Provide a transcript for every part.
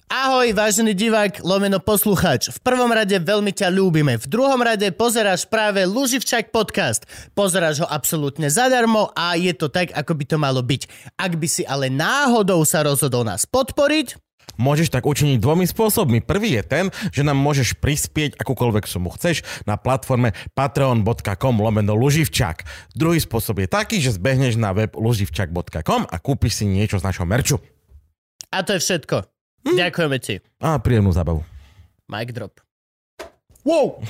Ahoj, vážený divák, lomeno poslucháč. V prvom rade veľmi ťa ľúbime. V druhom rade pozeráš práve Luživčák podcast. Pozeráš ho absolútne zadarmo a je to tak, ako by to malo byť. Ak by si ale náhodou sa rozhodol nás podporiť, môžeš tak učiniť dvomi spôsobmi. Prvý je ten, že nám môžeš prispieť akúkoľvek sumu chceš na platforme patreon.com/luživčák. Druhý spôsob je taký, že zbehneš na web luživčak.com a kúpiš si niečo z našho merču. A to je všetko. Ďakujeme ti. A príjemnú zábavu. Mic drop. Wow!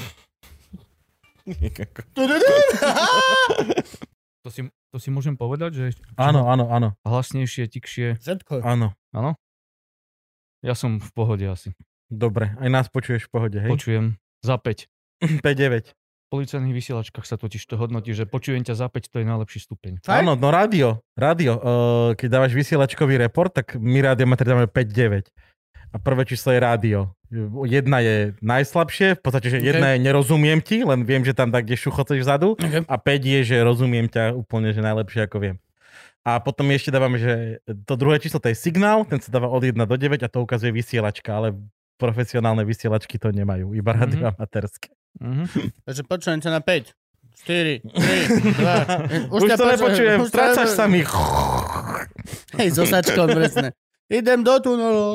To si môžem povedať, že... Áno. Hlasnejšie, tikšie. Všetko. Áno. Áno? Ja som v pohode asi. Dobre, aj nás počuješ v pohode, hej? Počujem. Za 5. 5-9. V policajných vysielačkách sa totiž to hodnotí, že počujem ťa za 5, to je najlepší stupeň. Áno, no rádio. Keď dávaš vysielačkový report, tak my rádiometri dáme 5-9. A prvé číslo je rádio. 1 je najslabšie, v podstate, že 1 je nerozumiem ti, len viem, že tam tak kde šuchoceš vzadu. Okay. A 5 je, že rozumiem ťa úplne, že najlepšie ako viem. A potom ešte dávame, že to druhé číslo to je signál, ten sa dáva od 1 do 9 a to ukazuje vysielačka, ale profesionálne vysielačky to nemajú, iba radioamatérske. Takže počujem ťa na 5, 4, 3, 2... Už to nepočujem, strácaš sa mi. Hej, so sačkom, presne. Idem do tunelu.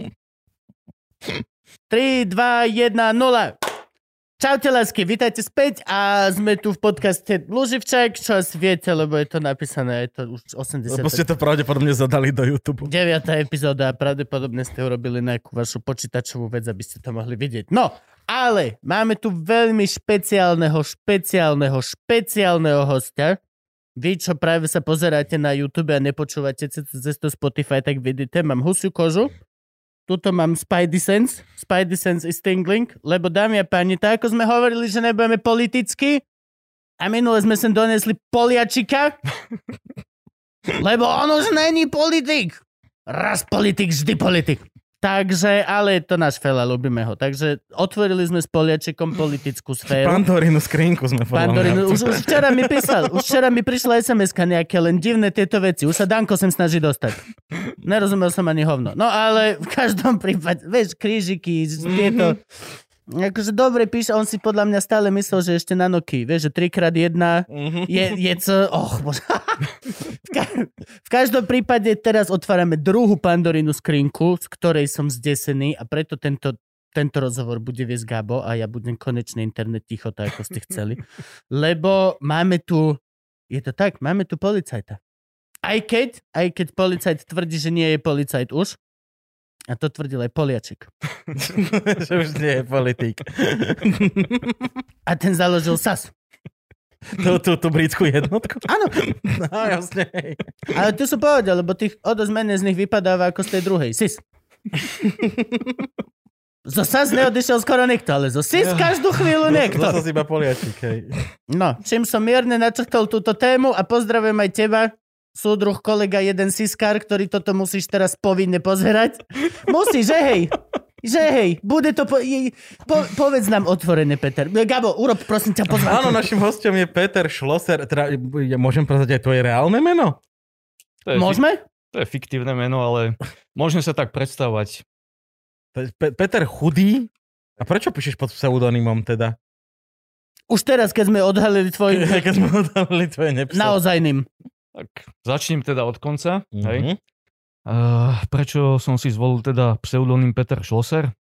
3, 2, 1, 0. Čaute, lásky, vítajte späť a sme tu v podcaste Luživčák, čo asi viete, lebo je to napísané, je to už 80. Lebo ste to pravdepodobne zadali do YouTube. 9. epizóda a pravdepodobne ste urobili nejakú vašu počítačovú vec, aby ste to mohli vidieť. No, ale máme tu veľmi špeciálneho hostia. Vy, čo práve sa pozeráte na YouTube a nepočúvate cez to Spotify, tak vidíte, mám husiu kožu. Tuto mám Spidey Sense. Spidey Sense is tingling, lebo dámy a páni, tak ako sme hovorili, že nebudeme politicky a minule sme sem donesli Poliačika, lebo on už není politik. Raz politik, vždy politik. Takže, ale je to náš fela, ľubíme ho. Takže otvorili sme s Poliačikom politickú sféru. Pandorínu skrinku sme Pandorinu. Už včera mi prišla SMS-ka nejaké len divné tieto veci. Už sa Danko sem snaží dostať. Nerozumel som ani hovno. No ale v každom prípade, vieš, krížiky, tieto... Akože dobre píše, on si podľa mňa stále myslel, že ešte na Nokii, vieš, že 3x1 je co... bože. V každom prípade teraz otvárame druhú Pandorínu skrinku, z ktorej som zdesený a preto tento rozhovor bude viesť Gabo a ja budem konečne internet ticho, tak ako ste chceli. Lebo máme tu policajta. Aj keď policajt tvrdí, že nie je policajt už, a to tvrdil aj Poliačik. Že už nie je politik. A ten založil SAS. Tú britskú jednotku? Áno. No, jasne. Ale tu sú povedal, lebo tých o dosť menej z nich vypadáva ako z tej druhej. SIS. Zo SAS neodišiel skoro nikto, ale zo SIS každú chvíľu niekto. To si iba Poliačik, hej. No, čím som mierne načrtol túto tému a pozdravujem aj teba, súdruh, kolega, jeden siskár, ktorý toto musíš teraz povinne pozerať. Musíš, že hej, bude to... povedz nám otvorené, Peter. Gabo, urob, prosím ťa, pozvám. Áno, našim hostom je Peter Schlosser. Teda, môžem prezrieť aj tvoje reálne meno? Môžeme? To je fiktívne meno, ale môžem sa tak predstavovať. Peter Chudý? A prečo píšeš pod pseudonymom teda? Už teraz, keď sme odhalili tvoje nepsal. naozajným. Tak začnem teda od konca. Hej. Prečo som si zvolil teda pseudonym Peter Schlosser?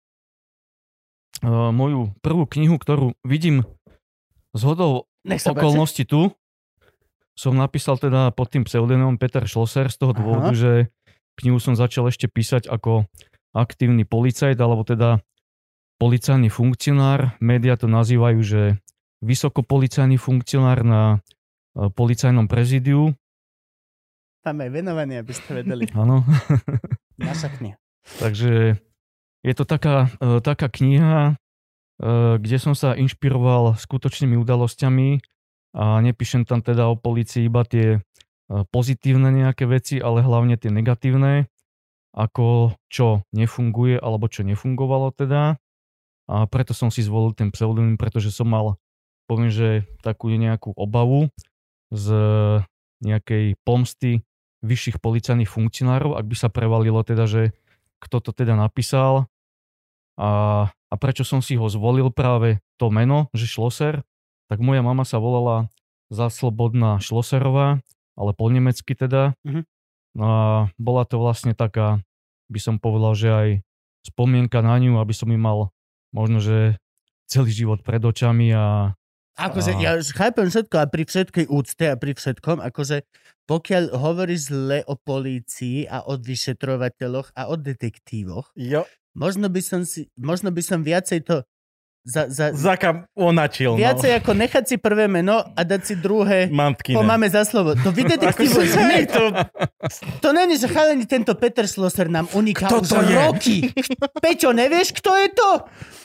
Moju prvú knihu, ktorú vidím zhodou okolností tu, som napísal teda pod tým pseudonymom Peter Schlosser z toho dôvodu, že knihu som začal ešte písať ako aktívny policajt, alebo teda policajný funkcionár. Média to nazývajú, že vysokopolicajný funkcionár na policajnom prezídiu. Tam aj venovaný, aby ste vedeli. Áno. Naša kniha. Takže je to taká kniha, kde som sa inšpiroval skutočnými udalosťami a nepíšem tam teda o polícii iba tie pozitívne nejaké veci, ale hlavne tie negatívne, ako čo nefunguje alebo čo nefungovalo teda. A preto som si zvolil ten pseudonym, pretože som mal, poviem, že takú nejakú obavu z nejakej pomsty vyšších policajných funkcionárov, ak by sa prevalilo teda, že kto to teda napísal a prečo som si ho zvolil práve to meno, že Schlosser. Tak moja mama sa volala Záslobodná Schlosserová, ale po nemecky teda. No a bola to vlastne taká, by som povedal, že aj spomienka na ňu, aby som ju mal možno, že celý život pred očami a akože ja chápem všetko a pri všetkej úcte a pri všetkom, akože pokiaľ hovoríš zle o polícii a o vyšetrovateľoch a o detektívoch, možno by som viacej to Zakam onačil. Viacej ako nechať si prvé meno a dať si druhé. Máme za slovo. To vy detektívujete. To není, že chalani, tento Peter Schlosser nám uniká už roky. Peťo, nevieš, kto je to?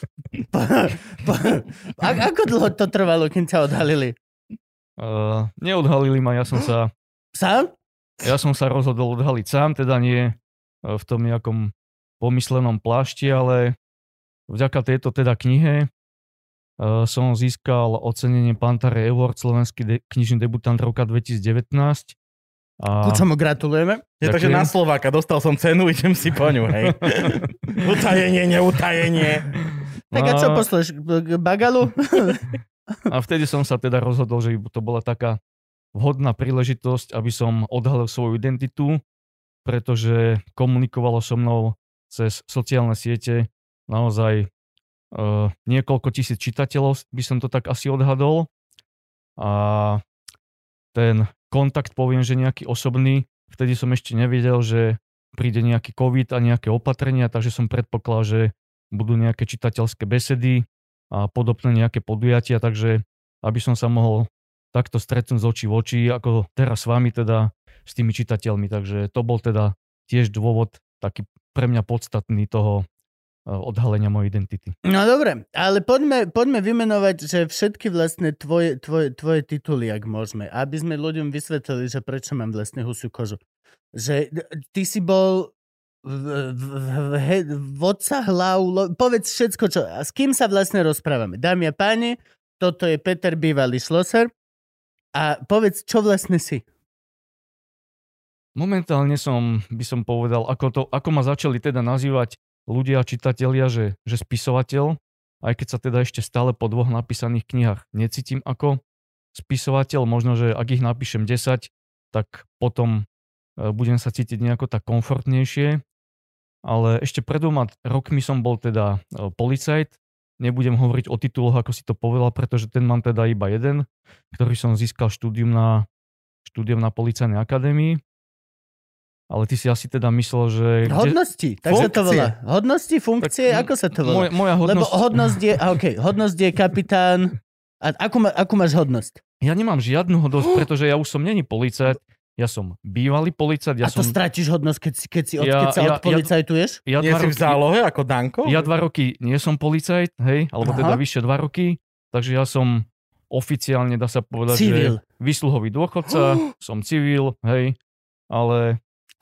Ako dlho to trvalo, kým sa odhalili? Neodhalili ma, ja som sa... Sám? Ja som sa rozhodol odhaliť sám, teda nie v tom nejakom pomyslenom plášti, ale vďaka tejto teda knihe som získal ocenenie Pantare Award, slovenský knižný debutant roka 2019. Ku čomu gratulujeme. Takže na Slováka dostal som cenu, idem si po ňu, hej. Utajenie, neutajenie. Tak a čo posleš? Bagalu? A vtedy som sa teda rozhodol, že to bola taká vhodná príležitosť, aby som odhalil svoju identitu, pretože komunikovalo so mnou cez sociálne siete naozaj niekoľko tisíc čitateľov, by som to tak asi odhadol. A ten kontakt, poviem, že nejaký osobný, vtedy som ešte nevedel, že príde nejaký COVID a nejaké opatrenia, takže som predpokladal, že budú nejaké čitateľské besedy a podobné nejaké podujatia, takže aby som sa mohol takto stretnúť z očí v oči, ako teraz s vami teda, s tými čitateľmi. Takže to bol teda tiež dôvod taký pre mňa podstatný toho odhalenia mojej identity. No dobre, ale poďme vymenovať, že všetky vlastne tvoje tituly, ak môžeme, aby sme ľuďom vysvetlili, že prečo mám vlastne husiu kožu. Že ty si bol vodca hlav, povedz všetko, s kým sa vlastne rozprávame. Dámy a páni, toto je Peter bývalý Schlosser a povedz, čo vlastne si. Momentálne by som povedal, ako ma začali teda nazývať ľudia, čitatelia, že spisovateľ, aj keď sa teda ešte stále po 2 napísaných knihách necítim ako spisovateľ, možno, že ak ich napíšem 10, tak potom budem sa cítiť nejako tak komfortnejšie, ale ešte pred 2 rokmi som bol teda policajt, nebudem hovoriť o tituloch, ako si to povedal, pretože ten mám teda iba jeden, ktorý som získal štúdium na Policajnej akadémii. Ale ty si asi teda myslel, že... Hodnosti, tak sa to volá. Hodnosti, funkcie, ako sa to volá? Moja hodnosť... Lebo hodnosť je kapitán. A akú máš hodnosť? Ja nemám žiadnu hodnosť, pretože ja už som není policajt. Ja som bývalý policajt. A to stratíš hodnosť, keď sa odpolicajtuješ? Nie si v zálohe ako Danko? Ja 2 roky nie som policajt, hej, alebo teda vyššie 2 roky. Takže ja som oficiálne, dá sa povedať, civil. Že výsluhový dôchodca, som civil, hej, ale...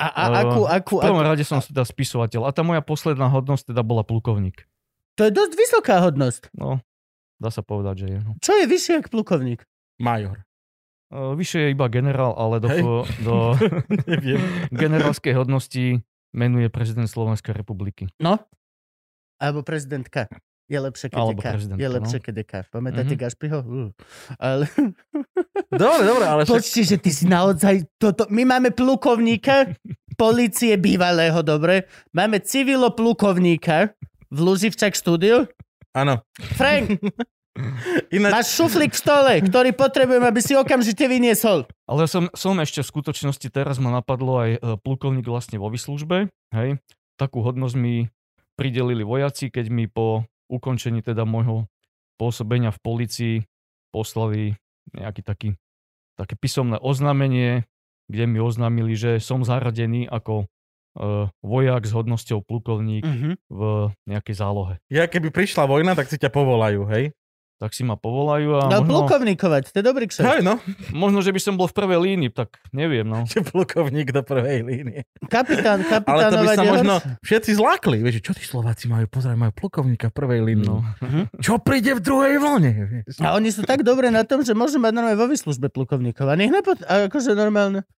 V prvom rade som teda spisovateľ. A tá moja posledná hodnosť teda bola plukovník. To je dosť vysoká hodnosť. No, dá sa povedať, že je. No. Čo je vyššie ako plukovník? Major. Vyššie je iba generál, ale do generálskej hodnosti menuje prezident Slovenskej republiky. No? Alebo prezidentka. Je lepšie, keď je K. Pamätáte Gašpriho? Ale... Dobre, ale... Počti, že ty si naozaj toto... My máme plukovníka polície bývalého, dobre? Máme civilo-plukovníka v Luživčak štúdiu. Áno. Frank, máš šuflík v stole, ktorý potrebujem, aby si okamžite vyniesol. Ale som ešte v skutočnosti, teraz ma napadlo aj plukovník vlastne vo výslužbe. Hej. Takú hodnosť mi pridelili vojaci, keď mi po ukončení teda môjho pôsobenia v polícii poslali nejaké také písomné oznámenie, kde mi oznámili, že som zaradený ako vojak s hodnosťou plukovník v nejakej zálohe. Ja keby prišla vojna, tak si ťa povolajú, hej? Tak si ma povolajú a no, plukovníkovať, to je dobrý kšeft. Hej, no. Možno, že by som bol v prvej línii, tak neviem, no. Že plukovník do prvej línie. Kapitánovať. Ale to by sa možno všetci zlákli. Vieš, čo tí Slováci majú? Pozeraj, majú plukovníka v prvej línii. No. Čo príde v druhej vlne? Vieš? A oni sú tak dobré na tom, že môžu mať normálne vo výslužbe plukovníkov. A nech akože normálne.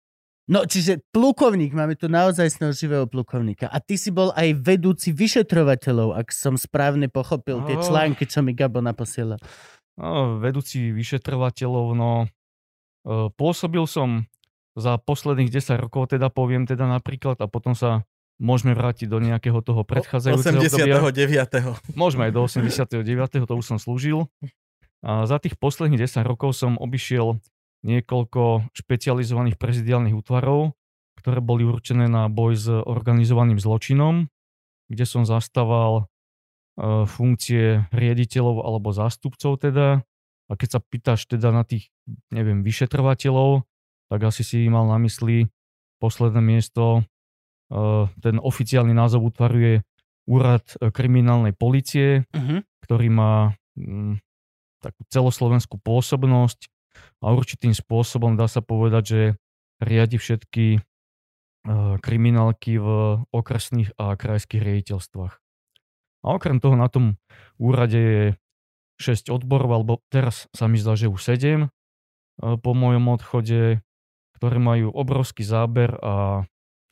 No, čiže plukovník, máme tu naozaj živého plukovníka. A ty si bol aj vedúci vyšetrovateľov, ak som správne pochopil tie články, čo mi Gabo naposielal. No, vedúci vyšetrovateľov, pôsobil som za posledných 10 rokov, teda poviem teda napríklad, a potom sa môžeme vrátiť do nejakého toho predchádzajúceho 89. Môžeme aj do 89. To už som slúžil. A za tých posledných 10 rokov som obišiel niekoľko špecializovaných prezidiálnych útvarov, ktoré boli určené na boj s organizovaným zločinom, kde som zastával funkcie riaditeľov alebo zástupcov teda. A keď sa pýtaš teda na tých, vyšetrovateľov, tak asi si mal na mysli posledné miesto. Ten oficiálny názov útvaru je Úrad kriminálnej polície, ktorý má takú celoslovenskú pôsobnosť a určitým spôsobom dá sa povedať, že riadi všetky kriminálky v okresných a krajských riaditeľstvách. A okrem toho na tom úrade je 6 odborov, alebo teraz sa mi zdá, že už 7 po mojom odchode, ktoré majú obrovský záber a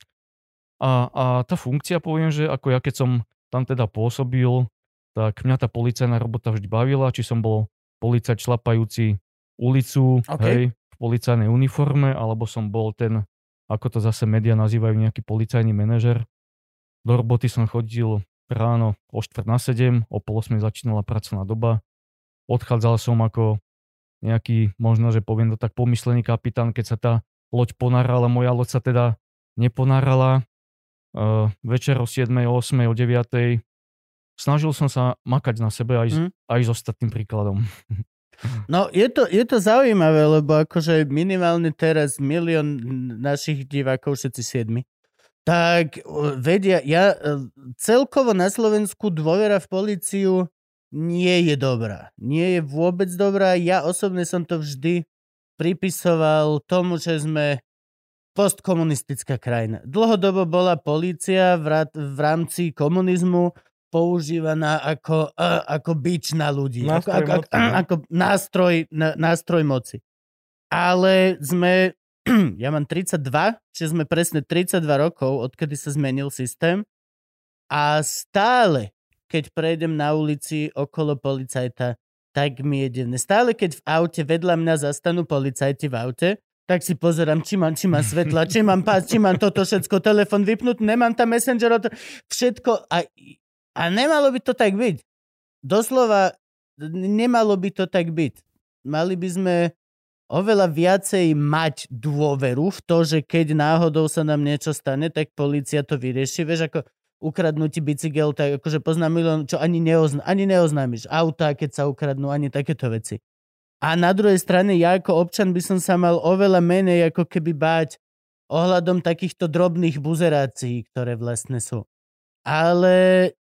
tá funkcia, poviem, že ako ja keď som tam teda pôsobil, tak mňa tá policajná robota vždy bavila, či som bol policajt šlapajúci ulicu, hej, v policajnej uniforme, alebo som bol ten, ako to zase médiá nazývajú, nejaký policajný manažer. Do roboty som chodil ráno o 6:45, o 7:30 začínala pracovná doba. Odchádzal som ako nejaký, možno, že poviem to tak, pomyslený kapitán, keď sa tá loď ponárala, moja loď sa teda neponárala. Večer o 7:00, o 8:00, o 9:00 snažil som sa makať na sebe aj s ostatným príkladom. No, je to zaujímavé, lebo akože minimálne teraz 1 000 000 našich divákov, všetci 7, tak vedia, celkovo na Slovensku dôvera v políciu nie je dobrá. Nie je vôbec dobrá. Ja osobne som to vždy pripisoval tomu, že sme postkomunistická krajina. Dlhodobo bola polícia v rámci komunizmu používaná ako bič na ľudí. Ako nástroj moci. Ale ja mám 32, čiže sme presne 32 rokov, odkedy sa zmenil systém a stále, keď prejdem na ulici okolo policajta, tak mi je divné. Stále, keď v aute vedľa mňa zastanú policajti v aute, tak si pozerám, či mám svetla, či mám pás, či mám toto všetko, telefon vypnutý, nemám tam messenger, všetko a nemalo by to tak byť. Doslova, nemalo by to tak byť. Mali by sme oveľa viacej mať dôveru v to, že keď náhodou sa nám niečo stane, tak polícia to vyrieši. Vieš, ako ukradnúť bicykel, tak akože poznám milión, čo ani neoznámiš. Autá, keď sa ukradnú, ani takéto veci. A na druhej strane, ja ako občan by som sa mal oveľa menej ako keby báť ohľadom takýchto drobných buzerácií, ktoré vlastne sú. Ale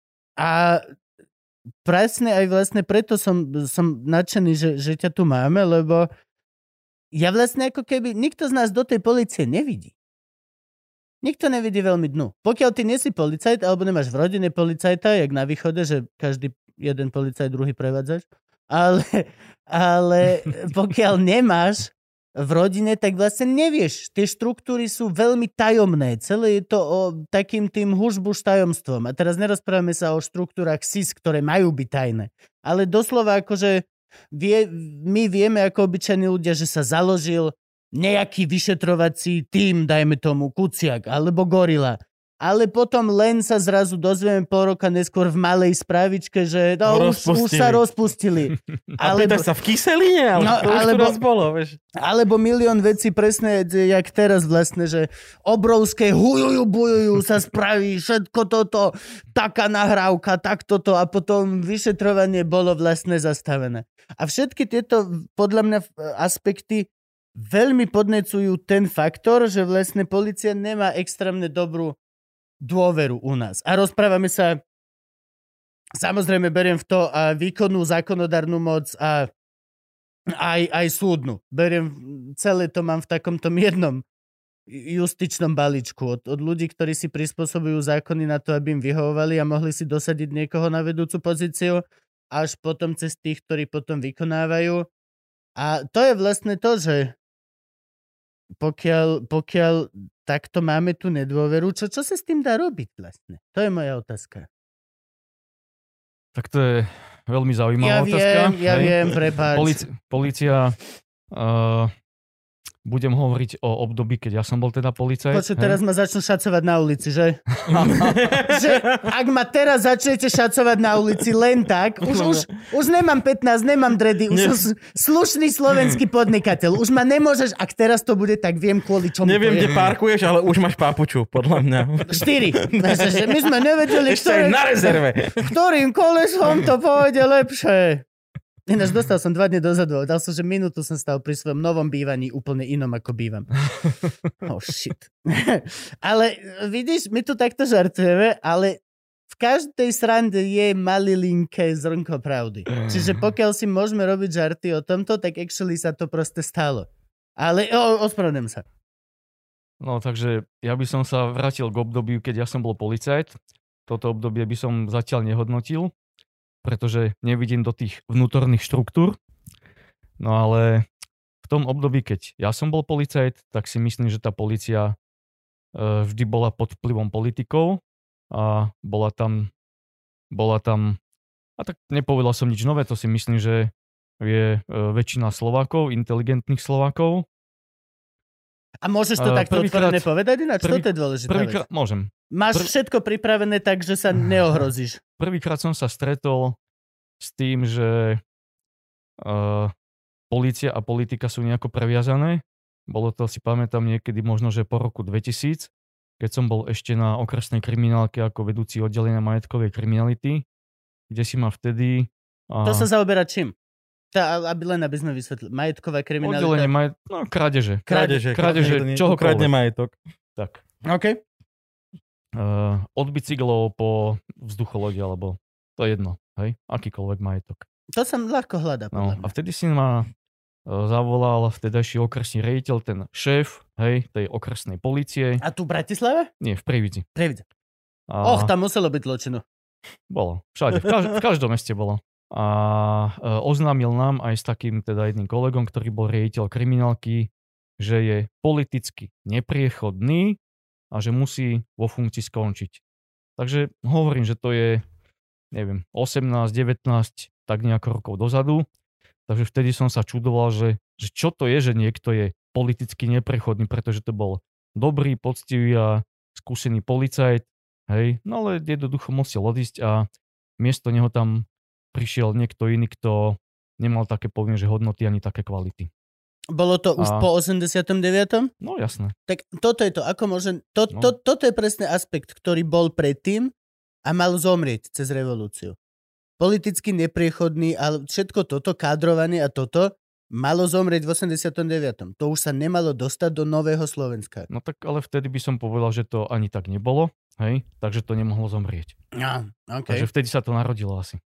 presne aj vlastne preto som nadšený, že ťa tu máme, lebo ja vlastne ako keby nikto z nás do tej polície nevidí. Nikto nevidí veľmi dnu. Pokiaľ ty nie si policajt, alebo nemáš v rodine policajta, jak na východe, že každý jeden policajt, druhý prevádzač, ale pokiaľ nemáš v rodine, tak vlastne nevieš. Tie štruktúry sú veľmi tajomné. Celé je to o takým tým hužbuš tajomstvom. A teraz nerozprávame sa o štruktúrach SIS, ktoré majú byť tajné. Ale doslova akože my vieme ako obyčajní ľudia, že sa založil nejaký vyšetrovací tím, dajme tomu Kuciak alebo Gorila. Ale potom len sa zrazu dozvieme pol roka neskôr v malej správičke, že už sa rozpustili. A pýtaš sa v kyseline? Alebo milión vecí presne, jak teraz vlastne, že obrovské bujujú sa spraví všetko toto, taká nahrávka, tak toto a potom vyšetrovanie bolo vlastne zastavené. A všetky tieto, podľa mňa, aspekty veľmi podnecujú ten faktor, že vlastne polícia nemá extrémne dobrú dôveru u nás. A rozprávame sa, samozrejme beriem v to a výkonnú zákonodárnu moc a aj súdnu. Celé to mám v takomto miernom justičnom balíčku. Od ľudí, ktorí si prispôsobujú zákony na to, aby im vyhovovali a mohli si dosadiť niekoho na vedúcu pozíciu, až potom cez tých, ktorí potom vykonávajú. A to je vlastne to, že pokiaľ takto máme tú nedôveru, čo sa s tým dá robiť vlastne? To je moja otázka. Tak to je veľmi zaujímavá otázka. Ja viem, prepáč. Polícia... budem hovoriť o období, keď ja som bol teda policajt. Počuť, teraz ma začnú šacovať na ulici, že? Že ak ma teraz začnete šacovať na ulici len tak, už nemám 15, nemám dredy, už som slušný slovenský podnikateľ. Už ma nemôžeš, ak teraz to bude, tak viem kvôli čomu. Neviem, kde parkuješ, ale už máš papuču, podľa mňa. 4. My sme nevedeli, ešte aj na rezerve. Ktorým kolesom to pôjde lepšie. Ináč dostal som 2 dny dozadu. Dal som, že minútu som stal pri svojom novom bývaní úplne inom, ako bývam. Oh shit. Ale vidíš, my tu takto žartujeme, ale v každej srande je malilinké zrnko pravdy. Čiže pokiaľ si môžeme robiť žarty o tomto, tak actually sa to proste stalo. Ale ospravedlňujem sa. No takže ja by som sa vrátil k obdobiu, keď ja som bol policajt. Toto obdobie by som zatiaľ nehodnotil, pretože nevidím do tých vnútorných štruktúr. No ale v tom období, keď ja som bol policajt, tak si myslím, že tá polícia vždy bola pod vplyvom politikov a bola tam a tak nepovedal som nič nové, to si myslím, že je väčšina Slovákov, inteligentných Slovákov. A môžeš to takto otvorené povedať ináč? Toto je dôležitá vec. Môžem. Máš všetko pripravené tak, že sa neohrozíš. Prvýkrát som sa stretol s tým, že polícia a politika sú nejako previazané. Bolo to, si pamätám, niekedy možno, že po roku 2000, keď som bol ešte na okresnej kriminálke ako vedúci oddelenia majetkovej kriminality, kde si ma vtedy... To sa zaoberá čím? Aby sme vysvetlili. Majetková kriminalita. Oddelenie krádeže. Krádeže. Čo kradne majetok. Tak. OK. Od bicyklov po vzducholode, alebo to je jedno. Hej? Akýkoľvek majetok. To sa ľahko hľadá. No, a vtedy si ma zavolal vtedajší okresný riaditeľ, ten šéf, hej, tej okresnej polície. A tu v Bratislave? Nie, v Prievidzi. Tam muselo byť zločinu. Bolo. Všade. V každom meste bolo. A oznámil nám aj s takým teda jedným kolegom, ktorý bol riaditeľ kriminálky, že je politicky nepriechodný a že musí vo funkcii skončiť. Takže hovorím, že to je, neviem, 18, 19, tak nejako rokov dozadu. Takže vtedy som sa čudoval, že čo to je, že niekto je politicky neprechodný, pretože to bol dobrý, poctivý a skúsený policajt. Hej, no ale jednoducho musel odísť a miesto neho tam prišiel niekto iný, kto nemal také, poviem, že hodnoty ani také kvality. Bolo to už po 89. No jasné. Tak toto je to, ako môžem... Toto je presne aspekt, ktorý bol predtým a mal zomrieť cez revolúciu. Politicky nepriechodný, ale všetko toto, kádrovanie a toto malo zomrieť v 89. To už sa nemalo dostať do Nového Slovenska. No tak ale vtedy by som povedal, že to ani tak nebolo, hej, takže to nemohlo zomrieť. Okay. Takže vtedy sa to narodilo asi.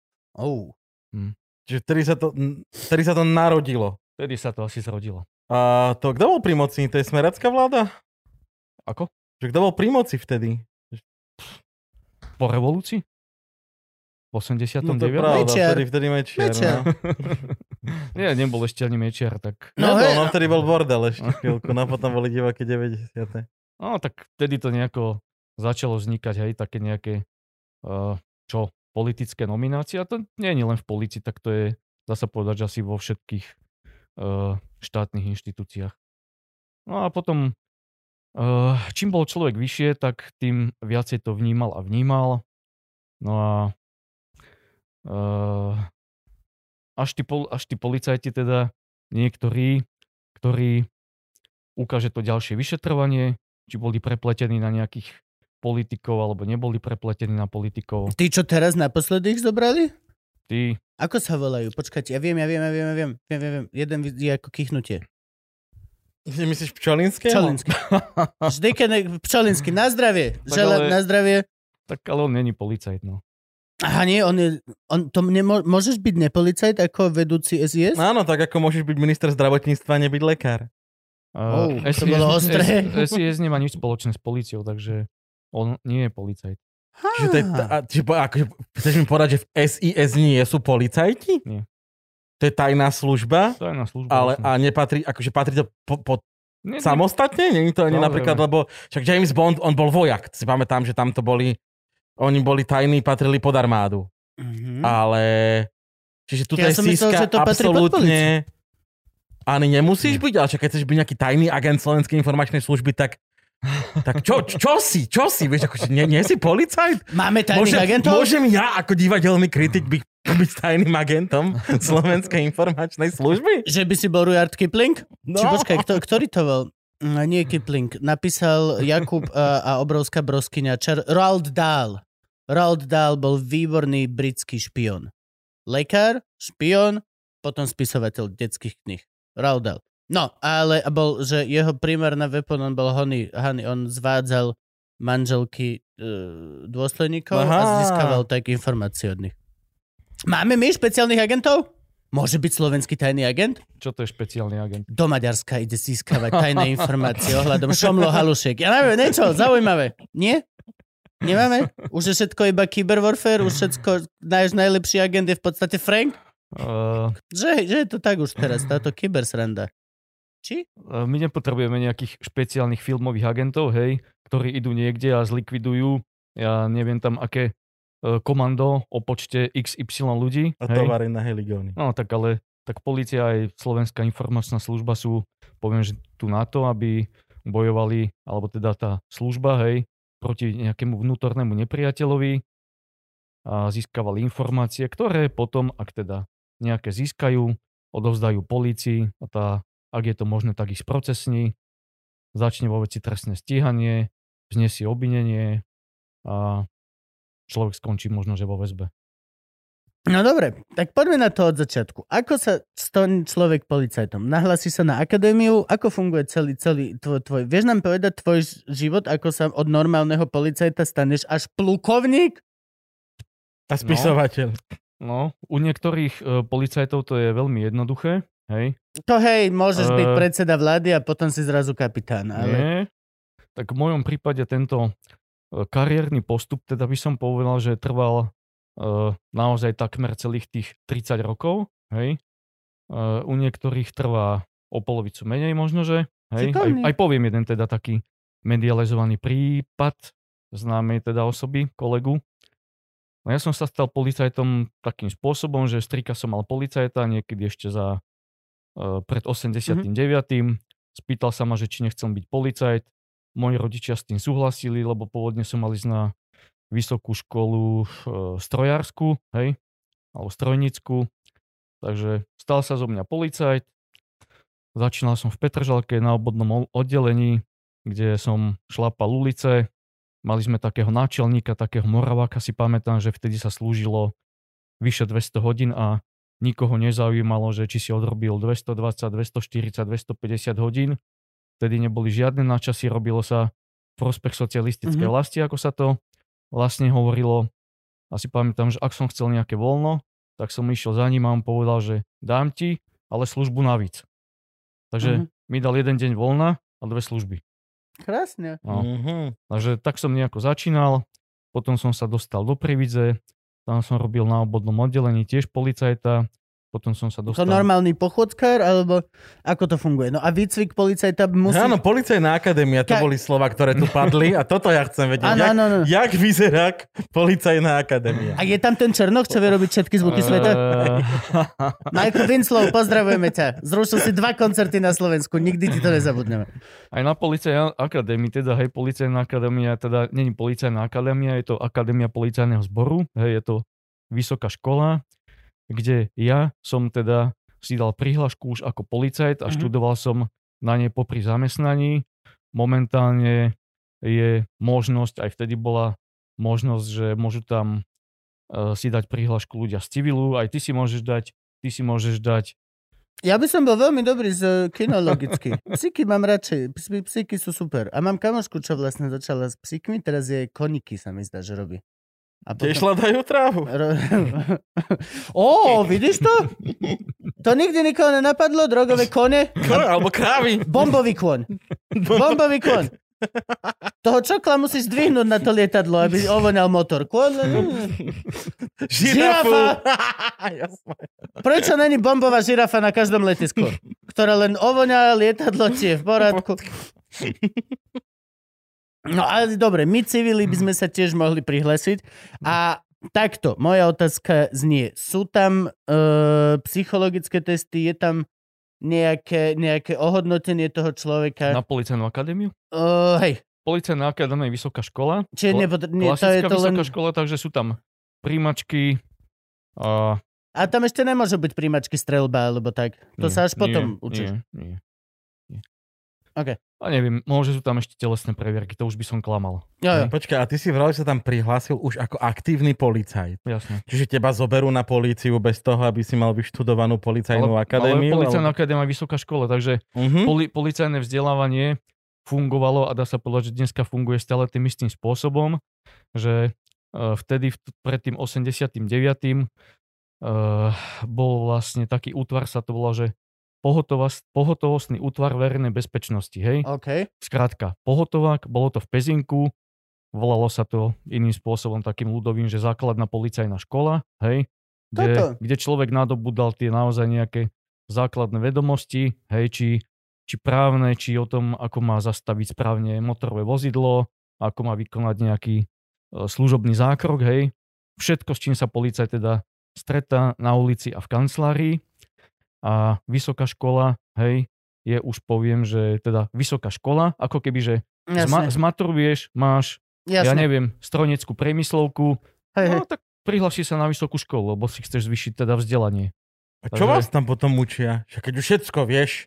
Čiže vtedy sa to narodilo. Vtedy sa to asi zrodilo. A to kto bol pri moci? To je smeracká vláda? Ako? Že kto bol pri moci vtedy? Po revolúcii? V 89. No to je pravda, vtedy Mečiar. No. Nie, nebol ešte ani Mečiar, tak... No vtedy bol bordel ešte chvíľku, no potom boli diváky 90. No tak vtedy to nejako začalo vznikať, hej, také nejaké, politické nominácie. A to nie je len v polícii, tak to je, dá sa povedať, že asi vo všetkých štátnych inštitúciách. No a potom, čím bol človek vyššie, tak tým viacej to vnímal a vnímal. No a až tí policajti teda niektorí, ktorí ukáže to ďalšie vyšetrovanie, či boli prepletení na nejakých politikov, alebo neboli prepletení na politikov. Tí, čo teraz naposledy ich zobrali? Tí. Ako sa volajú? Počkajte, ja viem. Jeden je ako kichnutie. Myslíš Pčolinského? Pčolinský. Vždy, keď Pčolinský. Na zdravie. Želám na zdravie. Tak ale on není policajt, no. Aha, nie, môžeš byť nepolicajt ako vedúci SIS? Áno, tak ako môžeš byť minister zdravotníctva a nebyť lekár. To bolo ostré. SIS nemá nič spoločné s políciou, takže on nie je policajt. Chceš mi povedať, že v SIS nie sú policajti? Nie. To je tajná služba? Tajná služba. Ale a nepatrí, akože patrí to pod samostatne? Nie je to ani napríklad, lebo však James Bond, on bol vojak. Si pamätám, že tam to boli, oni boli tajní, patrili pod armádu. Ale, čiže tu je síska absolútne, ani nemusíš byť, ale keď chceš byť nejaký tajný agent Slovenskej informačnej služby, tak čo si? Vieš, akože nie si policajt? Máme tajných agentov? Môžem ja ako divadelný kritik byť tajným agentom Slovenskej informačnej služby? Že by si bol Rudyard Kipling? No. Či počkaj, ktorý to bol? Nie Kipling. Napísal Jakub a obrovská broskyňa. Roald Dahl. Roald Dahl bol výborný britský špión. Lekár, špión, potom spisovateľ detských kníh. Roald Dahl. No, ale bol, že jeho primárna weapon, on bol honey, on zvádzal manželky dôstojníkov a získaval tak informácie od nich. Máme my špeciálnych agentov? Môže byť slovenský tajný agent? Čo to je špeciálny agent? Do Maďarska ide získavať tajné informácie ohľadom Šomlo Halušek. Ja neviem, niečo zaujímavé. Nie? Nemáme? Už je všetko iba cyberwarfare? Už všetko, náš najlepší agent je v podstate Frank? Že je to tak už teraz, táto kybersranda. Či? My nepotrebujeme nejakých špeciálnych filmových agentov, hej, ktorí idú niekde a zlikvidujú, ja neviem tam aké komando o počte XY ľudí. A tovary na heligóny. No tak ale tak polícia aj Slovenská informačná služba sú, poviem, že tu na to, aby bojovali, alebo teda tá služba, hej, proti nejakému vnútornému nepriateľovi a získavali informácie, ktoré potom, ak teda nejaké získajú, odovzdajú polícii a tá, ak je to možné, tak ich sprocesní, začne vo veci trestné stíhanie, vznesie obvinenie a človek skončí možno, že vo väzbe. No dobre, tak poďme na to od začiatku. Ako sa stane človek policajtom? Nahlási sa na akadémiu? Ako funguje celý tvoj... Vieš nám povedať tvoj život, ako sa od normálneho policajta staneš až plukovník? A spisovateľ. No, u niektorých policajtov to je veľmi jednoduché, hej. To hej, môžeš byť predseda vlády a potom si zrazu kapitán, ale... Nie. Tak v mojom prípade tento kariérny postup, teda by som povedal, že trval naozaj takmer celých tých 30 rokov, hej. U niektorých trvá o polovicu menej možno, že, hej. Aj poviem jeden teda taký medializovaný prípad známej teda osoby, kolegu. No ja som sa stal policajtom takým spôsobom, že strika som mal policajta niekedy ešte pred 89. Spýtal sa ma, že či nechcem byť policajt. Moji rodičia s tým súhlasili, lebo pôvodne som mal ísť na vysokú školu strojársku, hej, alebo strojnícku. Takže stal sa zo mňa policajt. Začínal som v Petržalke na obvodnom oddelení, kde som šlapal ulice. Mali sme takého náčelníka, takého Moraváka, si pamätám, že vtedy sa slúžilo vyše 200 hodín a nikoho nezaujímalo, že či si odrobil 220, 240, 250 hodín. Vtedy neboli žiadne náčasy, robilo sa v prospech socialistickej vlasti, ako sa to vlastne hovorilo. A si pamätám, že ak som chcel nejaké voľno, tak som išiel za ním a on povedal, že dám ti, ale službu navíc. Takže mi dal jeden deň voľna a 2 služby. Krásne. No. Takže tak som nejako začínal, potom som sa dostal do Prievidze, tam som robil na obvodnom oddelení tiež policajta, potom som sa dostal... To normálny pochodkár, alebo ako to funguje? No a výcvik policajta musí... Áno, policajná akadémia, to boli slova, ktoré tu padli a toto ja chcem vedieť. Áno. Jak vyzerá policajná akadémia? A je tam ten Černoch, čo vie robiť všetky zvuky sveta? Michael Winslow, pozdravujeme ťa. Zrušil si 2 koncerty na Slovensku, nikdy ti to nezabudneme. Aj na policajnej akadémii, teda hej, policajná akadémia, teda není policajná akadémia, je to akadémia policajného zboru, hej, je to vysoká škola, kde ja som teda si dal prihlášku už ako policajt a študoval som na nej popri zamestnaní. Momentálne je možnosť, aj vtedy bola možnosť, že môžu tam si dať prihlášku ľudia z civilu, aj ty si môžeš dať. Ja by som bol veľmi dobrý z kinologicky. Psíky mám radšej, psíky sú super. A mám kamošku, čo vlastne začala s psíkmi, teraz je koniky, sa mi zdá, že robí. A potom... Tiež hľadajú trávu. Vidíš to? To nikdy nikoho nenapadlo, drogové kone? Alebo krávy. Bombový kôň. Toho čokla musíš zdvihnúť na to lietadlo, aby ovoňal motor. Žirafa! Prečo není bombová žirafa na každom letisku? Kto ktorá len ovoňa lietadlo, či je v porádku. No ale dobre, my civili by sme sa tiež mohli prihlásiť. A takto, moja otázka znie. Sú tam psychologické testy? Je tam nejaké ohodnotenie toho človeka? Na policajnú akadémiu? Hej. Policajná akadémia je vysoká škola. Čiže klasická vysoká škola, takže sú tam príjmačky. A tam ešte nemôže byť príjmačky streľba, alebo tak. To sa až potom učíš. Nie. OK. A neviem, môže sú tam ešte telesné previerky, to už by som klamal. Jo. Počkaj, a ty si vraj sa tam prihlásil už ako aktívny policajt. Jasne. Čiže teba zoberú na políciu bez toho, aby si mal vyštudovanú policajnú akadémiu? Ale policajná akadémia je vysoká škola, takže policajné vzdelávanie fungovalo a dá sa povedať, že dneska funguje stále tým istým spôsobom, že vtedy pred tým 89. Bol vlastne taký útvar, sa to volá, že pohotovostný útvar verejnej bezpečnosti, hej? OK. Skrátka, pohotovák, bolo to v Pezinku, volalo sa to iným spôsobom, takým ľudovým, že základná policajná škola, hej? Kde človek nadobudal tie naozaj nejaké základné vedomosti, hej? Či právne, či o tom, ako má zastaviť správne motorové vozidlo, ako má vykonať nejaký služobný zákrok, hej? Všetko, s čím sa policajt teda stretá na ulici a v kancelárii. A vysoká škola, hej, je už poviem, že teda vysoká škola, ako keby, že zmaturuješ, máš, ja neviem, strojneckú priemyslovku, no tak prihlási sa na vysokú školu, lebo si chceš zvýšiť teda vzdelanie. A čo vás tam potom učia? Že keď už všetko vieš?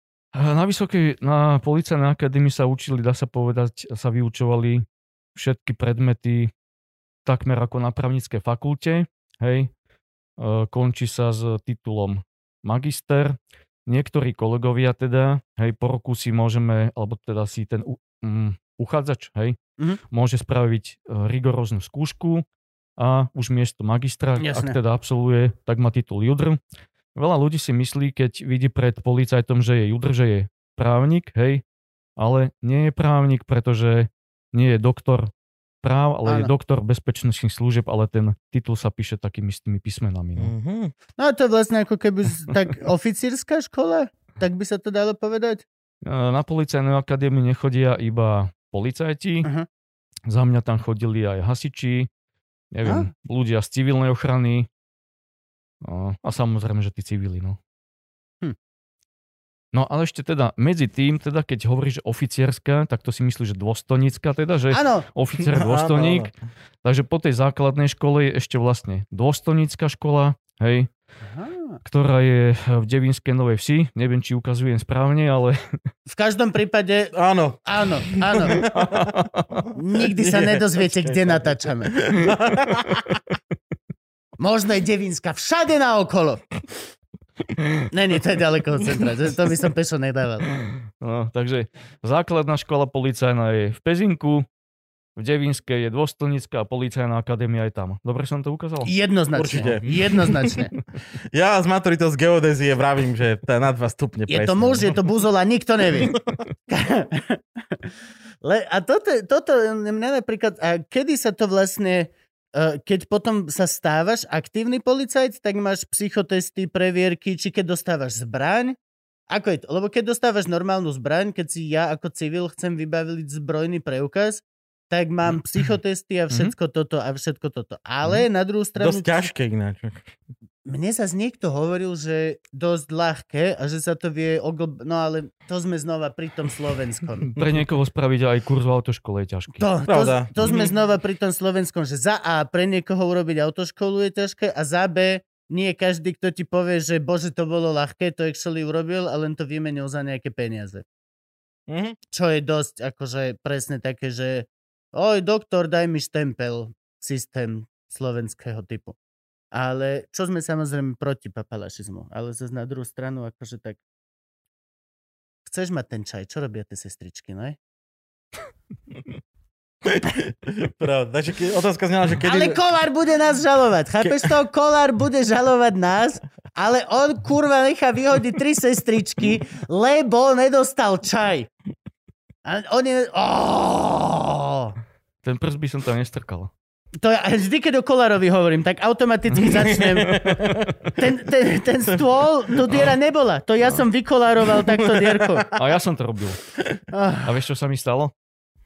Na policajnej akadémii sa učili, dá sa povedať, sa vyučovali všetky predmety takmer ako na právnickej fakulte, hej, končí sa s titulom magister. Niektorí kolegovia teda, hej, po roku si môžeme, alebo teda si ten uchádzač, hej, môže spraviť rigoróznu skúšku a už miesto magistra, ak teda absolvuje, tak má titul judr. Veľa ľudí si myslí, keď vidí pred policajtom, že je judr, že je právnik, hej, ale nie je právnik, pretože nie je doktor práv, ale je doktor bezpečnostných služieb, ale ten titul sa píše takými istými písmenami. No. No to je vlastne ako keby tak oficírska škola? Tak by sa to dalo povedať? Na policajnú akadémiu nechodia iba policajti. Za mňa tam chodili aj hasiči, neviem, ľudia z civilnej ochrany a samozrejme, že tí civili, no. No ale ešte teda medzi tým, teda keď hovoríš, že oficierská, tak to si myslíš, že dôstojnícka, teda, že oficier dôstojník. Takže po tej základnej škole je ešte vlastne dôstojnícka škola, hej, ktorá je v Devínskej Novej Vsi. Neviem, či ukazujem správne, ale... V každom prípade... Áno. Nikdy sa nedozviete, kde natáčame. Možno je Devínska všade naokolo. Nie, to je ďaleko od centra. To by som pešo nedával. No, takže základná škola policajná je v Pezinku, v Devínskej je dôstojnícka a policajná akadémia je tam. Dobre som to ukázal? Jednoznačne. Jednoznačne. Ja z maturitou z geodézie vravím, že to je na 2 stupne. Je to muž, je to buzola, nikto nevie. A toto mňa napríklad, a kedy sa to vlastne... Keď potom sa stávaš aktívny policajt, tak máš psychotesty, previerky, či keď dostávaš zbraň. Ako je to? Lebo keď dostávaš normálnu zbraň, keď si ja ako civil chcem vybaviť zbrojný preukaz, tak mám psychotesty a všetko toto a všetko toto. Ale na druhú stranu... Dosť ťažké ináč. Mne sa niekto hovoril, že dosť ľahké a že sa to vie No ale to sme znova pri tom slovenskom. Pre niekoho spraviť aj kurz v autoškole je ťažké. To sme znova pri tom slovenskom, že za A pre niekoho urobiť autoškolu je ťažké a za B nie každý, kto ti povie, že bože, to bolo ľahké, to actually urobil a len to vymenil za nejaké peniaze. Čo je dosť akože presne také, že oj, doktor, daj mi štempel, systém slovenského typu. Ale čo sme samozrejme proti papalašizmu. Ale zase na druhú stranu, akože tak... Chceš mať ten čaj? Čo robia tie sestričky, no? Pravda. Takže otázka znala, že kedy... Ale Kolár bude nás žalovať. Chápeš to? Kolár bude žalovať nás, ale on kurva nechá vyhodiť 3 sestričky, lebo nedostal čaj. A on je... Ten prst by som tam nestrkal. To ja vždy, keď o Kolárovi hovorím, tak automaticky začnem. Ten stôl, to diera nebola. To ja som vykolároval takto dierko. A ja som to robil. A vieš, čo sa mi stalo?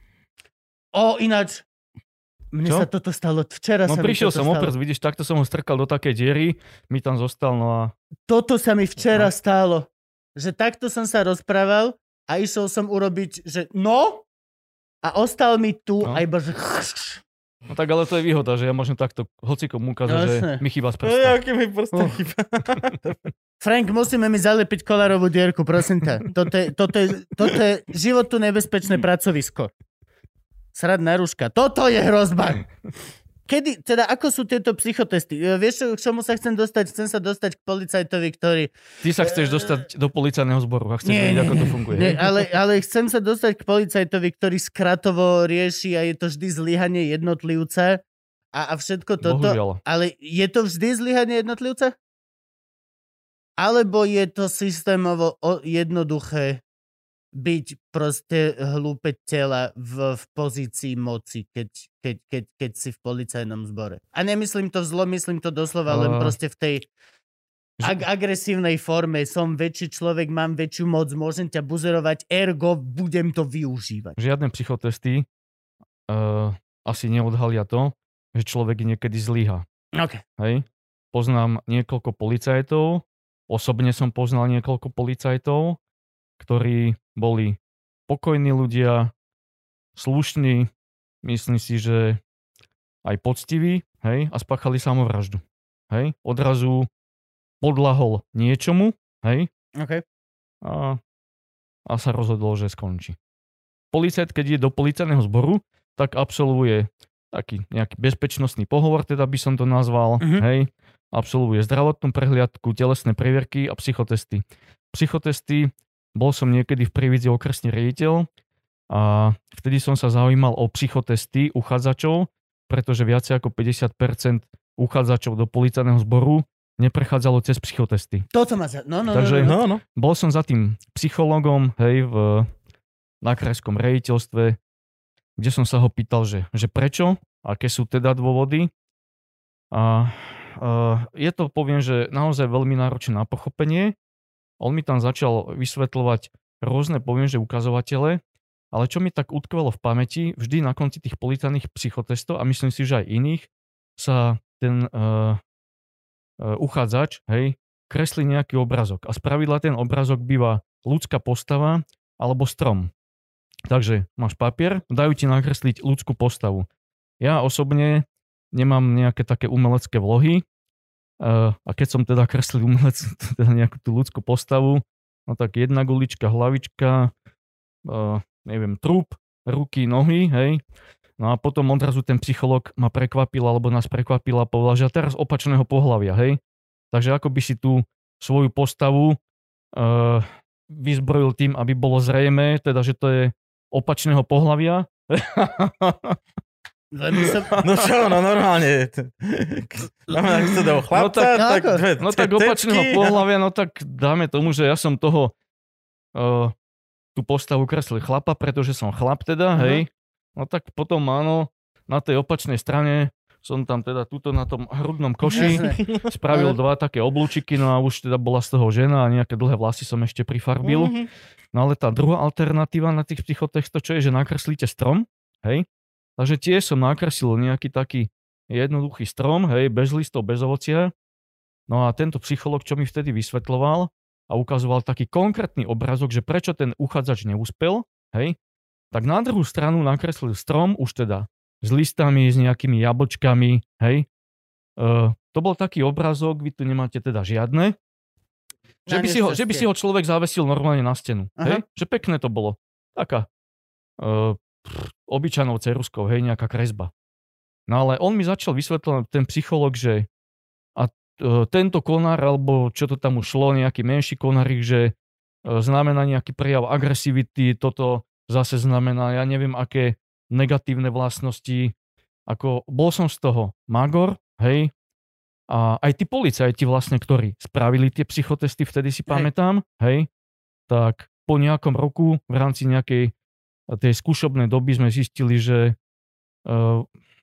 Ináč. Mne sa toto stalo včera. No prišiel som oprz, vidíš, takto som ho strkal do takej diery, mi tam zostal, no a... Toto sa mi včera stalo. Že takto som sa rozprával a išiel som urobiť, že a ostal mi tu a iba, že... No tak ale to je výhoda, že ja môžem takto hocikom ukázať, že mi chýba z prsta. Jaký mi prsta chýba. Frank, musíme mi zalepiť kolárovú dierku, prosím ťa. Toto je životu nebezpečné pracovisko. Sradná ruška. Toto je hrozba. Kedy, teda ako sú tieto psychotesty? Vieš, k čomu sa chcem dostať? Chcem sa dostať k policajtovi, ktorý... Ty sa chceš dostať do policajného zboru a chceš vedieť, ako to funguje. Nie, ale chcem sa dostať k policajtovi, ktorý skratovo rieši a je to vždy zlyhanie jednotlivca a všetko toto. Bohužiaľ. Ale je to vždy zlyhanie jednotlivca? Alebo je to systémovo jednoduché byť proste hlúpe tela v pozícii moci, keď si v policajnom zbore. A nemyslím to zlo, myslím to doslova len proste v tej agresívnej forme. Som väčší človek, mám väčšiu moc, môžem ťa buzerovať, ergo budem to využívať. Žiadne psychotesty asi neodhalia to, že človek niekedy zlyha. Okay. Hej? Poznám niekoľko policajtov, osobne som poznal niekoľko policajtov, ktorí boli pokojní ľudia, slušní, myslím si, že aj poctiví, hej, a spáchali samovraždu. Hej, odrazu podľahol niečomu, hej, okay. a sa rozhodol, že skončí. Policajt, keď je do policajného zboru, tak absolvuje taký nejaký bezpečnostný pohovor, teda by som to nazval, hej, absolvuje zdravotnú prehliadku, telesné previerky a psychotesty. Psychotesty bol som niekedy v Prievidzi okresný riaditeľ a vtedy som sa zaujímal o psychotesty uchádzačov, pretože viac ako 50% uchádzačov do policajného zboru neprechádzalo cez psychotesty. Toto ma Takže bol som za tým psychologom, hej, na krajskom riaditeľstve, kde som sa ho pýtal, že prečo, aké sú teda dôvody. A je to, poviem, že naozaj veľmi náročné na pochopenie. On mi tam začal vysvetľovať rôzne, poviem, že ukazovatele, ale čo mi tak utkvelo v pamäti, vždy na konci tých policajných psychotestov, a myslím si, že aj iných, sa ten uchádzač, hej, kreslí nejaký obrazok. A spravidla ten obrazok býva ľudská postava alebo strom. Takže máš papier, dajú ti nakresliť ľudskú postavu. Ja osobne nemám nejaké také umelecké vlohy, a keď som teda kreslil teda nejakú tú ľudskú postavu, no tak jedna gulička, hlavička, neviem, trup, ruky, nohy, hej. No a potom odrazu ten psychológ ma prekvapil, alebo nás prekvapil a povedal, že teraz opačného pohlavia, hej. Takže ako by si tú svoju postavu vyzbrojil tým, aby bolo zrejmé, teda, že to je opačného pohlavia. No čo, no normálne. Chlapca, no tak opačného pohlavia, no tak dáme tomu, že ja som toho tú postavu kreslil chlapa, pretože som chlap teda, hej. No tak potom áno, na tej opačnej strane som tam teda tuto na tom hrudnom koši spravil dva také oblúčiky, no a už teda bola z toho žena a nejaké dlhé vlasy som ešte prifarbil. No ale tá druhá alternatíva na tých psychotextoch, čo je, že nakreslíte strom, hej. Takže tiež som nakreslil nejaký taký jednoduchý strom, hej, bez listov, bez ovocia. No a tento psychológ, čo mi vtedy vysvetľoval a ukazoval taký konkrétny obrazok, že prečo ten uchádzač neúspel, hej, tak na druhú stranu nakreslil strom, už teda s listami, s nejakými jablčkami, hej. To bol taký obrazok, vy tu nemáte teda žiadne, že by si ho človek zavesil normálne na stenu, hej, že pekné to bolo. Taká obyčajnou ceruskou, hej, nejaká kresba. No ale on mi začal vysvetľovať, ten psychológ, že tento konár, alebo čo to tam už šlo, nejaký menší konárik, že znamená nejaký prejav agresivity, toto zase znamená, ja neviem, aké negatívne vlastnosti. Ako bol som z toho magor, hej, a aj tí policajti vlastne, ktorí spravili tie psychotesty, vtedy si pamätám, hej, tak po nejakom roku v rámci nejakej tej skúšobnej doby sme zistili, že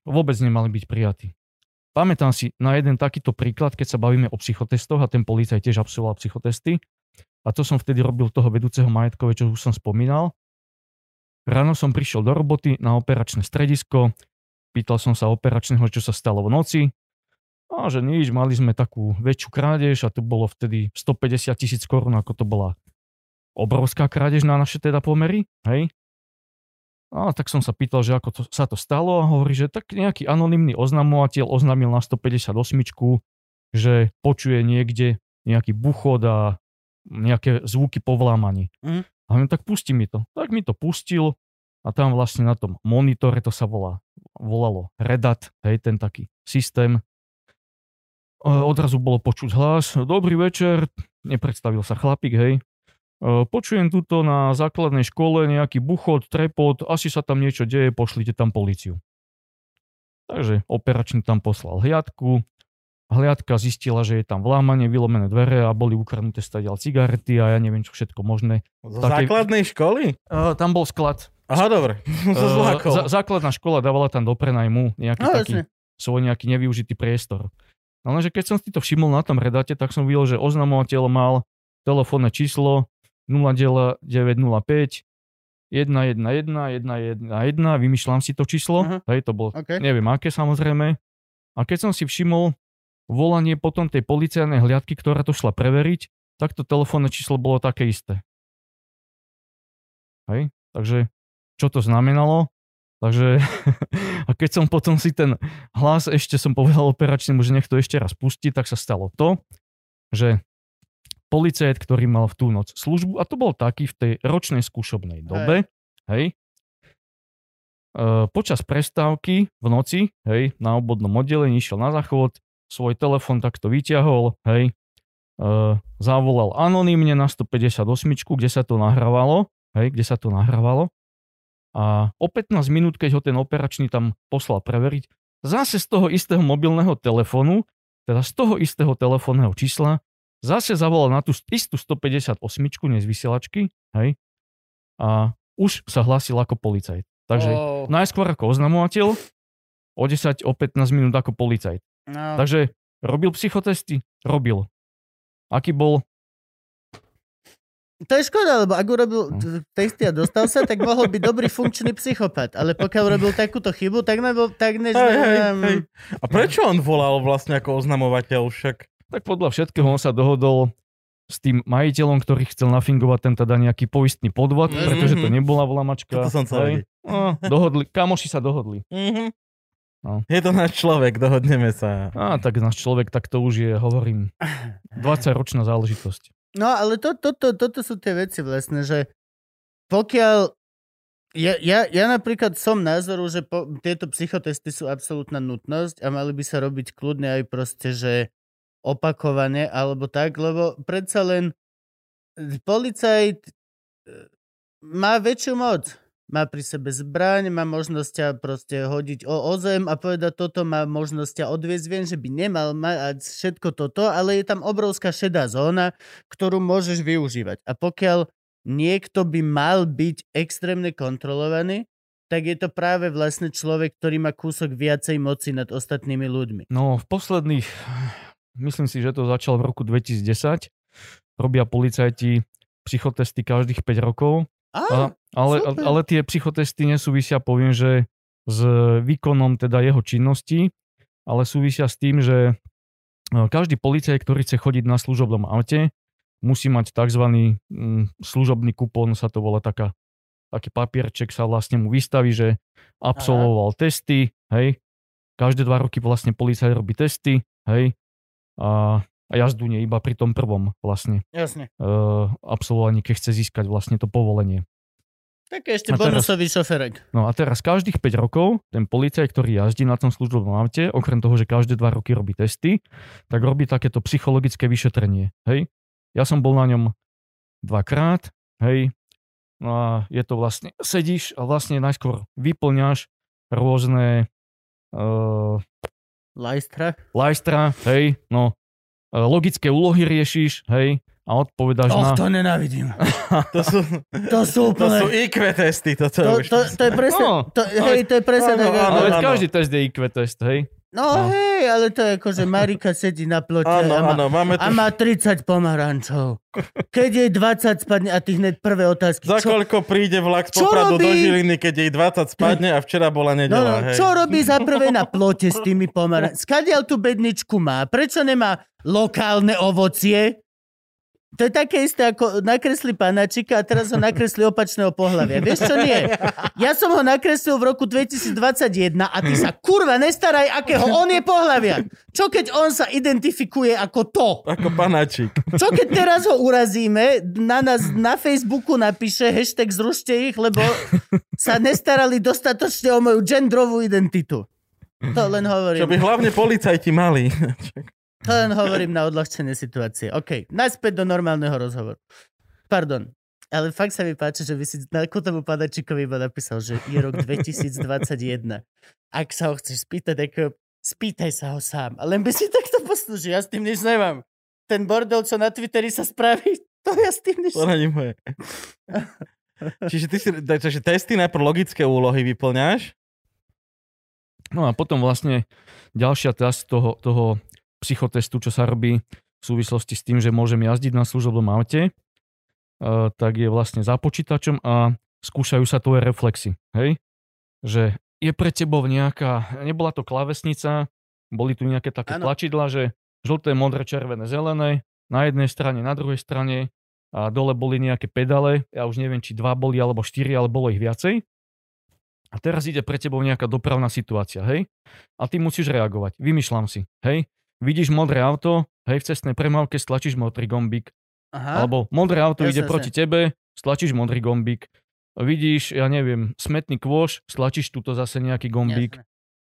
vôbec nemali byť prijatí. Pamätám si na jeden takýto príklad, keď sa bavíme o psychotestoch a ten policajt tiež absolvoval psychotesty. A to som vtedy robil toho vedúceho majetkové, čo už som spomínal. Ráno som prišiel do roboty na operačné stredisko, pýtal som sa operačného, čo sa stalo v noci. A že nič, mali sme takú väčšiu krádež a to bolo vtedy 150 000 korún, ako to bola obrovská krádež na naše teda pomery. Hej. A tak som sa pýtal, že ako sa to stalo a hovorí, že tak nejaký anonymný oznamovateľ oznámil na 158, že počuje niekde nejaký buchod a nejaké zvuky po vlámaní. A hovorím, tak pusti mi to. Tak mi to pustil a tam vlastne na tom monitore to sa volalo Redat, hej, ten taký systém. Odrazu bolo počuť hlas. Dobrý večer, nepredstavil sa chlapík, hej. Počujem tuto na základnej škole nejaký buchod, trepot, asi sa tam niečo deje, pošlite tam políciu. Takže operačný tam poslal hliadku. Hliadka zistila, že je tam vlámanie, vylomené dvere a boli ukradnuté stadiaľ cigarety a ja neviem čo všetko možné. Z základnej školy? Tam bol sklad. Aha, dobre. Základná škola dávala tam do prenajmu nejaký taký svoj nejaký nevyužitý priestor. Ale že keď som si to všimol na tom Redate, tak som videl, že oznamovateľ mal telefónne číslo 0905 111 111, vymýšľam si to číslo, hej, to bolo, neviem aké samozrejme. A keď som si všimol volanie potom tej policajnej hliadky, ktorá to šla preveriť, tak to telefónne číslo bolo také isté. Hej, takže čo to znamenalo? Takže a keď som potom si ten hlas ešte som povedal operačnému, že nech to ešte raz pustí, tak sa stalo to, že policajt, ktorý mal v tú noc službu, a to bol taký v tej ročnej skúšobnej dobe, hej, počas prestávky v noci, hej, na obvodnom oddelení išiel na záchod, svoj telefon takto vyťahol, hej, zavolal anonymne na 158, kde sa to nahrávalo, a o 15 minút, keď ho ten operačný tam poslal preveriť, zase z toho istého mobilného telefónu, teda z toho istého telefónneho čísla, zase zavolal na tú istú 158 z vysielačky, hej, a už sa hlásil ako policajt. Takže najskôr ako oznamovateľ, o 10, o 15 minút ako policajt. No. Takže robil psychotesty? Robil. Aký bol? To je škoda, lebo ak urobil testy a dostal sa, tak mohol byť dobrý funkčný psychopat. Ale pokiaľ urobil takúto chybu, tak nebol tak než... Hej. A prečo on volal vlastne ako oznamovateľ však? Tak podľa všetkého on sa dohodol s tým majiteľom, ktorý chcel nafingovať ten teda nejaký poistný podvod, pretože to nebola vlamačka. To som chcel vidieť. Dohodli, kamoši sa dohodli. No. Je to náš človek, dohodneme sa. Tak náš človek, tak to už je, hovorím, 20-ročná záležitosť. No, ale toto sú tie veci vlastne, že pokiaľ... Ja napríklad som názoru, že tieto psychotesty sú absolútna nutnosť a mali by sa robiť kľudne aj proste, že opakovane, alebo tak, lebo predsa len policajt má väčšiu moc. Má pri sebe zbraň, má možnosť ťa proste hodiť o zem a povedať toto, má možnosť ťa odviesť. Viem, že by nemal mať všetko toto, ale je tam obrovská šedá zóna, ktorú môžeš využívať. A pokiaľ niekto by mal byť extrémne kontrolovaný, tak je to práve vlastne človek, ktorý má kúsok viacej moci nad ostatnými ľuďmi. No, v posledných... Myslím si, že to začalo v roku 2010. Robia policajti psychotesty každých 5 rokov. Ale tie psychotesty nesúvisia, poviem, že s výkonom teda jeho činnosti, ale súvisia s tým, že každý policajt, ktorý chce chodiť na služobnom aute, musí mať tzv. Služobný kupón, sa to volá taký papierček sa vlastne mu vystaví, že absolvoval testy, hej. Každé 2 roky vlastne policajt robí testy, hej. A jazdu nie iba pri tom prvom vlastne absolvovaní, keď chce získať vlastne to povolenie. Tak ešte bonusový šoferek. No a teraz každých 5 rokov ten policajt, ktorý jazdí na tom služobnom aute, okrem toho, že každé 2 roky robí testy, tak robí takéto psychologické vyšetrenie. Hej? Ja som bol na ňom 2-krát, hej, no a je to vlastne, sedíš a vlastne najskôr vyplňaš rôzne Lajstra, hej, no, logické úlohy riešiš, hej, a odpovedáš to nenávidím. To sú úplne... To sú IQ testy. To je presne... No, to je presne tak... Ale každý test je IQ test, hej? No hej, ale to je ako, že Marika sedí na plote a má 30 pomarančov. Keď jej 20 spadne a ty hneď prvé otázky. Za koľko príde vlak z Popradu do Žiliny, keď jej 20 spadne a včera bola nedeľa. Čo robí za prvé na plote s tými pomarančami? Skadiaľ tú bedničku má? Prečo nemá lokálne ovocie? To je také isté, ako nakresli panáčika a teraz ho nakresli opačného pohlavia. Vieš čo nie? Ja som ho nakreslil v roku 2021 a ty sa kurva nestaraj, akého on je pohlavia. Čo keď on sa identifikuje ako to? Ako panáčik. Čo keď teraz ho urazíme, na nás na Facebooku napíše hashtag zrušte ich, lebo sa nestarali dostatočne o moju genderovú identitu. To len hovorím. Čo by hlavne policajti mali. To len hovorím na odľahčenie situácie. OK, naspäť do normálneho rozhovoru. Pardon, ale fakt sa mi páči, že vy si na tomu padačikovi iba napísal, že je rok 2021. Ak sa ho chceš spýtať, spýtaj sa ho sám. Ale by si takto poslúži, ja s tým nič nemám. Ten bordel, čo na Twitteri sa spraví, to ja s tým nič nemám. To není moje. Čiže ty si testy najprv logické úlohy vyplňáš? No a potom vlastne ďalšia časť toho psychotestu, čo sa robí v súvislosti s tým, že môžem jazdiť na služobnom aute, tak je vlastne za počítačom a skúšajú sa tvoje reflexy. Hej? Že je pre tebou nejaká, nebola to klávesnica, boli tu nejaké také tlačidla, že žlté, modré, červené, zelené, na jednej strane, na druhej strane a dole boli nejaké pedále, ja už neviem, či 2 boli alebo 4, ale bolo ich viacej. A teraz ide pre tebou nejaká dopravná situácia, hej? A ty musíš reagovať. Vymýšľam si, hej? Vidíš modré auto, hej, v cestnej premávke stlačíš modrý gombík. Aha. Alebo modré auto ide proti tebe, stlačíš modrý gombík. Vidíš, ja neviem, smetný kôš, stlačíš túto zase nejaký gombík.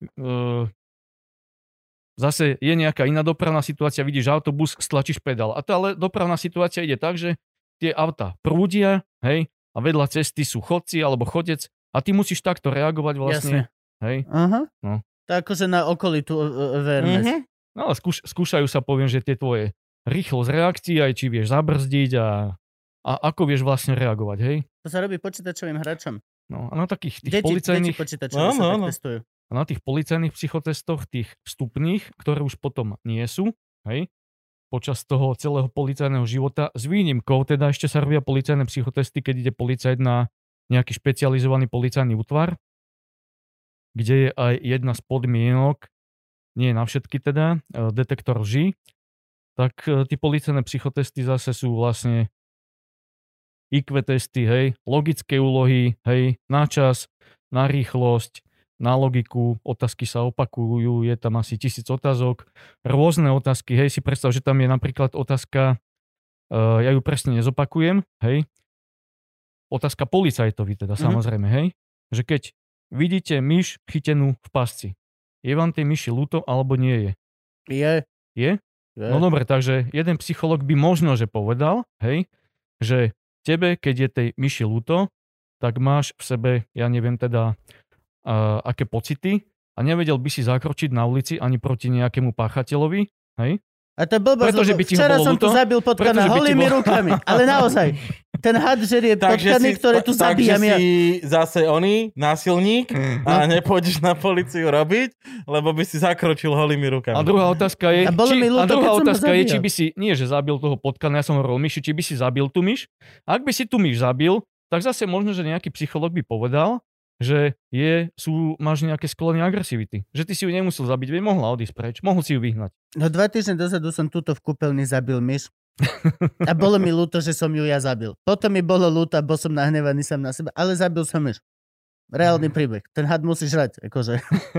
Zase je nejaká iná dopravná situácia, vidíš autobus, stlačíš pedál. A tá ale dopravná situácia ide tak, že tie auta prúdia, hej, a vedľa cesty sú chodci alebo chodec a ty musíš takto reagovať vlastne. Jasne. Hej. Aha. No. Tak akože na okolitú awareness. Mm-hmm. No ale skúšajú sa, poviem, že tie tvoje rýchlosť reakcií, aj či vieš zabrzdiť a ako vieš vlastne reagovať, hej? To sa robí počítačovým hračom. No a na takých tých policajných... Deti počítačovi sa tak testujú. A na tých policajných psychotestoch, tých vstupných, ktoré už potom nie sú, hej? Počas toho celého policajného života, s výnimkou, teda ešte sa robia policajné psychotesty, keď ide policajt na nejaký špecializovaný policajný útvar, kde je aj jedna z podmienok, nie na všetky teda, detektor lží, tak tí policajné psychotesty zase sú vlastne IQ testy, hej, logické úlohy, hej, na čas, na rýchlosť, na logiku, otázky sa opakujú, je tam asi 1000 otázok, rôzne otázky, hej, si predstav, že tam je napríklad otázka, ja ju presne nezopakujem, hej, otázka policajtovi teda, samozrejme, hej, že keď vidíte myš chytenú v pasci, je vám tej myši ľúto, alebo nie je? Je? No dobre, takže jeden psychológ by možno, že povedal, hej, že tebe, keď je tej myši ľúto, tak máš v sebe, ja neviem teda, aké pocity a nevedel by si zakročiť na ulici ani proti nejakému páchateľovi, hej? A to je blbosť, lebo včera som tu zabil potkana holými rukami, ale naozaj. Ten had žerie potkany, ktoré tu zabíjam ja. Takže si zase násilník a nepôjdeš na políciu robiť, lebo by si zakročil holými rukami. A druhá otázka je, či by si, nie že zabil toho potkana, ja som hovoril myši, či by si zabil tú myš. Ak by si tú myš zabil, tak zase možno, že nejaký psychológ by povedal, že máš nejaké sklony agresivity. Že ty si ju nemusel zabiť, by mohla odísť preč, mohol si ju vyhnať. No 2 týždne dozadu som túto v kúpeľni zabil myš. A bolo mi ľúto, že som ju ja zabil. Potom mi bolo ľúto a bol som nahnevaný sám na seba, ale zabil som myš. Reálny príbeh. Ten had musí žrať, akože.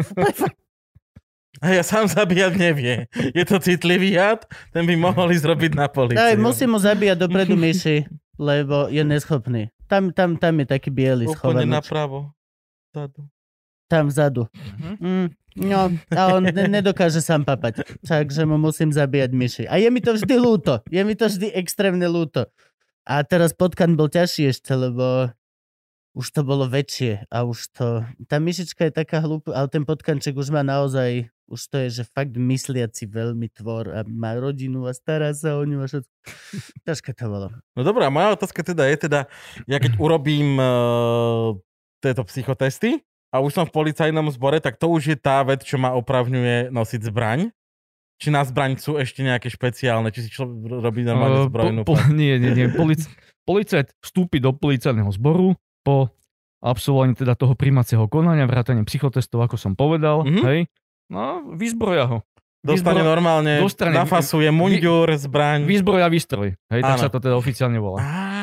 A ja sám zabíjať nevie. Je to citlivý had, ten by mohol ísť robiť na políciu. Aj, musím mu zabíjať dopredu myši, lebo je neschopný. Tam je taký biely schovaný. Úplne napravo. Vzadu. Tam vzadu. No, a on nedokáže sám papať. Takže mu musím zabíjať myši. A je mi to vždy ľúto. Je mi to vždy extrémne ľúto. A teraz potkan bol ťažší ešte, lebo už to bolo väčšie. A už to... Tá myšička je taká hlúpa, ale ten potkanček už má naozaj už to je, že fakt mysliaci veľmi tvor a má rodinu a stará sa o ňu a všetko. Ťažké to bolo. No dobrá, moja otázka teda je ja keď urobím tieto psychotesty a už som v policajnom zbore, tak to už je tá vec, čo ma opravňuje nosiť zbraň? Či na zbraň sú ešte nejaké špeciálne? Či si robí normálne zbrojnú? Nie. Policajt vstúpi do policajného zboru po absolvovaní teda toho prijímacieho konania, vrátane psychotestov, ako som povedal, hej. No, vyzbroja ho. Dostane normálne, nafasuje munďur, zbraň. Výzbroj a výstroj. Hej, tak sa to teda oficiálne volá.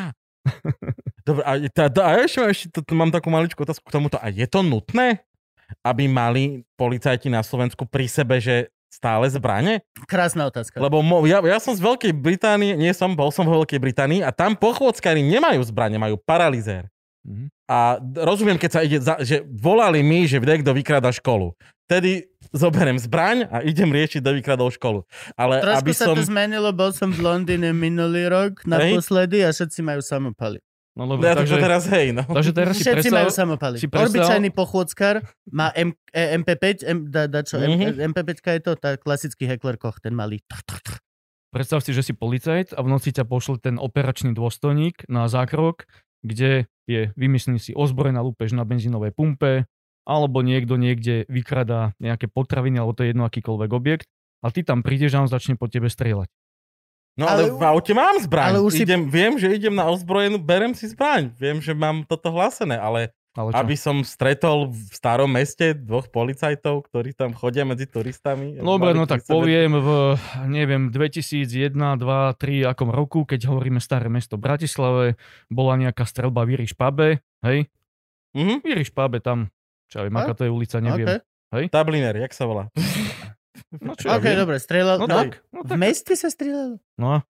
Dobre, a ešte mám takú maličkú otázku k tomuto. A je to nutné, aby mali policajti na Slovensku pri sebe, že stále zbrane? Krásna otázka. Lebo ja som z Veľkej Británie, bol som vo Veľkej Británii a tam pochôdzkári nemajú zbrane, majú paralizér. A rozumiem, keď sa ide, že volali mi, že niekto vykráda školu. Vtedy zoberiem zbraň a idem riešiť, kto vykradol školu. Ale trošku aby sa to zmenilo, bol som v Londýne minulý rok naposledy a všetci majú samopaly. No dobre, takže teraz hej, no. Takže teraz všetci majú samopaly. Obyčajný pochôdzkar má MP5, MP5 je to, tá klasický Heckler Koch, ten malý. Predstav si, že si policajt a v noci ťa pošle ten operačný dôstojník na zákrok, kde je, vymyslí si, ozbrojená lúpež na benzínovej pumpe, alebo niekto niekde vykradá nejaké potraviny, alebo to je jedno akýkoľvek objekt, a ty tam prídeš a on začne po tebe strieľať. No ale v aute mám zbraň. Viem, že idem na ozbrojenú, berem si zbraň. Viem, že mám toto hlásené, ale aby som stretol v starom meste 2 policajtov, ktorí tam chodia medzi turistami. Dobre, no tak poviem v, 2001, 2, 3 akom roku, keď hovoríme staré mesto Bratislave, bola nejaká streľba v Irish pube, hej? V Irish pube tam, čo ja viem, aká to je ulica, neviem. Okay. Hej? Dubliner, jak sa volá? No čo dobre, strieľal. No tak. V meste sa strieľal? No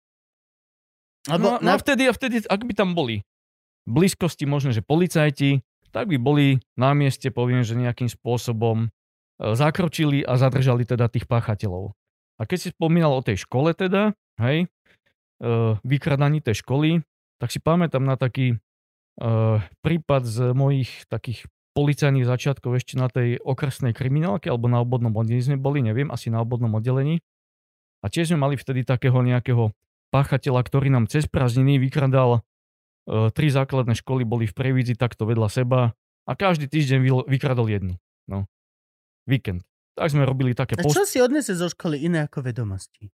a vtedy, ak by tam boli v blízkosti možno, že policajti, tak by boli na mieste, poviem, že nejakým spôsobom zakročili a zadržali teda tých páchateľov. A keď si spomínal o tej škole teda, hej, vykradaní tej školy, tak si pamätám na taký prípad z mojich takých policajných začiatkov ešte na tej okresnej kriminálke, alebo na obvodnom oddelení sme boli, neviem, asi na obvodnom oddelení. A tiež sme mali vtedy takého nejakého páchateľa, ktorý nám cez prázdniny vykradal 3 základné školy, boli v Previdzi takto vedľa seba a každý týždeň vykradol jednu. No. Víkend. Tak sme robili také čo si odnese zo školy iné ako vedomosti?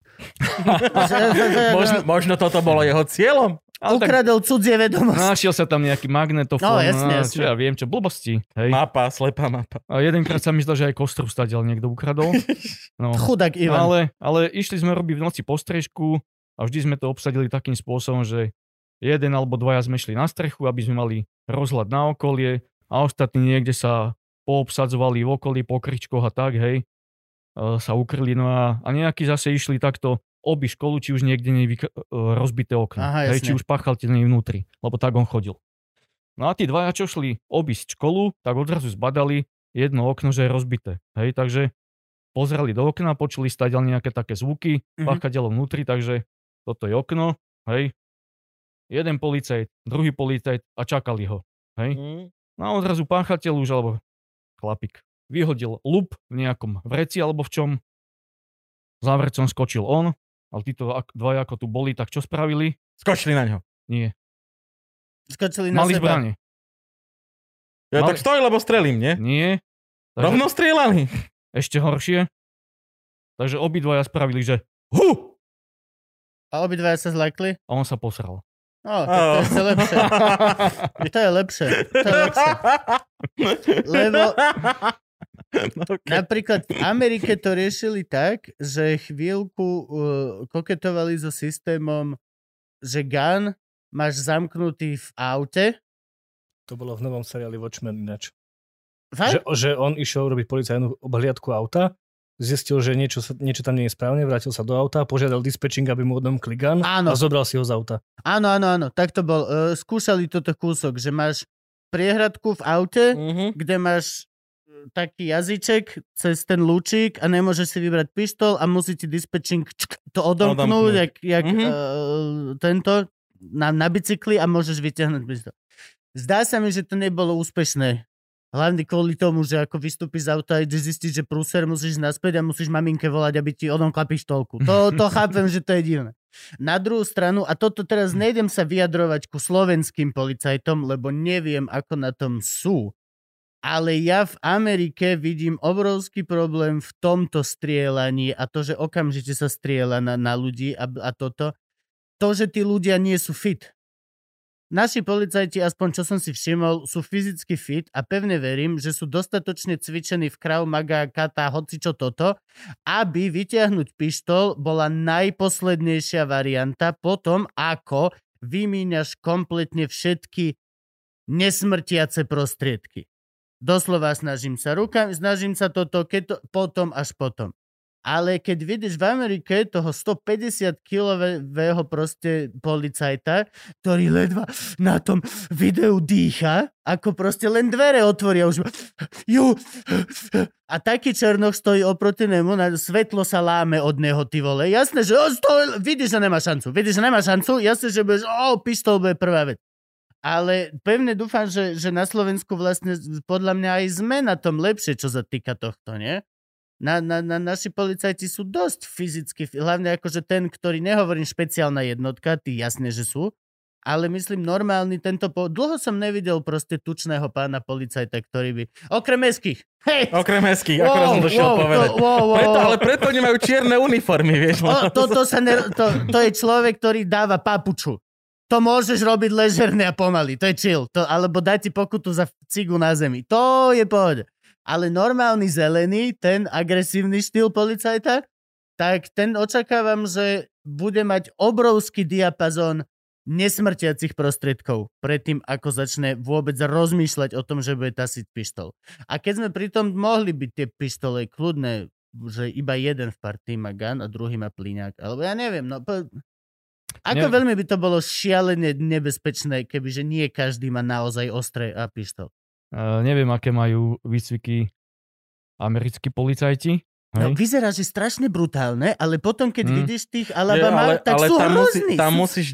možno toto bolo jeho cieľom. Ukradol cudzie vedomosti. Našiel sa tam nejaký magnetofón. No, jasne. Čo ja viem, čo blbosti. Hej. Mapa, slepá mapa. A jedenkrát sa mi zdá, že aj kostru stadiaľ niekto ukradol. No. Chudák Ivan. Ale išli sme robiť v noci postrežku a vždy sme to obsadili takým spôsobom, že 1 alebo 2 sme šli na strechu, aby sme mali rozhľad na okolie a ostatní niekde sa poobsadzovali v okolí, po kričkoch a tak, hej, sa ukryli. No a nejakí zase išli takto obi školu, či už niekde rozbité okno. Aha, hej, či už páchateľ vnútri, lebo tak on chodil. No a tí 2, čo šli obísť školu, tak odrazu zbadali jedno okno, že je rozbité. Hej, takže pozreli do okna, počuli stadiaľ nejaké také zvuky, páchateľov vnútri, takže toto je okno, hej. Jeden policajt, druhý policajt a čakali ho. Hej? No a odrazu páchateľ už, alebo chlapík, vyhodil lup v nejakom vreci alebo v čom. Za vrecom skočil on, ale títo 2, ako tu boli, tak čo spravili? Skočili na ňo. Nie. Skočili na Mali seba. zbrane. Ja tak stoj, lebo strelím, nie? Nie. Takže Rovno strieľali. ešte horšie. Takže obidvaja spravili, že A obidvaja sa zlakli? a on sa posral. Tak to je ešte lepšie. To je lepšie. Lebo napríklad v Amerike to riešili tak, že chvíľku koketovali so systémom, že gun máš zamknutý v aute. To bolo v novom seriáli Watchmen ináč. Fakt? Že on išiel robiť policajnú obhliadku auta, zistil, že niečo tam nie je správne, vrátil sa do auta, požiadal dispečing, aby mu odomkli gun a zobral si ho z auta. Áno. Tak to bol. Skúšali toto kúsok, že máš priehradku v aute, kde máš taký jazyček cez ten lúčik a nemôžeš si vybrať pištol a musí ti dispečing to odomknúť, jak tento na bicykli a môžeš vyťahnuť pištol. Zdá sa mi, že to nebolo úspešné Hlavne kvôli tomu, že ako vystúpiš z auta a ideš zistiť, že prúser, musíš naspäť a musíš maminke volať, aby ti odomkla pištolku. To chápem, že to je divné. Na druhú stranu, a toto teraz nejdem sa vyjadrovať ku slovenským policajtom, lebo neviem, ako na tom sú, ale ja v Amerike vidím obrovský problém v tomto strieľaní a to, že okamžite sa strieľa na ľudí a toto. To, že tí ľudia nie sú fit. Naši policajti, aspoň čo som si všimol, sú fyzicky fit a pevne verím, že sú dostatočne cvičení v Krav Maga, kata, hocičo toto, aby vytiahnuť pištol bola najposlednejšia varianta potom, ako vymíňaš kompletne všetky nesmrtiace prostriedky. Doslova snažím sa rukami, snažím sa toto, potom až potom. Ale keď vidíš v Amerike toho 150-kilového proste policajta, ktorý ledva na tom videu dýcha, ako proste len dvere otvoria už. A taký Černoch stojí oproti nemu, svetlo sa láme od neho, ty vole. Jasné, že vidíš, že nemá šancu, jasné, že budeš, pištol bude prvá vec. Ale pevne dúfam, že na Slovensku vlastne podľa mňa aj sme na tom lepšie, čo sa týka tohto, nie? Naši policajti sú dosť fyzicky, hlavne akože ten, ktorý nehovorím špeciálna jednotka, tí jasne, že sú, ale myslím normálny dlho som nevidel proste tučného pána policajta, ktorý by, okrem mestských, Okrem mestských, ako som došiel povedať. Ale preto nemajú čierne uniformy, vieš. To je človek, ktorý dáva papuču. To môžeš robiť ležerne a pomaly, to je chill. Alebo dať ti pokutu za cigu na zemi. To je pohode. Ale normálny zelený, ten agresívny štýl policajta, tak ten očakávam, že bude mať obrovský diapazón nesmrtiacich prostriedkov predtým, ako začne vôbec rozmýšľať o tom, že bude tasiť pištol. A keď sme pritom mohli byť tie pištole kľudné, že iba jeden v partii má gun a druhý má plyňák, alebo ja neviem, veľmi by to bolo šialene nebezpečné, kebyže nie každý má naozaj ostré a pištol. Neviem, aké majú výcviky americkí policajti. No, vyzerá, že strašne brutálne, ale potom, keď vidíš tých Alabama, tak sú hrozní. Tam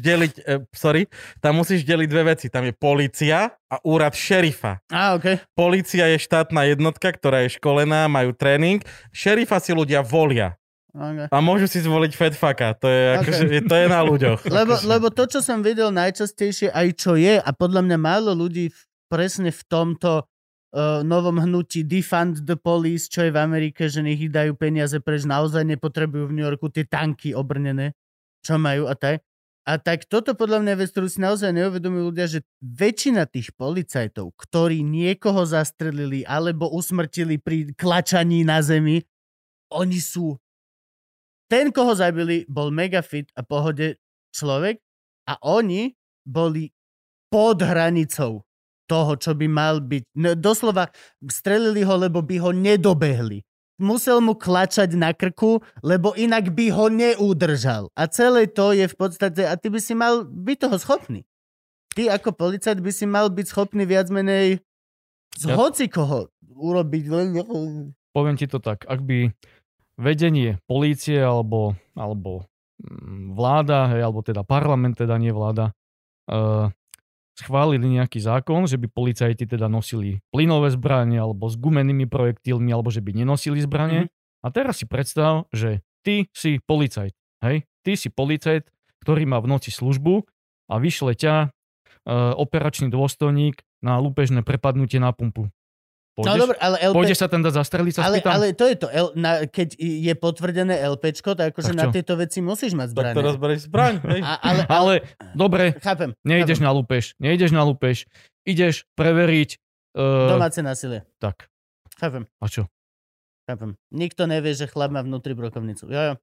musíš deliť dve veci. Tam je polícia a úrad šerifa. Okay. Polícia je štátna jednotka, ktorá je školená, majú tréning. Šerifa si ľudia volia. Okay. A môžu si zvoliť fedfaka. To je, to je na ľuďoch. Lebo to, čo som videl najčastejšie, aj čo je, a podľa mňa málo ľudí presne v tomto novom hnutí defund the police, čo je v Amerike, že nech dajú peniaze preč, naozaj nepotrebujú v New Yorku tie tanky obrnené, čo majú a tak. A tak toto podľa mňa vec, ktorú si naozaj neuvedomujú ľudia, že väčšina tých policajtov, ktorí niekoho zastrelili alebo usmrtili pri klačaní na zemi, oni sú... Ten, koho zabili, bol mega fit a pohode človek a oni boli pod hranicou toho, čo by mal byť. No, doslova strelili ho, lebo by ho nedobehli. Musel mu klačať na krku, lebo inak by ho neudržal. A celé to je v podstate, a ty by si mal byť toho schopný. Ty ako policajt by si mal byť schopný viac menej z hocikoho urobiť. Poviem ti to tak, ak by vedenie polície alebo vláda, alebo teda parlament, teda nie vláda, schválili nejaký zákon, že by policajti teda nosili plynové zbranie alebo s gumenými projektilmi, alebo že by nenosili zbranie. A teraz si predstav, že ty si policajt. Hej? Ty si policajt, ktorý má v noci službu a vyšle ťa operačný dôstojník na lúpežné prepadnutie na pumpu. Pôjdeš sa tam dať zastreliť, sa spýtam? Ale to je to. Keď je potvrdené LPčko, tak akože na tieto veci musíš mať zbraň. Tak to rozberieš zbraň. Ale dobre, chápem. Nejdeš na lúpež. Ideš preveriť... domáce násilie. Tak. Chápem. A čo? Chápem. Nikto nevie, že chlap má vnútri brokovnicu. Jo.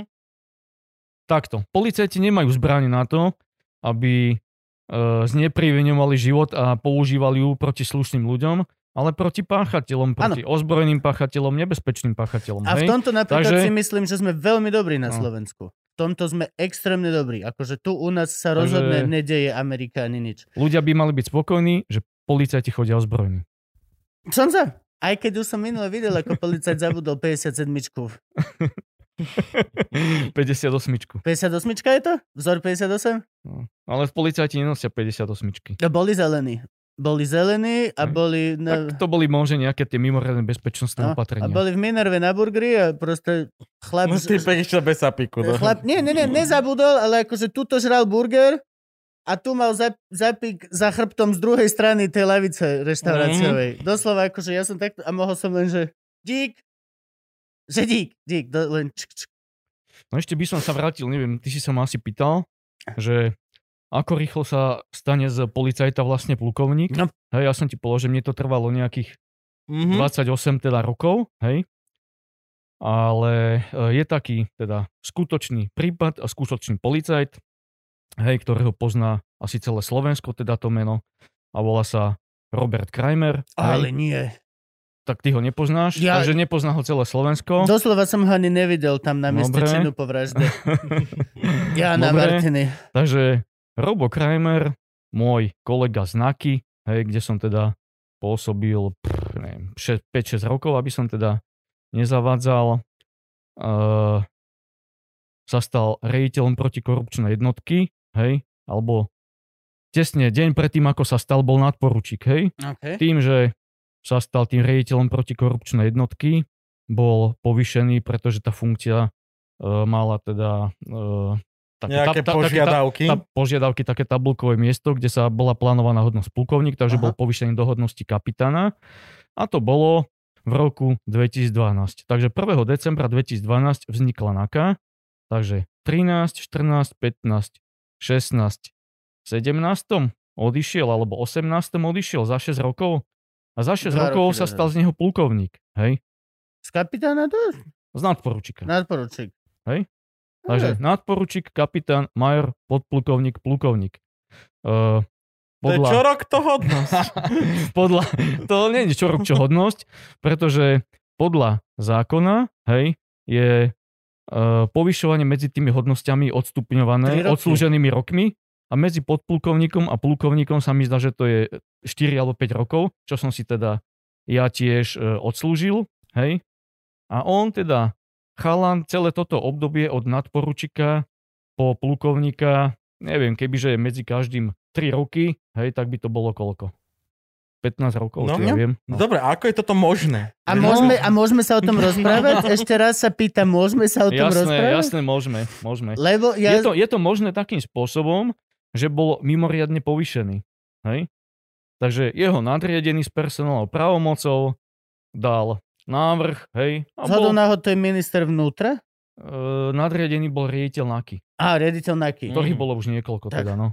Takto. Policajti nemajú zbraň na to, aby znepríveňovali život a používali ju proti slušným ľuďom, ale proti páchateľom, proti ozbrojeným páchateľom, nebezpečným páchateľom. A v tomto napríklad si myslím, že sme veľmi dobrí na Slovensku. V tomto sme extrémne dobrí. Akože tu u nás sa rozhodne nedeje Amerika ani nič. Ľudia by mali byť spokojní, že policajti chodia ozbrojení. Som sa. Aj keď už som minule videl, ako policajt zabudol 57-čku. 58. 58 je to? Vzor 58? No, ale v policajti nenosia 58. To boli zelení. Boli zelení a boli... Tak to boli možno nejaké tie mimoriadne bezpečnostné opatrenia. A boli v Minerve na burgeri a proste chlap... No ty ešte bez sapiku. No. Chlap, nie, nezabudol, ale akože tuto žral burger a tu mal zapík za chrbtom z druhej strany tej lavice reštauráciovej. Doslova akože ja som takto a mohol som len, že dík, len čk. No ešte by som sa vrátil, neviem, ty si sa ma asi pýtal, že ako rýchlo sa stane z policajta vlastne plukovník. No. Hej, ja som ti povedal, že mne to trvalo nejakých 28 teda rokov, hej. Ale je taký teda skutočný prípad a skutočný policajt, hej, ktorého pozná asi celé Slovensko, teda to meno. A volá sa Robert Kramer. Ale nie. Tak ty ho nepoznáš, takže nepozná ho celé Slovensko. Doslova som ho ani nevidel tam na mieste činu po vražde. Jana Martiny. Takže Robo Kramer, môj kolega z NAKY, hej, kde som teda pôsobil 5-6 rokov, aby som teda nezavádzal, sa stal riaditeľom protikorupčnej jednotky, hej, alebo tesne deň predtým, ako sa stal, bol nadporučík, hej. Okay. Tým, že sa stal tým riaditeľom protikorupčnej jednotky, bol povýšený, pretože tá funkcia mala teda... nejaké požiadavky. Požiadavky, také tabulkové miesto, kde sa bola plánovaná hodnosť plukovník, takže bol povýšený do hodnosti kapitána. A to bolo v roku 2012. Takže 1. decembra 2012 vznikla NAKA. Takže 13, 14, 15, 16, 17 odišiel, alebo 18 odišiel za 6 rokov. A za 6 rokov sa stal z neho plukovník. Hej? Z kapitána to? Z nadporučíka. Nadporučík. Hej? Takže nadporučík, kapitán, major, podplukovník, plukovník. To je čo rok to hodnosť? To nie je čo rok čo hodnosť, pretože podľa zákona, hej, je povyšovanie medzi tými hodnosťami odstupňované odslúženými rokmi a medzi podplukovníkom a plukovníkom sa mi zdá, že to je 4 alebo 5 rokov, čo som si teda ja tiež odslúžil, hej. A on teda chalan celé toto obdobie od nadporučíka po plukovníka, neviem, kebyže je medzi každým 3 roky, hej, tak by to bolo koľko? 15 rokov, ja viem. No. Dobre, ako je toto možné? A môžeme sa o tom rozprávať? Ešte raz sa pýtam, môžeme sa o tom rozprávať? Jasné, môžeme. Lebo je to možné takým spôsobom, že bol mimoriadne povýšený, hej? Takže jeho nadriadený s personálnou právomocou dal návrh, hej. Zhodou náhod to je minister vnútra? Nadriadený bol riaditeľ NAKY. Riaditeľ NAKY. Ktorých bolo už niekoľko tak. Teda, no.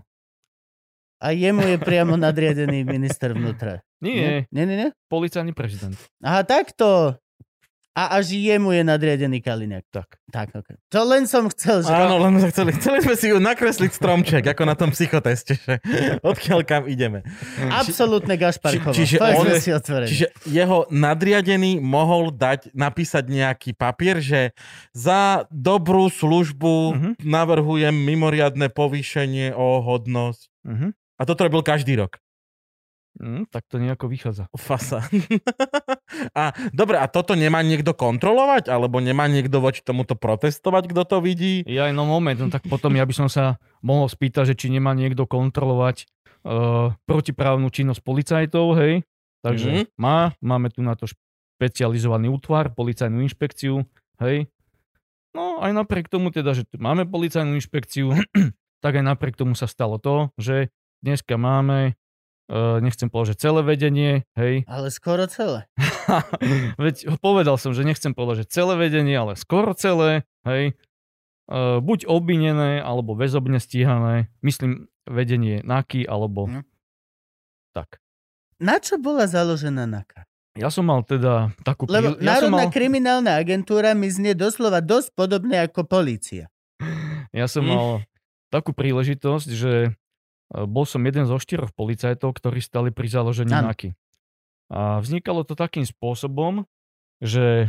A jemu je priamo nadriadený minister vnútra? Nie. Nie? Policajný prezident. Aha, takto. A až jemu je nadriadený Kaliňák. Tak, okay. To len som chcel, že... Áno, len chceli sme si ju nakresliť stromček, ako na tom psychoteste, že odkiaľ kam ideme. Absolútne Gašparkovo. Čiže jeho nadriadený mohol napísať nejaký papier, že za dobrú službu navrhujem mimoriadne povýšenie o hodnosť. A toto robil každý rok. Tak to nejako vychádza. Fasa. Dobre, a toto nemá niekto kontrolovať? Alebo nemá niekto voči tomuto protestovať, kto to vidí? Moment, tak potom ja by som sa mohol spýtať, že či nemá niekto kontrolovať protiprávnu činnosť policajtov, hej? Takže máme tu na to špecializovaný útvar, policajnú inšpekciu, hej? No aj napriek tomu teda, že tu máme policajnú inšpekciu, tak aj napriek tomu sa stalo to, že dneska máme nechcem povedať, že celé vedenie, hej. Ale skoro celé. Veď povedal som, že nechcem povedať, že celé vedenie, ale skoro celé, hej. Buď obvinené, alebo väzobne stíhané. Myslím, vedenie NAKY, alebo tak. Na čo bola založená NAKA? Ja som mal teda takú... Lebo Národná kriminálna agentúra mi znie doslova dosť podobne ako polícia. Ja som mal takú príležitosť, že bol som jeden zo 4 policajtov, ktorí stali pri založení NAKY. A vznikalo to takým spôsobom, že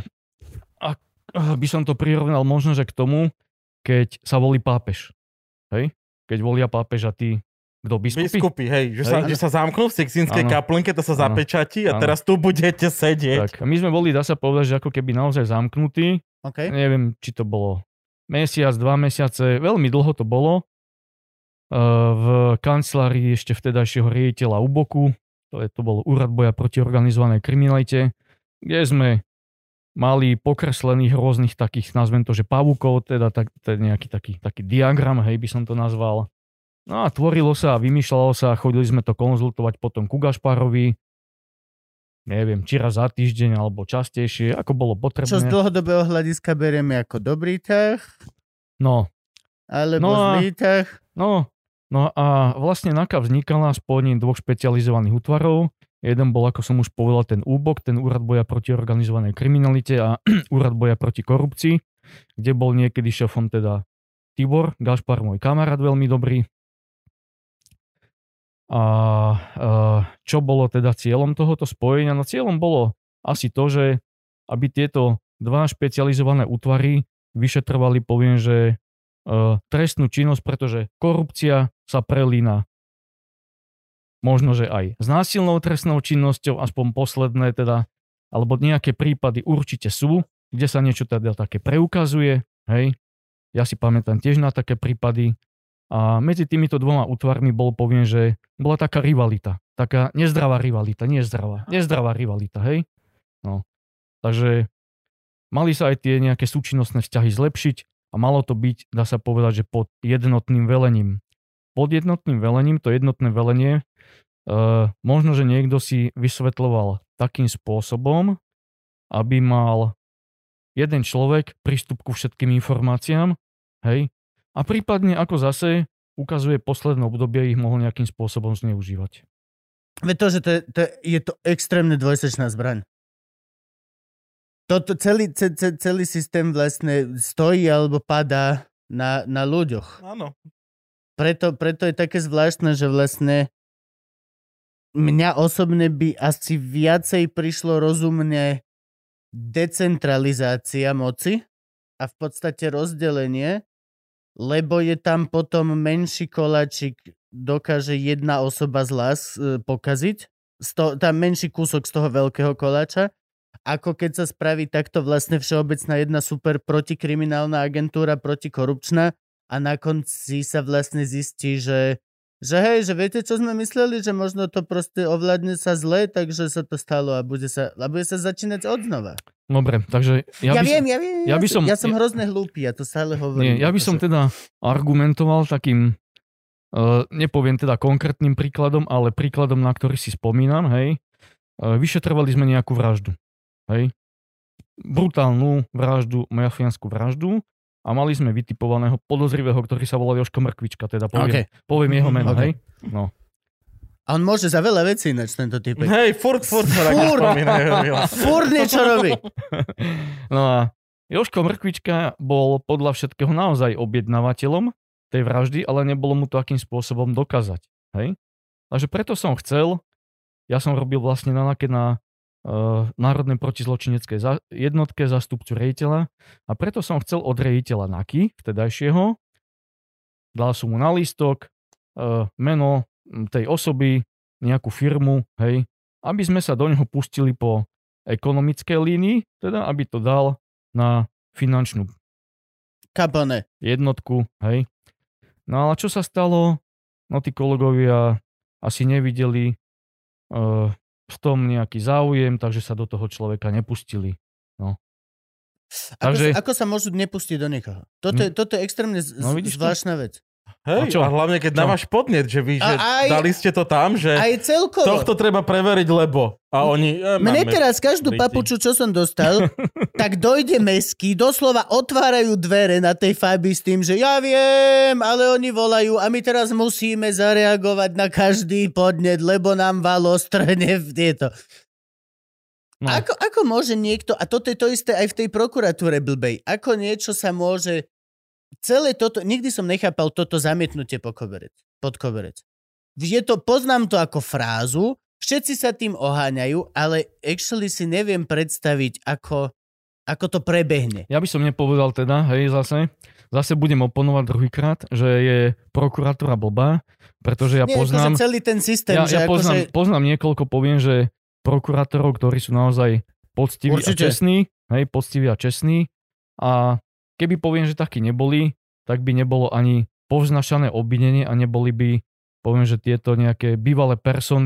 by som to prirovnal možno, že k tomu, keď sa volí pápež. Hej? Keď volia pápeža tí, kto biskupy? Biskupy, hej. Že sa zamknú v Sixtínskej kaplnke, to sa zapečatí a teraz tu budete sedieť. Tak, a my sme boli, dá sa povedať, že ako keby naozaj zamknutí. Okay. Neviem, či to bolo mesiac, 2 mesiace, veľmi dlho to bolo. V kancelárii ešte vtedajšieho riaditeľa UBOKu, to bol Úrad boja proti organizovanej kriminalite, kde sme mali pokreslených rôznych takých, nazvem to, že pavúkov, teda nejaký taký diagram, hej, by som to nazval. No a tvorilo sa, vymýšľalo sa, chodili sme to konzultovať potom ku Gašparovi, neviem, či raz za týždeň, alebo častejšie, ako bolo potrebné. Čo z dlhodobého hľadiska berieme ako dobrý ťah? No. Alebo zlý ťah? No a vlastne NAKA vznikala spojením dvoch špecializovaných útvarov. Jeden bol, ako som už povedal, ten ÚBOK, ten Úrad boja proti organizovanej kriminalite a Úrad boja proti korupcii, kde bol niekedy šéfom teda Tibor, Gašpar, môj kamarát veľmi dobrý. A čo bolo teda cieľom tohoto spojenia? No cieľom bolo asi to, že aby tieto dva špecializované útvary vyšetrovali, poviem, že trestnú činnosť, pretože korupcia sa prelína možno, že aj s násilnou trestnou činnosťou, aspoň posledné teda, alebo nejaké prípady určite sú, kde sa niečo teda také preukazuje, hej. Ja si pamätám tiež na také prípady a medzi týmito dvoma útvarmi poviem, že bola taká rivalita, taká nezdravá rivalita, nezdravá rivalita, hej. No, takže mali sa aj tie nejaké súčinnostné vzťahy zlepšiť a malo to byť, dá sa povedať, že pod jednotným velením. Pod jednotným velením, to jednotné velenie, možno, že niekto si vysvetľoval takým spôsobom, aby mal jeden človek prístup ku všetkým informáciám, hej, a prípadne ako zase ukazuje posledné obdobie, ich mohol nejakým spôsobom zneužívať. Veď to, že je to extrémne dvojsečná zbraň. Toto celý systém vlastne stojí alebo padá na ľuďoch. Áno. Preto je také zvláštne, že vlastne mňa osobne by asi viacej prišlo rozumne decentralizácia moci a v podstate rozdelenie, lebo je tam potom menší koláčik, dokáže jedna osoba z vás pokaziť, tam menší kúsok z toho veľkého koláča, ako keď sa spraví takto vlastne všeobecná jedna super protikriminálna agentúra, protikorupčná, a na konci sa vlastne zistí, že hej, že viete, čo sme mysleli, že možno to proste ovládne sa zle, takže sa to stalo a bude sa začínať odznova. Dobre, takže ja som hrozne hlúpy, ja to stále hovorím. Ja by som teda argumentoval takým, nepoviem teda konkrétnym príkladom, ale príkladom, na ktorý si spomínam, hej. Vyšetrovali sme nejakú vraždu, hej. Brutálnu vraždu, mafiánsku vraždu, a mali sme vytipovaného podozrivého, ktorý sa volal Jožko Mrkvička, teda poviem jeho meno, hej? No. A on môže za veľa vecí ináč, tento typek. Hej, furt niečo robí. No a Jožko Mrkvička bol podľa všetkého naozaj objednávateľom tej vraždy, ale nebolo mu to akým spôsobom dokázať, hej? Takže preto som chcel, ja som robil vlastne na Národnej protizločineckej jednotke zástupcu riaditeľa a preto som chcel od riaditeľa NAKY, vtedajšieho, dal som mu na lístok meno tej osoby, nejakú firmu, hej, aby sme sa do neho pustili po ekonomickej línii, teda aby to dal na finančnú Kapone. Jednotku, hej. No ale čo sa stalo? No tí kolegovia asi nevideli v tom nejaký záujem, takže sa do toho človeka nepustili. No. Ako sa môžu nepustiť do niekoho? Toto je extrémne zvláštna vec. Hej, a hlavne keď dávaš podnet, že vy, že dali ste to tam, že tohto treba preveriť, lebo. A oni... Mne teraz každú papuču, čo som dostal, tak dojde meský, doslova otvárajú dvere na tej Fabii s tým, že ja viem, ale oni volajú a my teraz musíme zareagovať na každý podnet, lebo nám valo strhne v tieto. No. Ako môže niekto, a toto je to isté aj v tej prokuratúre blbej, ako niečo sa môže... Celé toto, nikdy som nechápal toto zamietnutie pod koberec. Poznám to ako frázu, všetci sa tým oháňajú, ale actually si neviem predstaviť, ako to prebehne. Ja by som nepovedal teda, hej, zase budem oponovať druhýkrát, že je prokuratúra blbá, pretože ja poznám... Nie, celý ten systém, poznám niekoľko, poviem, že prokurátorov, ktorí sú naozaj poctiví a čestní, a keby poviem, že takí neboli, tak by nebolo ani povznašané obvinenie a neboli by, poviem, že tieto nejaké bývalé persony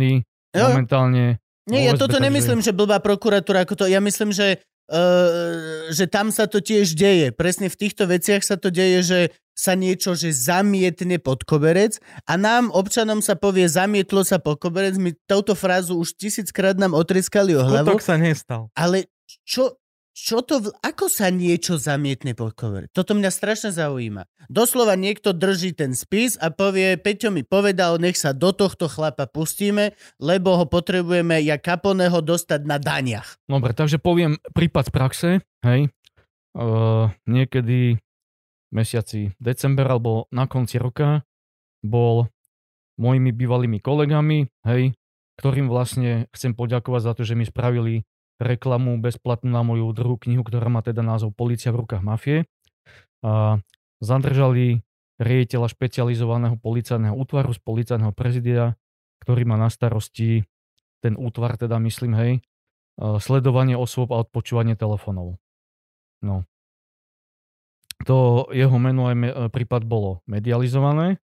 momentálne... Nie, ja toto nemyslím, že blbá prokuratúra, ako to, ja myslím, že tam sa to tiež deje. Presne v týchto veciach sa to deje, že sa niečo, že zamietne pod koberec a nám, občanom sa povie, zamietlo sa pod koberec. My touto frázu už 1000-krát nám otriskali o hlavu. Skutok sa nestal. Ale ako sa niečo zamietne pod koberec? Toto mňa strašne zaujíma. Doslova niekto drží ten spis a povie, Peťo mi povedal, nech sa do tohto chlapa pustíme, lebo ho potrebujeme Caponeho dostať na daniach. Dobre, takže poviem prípad z praxe, hej. Niekedy v mesiaci december alebo na konci roka bol mojimi bývalými kolegami, hej, ktorým vlastne chcem poďakovať za to, že mi spravili reklamu bezplatnú na moju druhú knihu, ktorá má teda názov Polícia v rukách mafie. A zadržali riaditeľa špecializovaného policajného útvaru z policajného prezidia, ktorý má na starosti ten útvar, teda myslím, hej, sledovanie osôb a odpočúvanie telefónov. No. To jeho meno aj prípad bolo medializované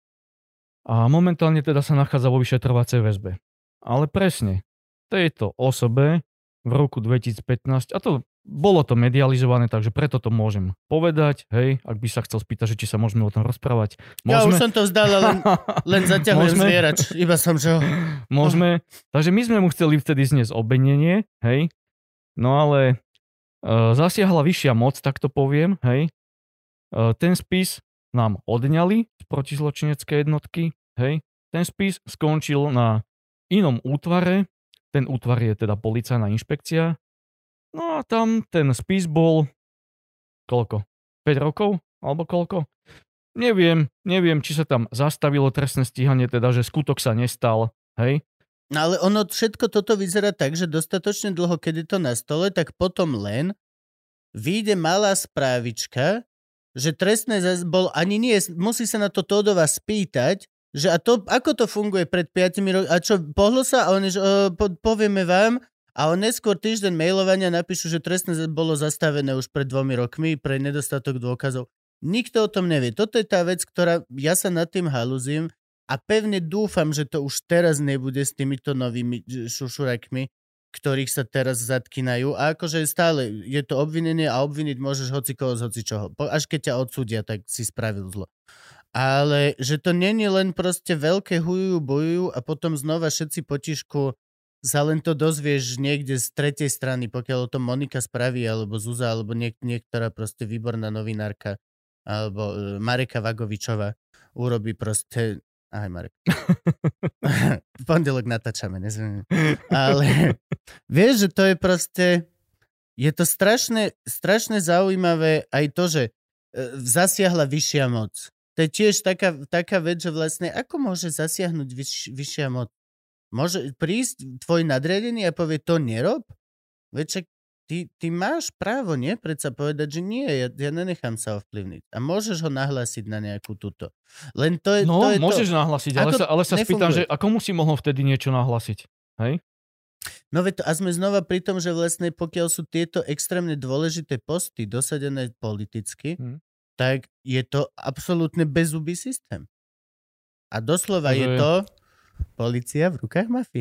a momentálne teda sa nachádza vo vyšetrovacej väzbe. Ale presne tejto osobe v roku 2015, a to bolo to medializované, takže preto to môžem povedať, hej, ak by sa chcel spýtať, že či sa môžeme o tom rozprávať. Môžeme? Ja už som to vzdal, len zaťahujem zvierač, iba som, že... Môžeme, takže my sme mu chceli vtedy zniesť obvinenie, hej, no ale zasiahla vyššia moc, tak to poviem, hej, ten spis nám odňali z protizločineckej jednotky, hej, ten spis skončil na inom útvare. Ten útvar je teda policajná inšpekcia. No a tam ten spis bol koľko? 5 rokov? Alebo koľko? Neviem, či sa tam zastavilo trestné stíhanie, teda, že skutok sa nestal. Hej? No ale ono všetko toto vyzerá tak, že dostatočne dlho, keď je to na stole, tak potom len vyjde malá správička, že trestné bol ani nie, musí sa na to Todova spýtať, že a to, ako to funguje pred 5 rokmi, a čo, pohlo sa? A oni, že povieme vám, a on neskôr týždeň mailovania napíšu, že trestné bolo zastavené už pred 2 rokmi pre nedostatok dôkazov. Nikto o tom nevie. Toto je tá vec, ktorá ja sa nad tým halúzim a pevne dúfam, že to už teraz nebude s týmito novými šušurakmi, ktorých sa teraz zatkinajú. A akože stále je to obvinenie a obviniť môžeš hocikoho z hocičoho. Až keď ťa odsúdia, tak si spravil zlo. Ale že to není len proste veľké hujujú, bojujú a potom znova všetci potišku sa len to dozvieš niekde z tretej strany, pokiaľ o tom Monika spraví, alebo Zúza, alebo niektorá proste výborná novinárka, alebo Mareka Vagovičová urobí proste... Ahoj, Marek. V pondelok natáčame, nezviem. Ale vieš, že to je proste... Je to strašne zaujímavé aj to, že zasiahla vyššia moc. To je tiež taká vec, že vlastne ako môže zasiahnuť vyššia moc? Môže prísť tvoj nadriadený a povie, to nerob? Veď ty máš právo, nie? Predsa povedať, že nie, ja nenechám sa ovplyvniť. A môžeš ho nahlásiť na nejakú túto. Len to je, to je môžeš to. Nahlásiť, ale sa spýtam, že a komu si mohol vtedy niečo nahlásiť? Hej? No veď a sme znova pri tom, že vlastne pokiaľ sú tieto extrémne dôležité posty dosadené politicky, tak je to absolútne bezzubý systém. A doslova je to polícia v rukách mafie.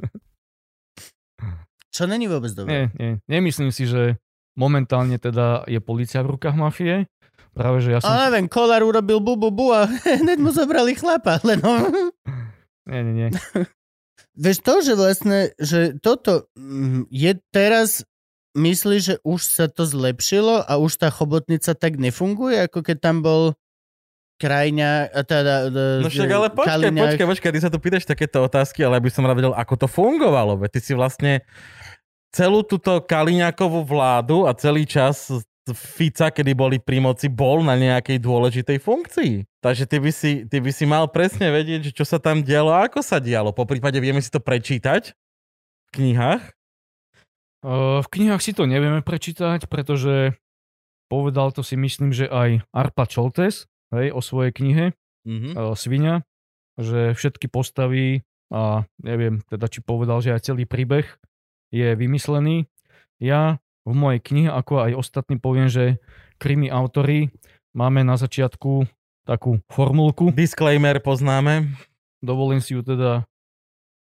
Čo není vôbec dobré. Nie. Nemyslím si, že momentálne teda je polícia v rukách mafie. Práve, že ja som... A neviem, Kolár urobil bu a hneď mu zobrali chlapa. Len Nie. Vieš to, že vlastne, že toto je teraz... Myslíš, že už sa to zlepšilo a už tá chobotnica tak nefunguje, ako keď tam bol Krajňák, no však ale počkaj, ty sa tu pýtaš takéto otázky, ale aby som rád vedel, ako to fungovalo. Veď ty si vlastne celú túto Kaliňákovú vládu a celý čas Fica, kedy boli pri moci, bol na nejakej dôležitej funkcii. Takže ty by si mal presne vedieť, čo sa tam dialo a ako sa dialo. Po prípade vieme si to prečítať v knihách? V knihách si to nevieme prečítať, pretože povedal to si myslím, že aj Arpad Šoltes, hej, o svojej knihe Sviňa, že všetky postavy a neviem teda, či povedal, že aj celý príbeh je vymyslený. Ja v mojej knihe, ako aj ostatní poviem, že krimi autori máme na začiatku takú formulku. Disclaimer poznáme. Dovolím si ju teda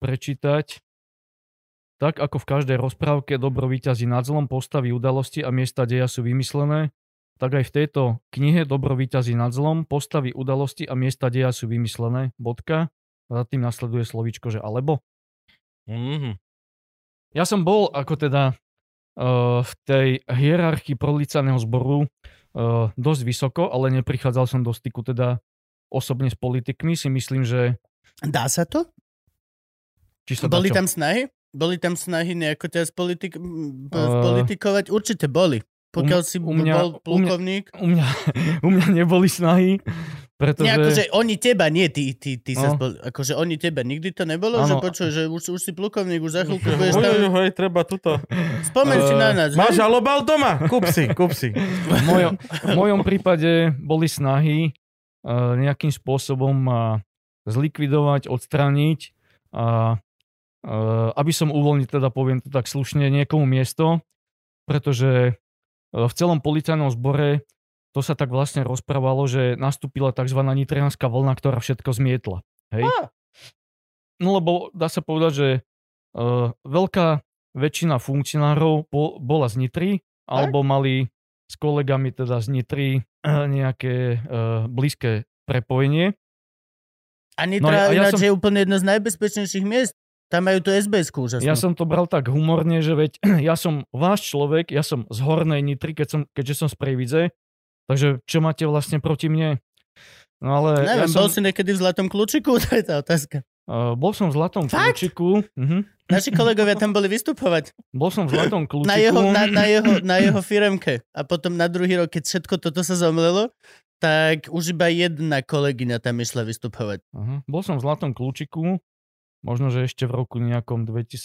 prečítať. Tak ako v každej rozprávke dobro víťazí nad zlom, postavy, udalosti a miesta deja sú vymyslené, tak aj v tejto knihe dobro víťazí nad zlom, postavy, udalosti a miesta deja sú vymyslené. Bodka. A za tým nasleduje slovíčko, že alebo. Mhm. Ja som bol ako teda v tej hierarchii policajného zboru dosť vysoko, ale neprichádzal som do styku teda osobne s politikmi. Si myslím, že... Dá sa to? Či sa Boli dá čo? tam snahy? Boli tam snahy nejako ťa spolitikovať? Určite boli. Pokiaľ si bol plukovník. U mňa neboli snahy, pretože... Nie, akože oni teba, nie ty sa akože oni teba. Nikdy to nebolo? Že počuj, že už si plukovník, už za chvíľku budeš tam... Hej, treba tuto. Spomeň si na nás. Máš žalobal doma? Kúp si. V mojom prípade boli snahy nejakým spôsobom zlikvidovať, odstrániť a aby som uvoľnil, teda poviem to tak slušne, niekomu miesto, pretože v celom policajnom zbore to sa tak vlastne rozprávalo, že nastúpila tzv. Nitrianská vlna, ktorá všetko zmietla. Hej? No lebo dá sa povedať, že veľká väčšina funkcionárov bola z Nitry, alebo mali s kolegami teda z Nitry nejaké blízke prepojenie. A Nitra ináč je úplne jedno z najbezpečnejších miest. Tam majú tu SBS-ku úžasnú. Ja som to bral tak humorne, že veď ja som váš človek, ja som z Hornej Nitry, keďže som z Prievidze, takže čo máte vlastne proti mne? No ale neviem, bol si niekedy v Zlatom kľúčiku? To je tá otázka. Bol som v Zlatom kľúčiku. Naši kolegovia tam boli vystupovať. Bol som v Zlatom kľúčiku. Na jeho firemke. A potom na druhý rok, keď všetko toto sa zomlelo, tak už iba jedna kolegyňa tam išla vystupovať. Bol som v Zlatom kľúčiku. Možno, že ešte v roku nejakom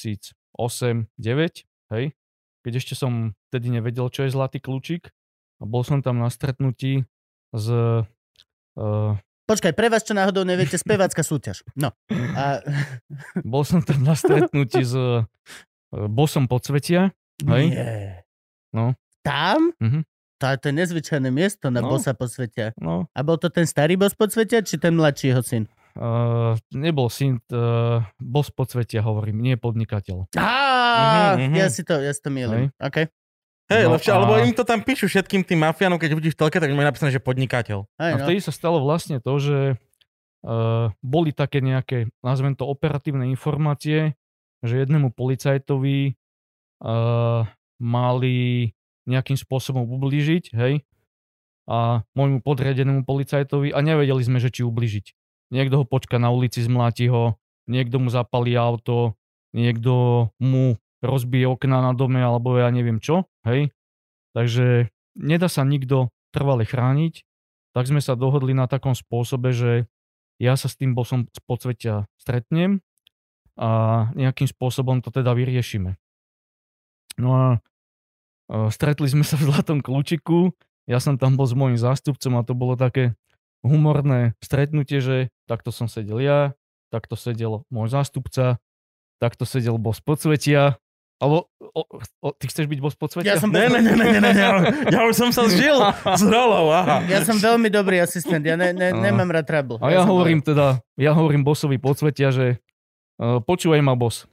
2008-2009, hej? Keď ešte som vtedy nevedel, čo je zlatý kľúčik. A bol som tam na stretnutí s... Počkaj, pre vás, čo náhodou neviete, spevácka súťaž. No. Bol som tam na stretnutí s bossom podsvetia, hej? Nie. No. Tam? To je nezvyčajné miesto na bossa podsvetia. No. A bol to ten starý boss podsvetia, či ten mladší jeho syn? Nebol syn, boss podsvetia, hovorím, nie podnikateľ. Ja si to mýlim. Okay. Hej, alebo im to tam píšu všetkým tým mafiánom, keď vidíš v telke, tak majú napísané, že podnikateľ. A vtedy sa stalo vlastne to, že boli také nejaké, nazvem to, operatívne informácie, že jednému policajtovi mali nejakým spôsobom ublížiť, hej, a môjmu podriadenému policajtovi a nevedeli sme, že či ublížiť. Niekto ho počka na ulici, zmláti ho, niekto mu zapalí auto, niekto mu rozbije okná na dome, alebo ja neviem čo, hej. Takže nedá sa nikto trvale chrániť, tak sme sa dohodli na takom spôsobe, že ja sa s tým bossom z podsvetia stretnem a nejakým spôsobom to teda vyriešime. No a stretli sme sa v Zlatom kľúčiku, ja som tam bol s môjim zástupcom a to bolo také humorné stretnutie, že takto som sedel ja, takto sedel môj zástupca, takto sedel boss podsvetia. Alebo ty chceš byť boss podsvetia? Ne. Ja už som sa zžil s rolou, aha. Ja som veľmi dobrý asistent, ja nemám rád trouble. A ja hovorím bossovi podsvetia, že počúvaj ma boss,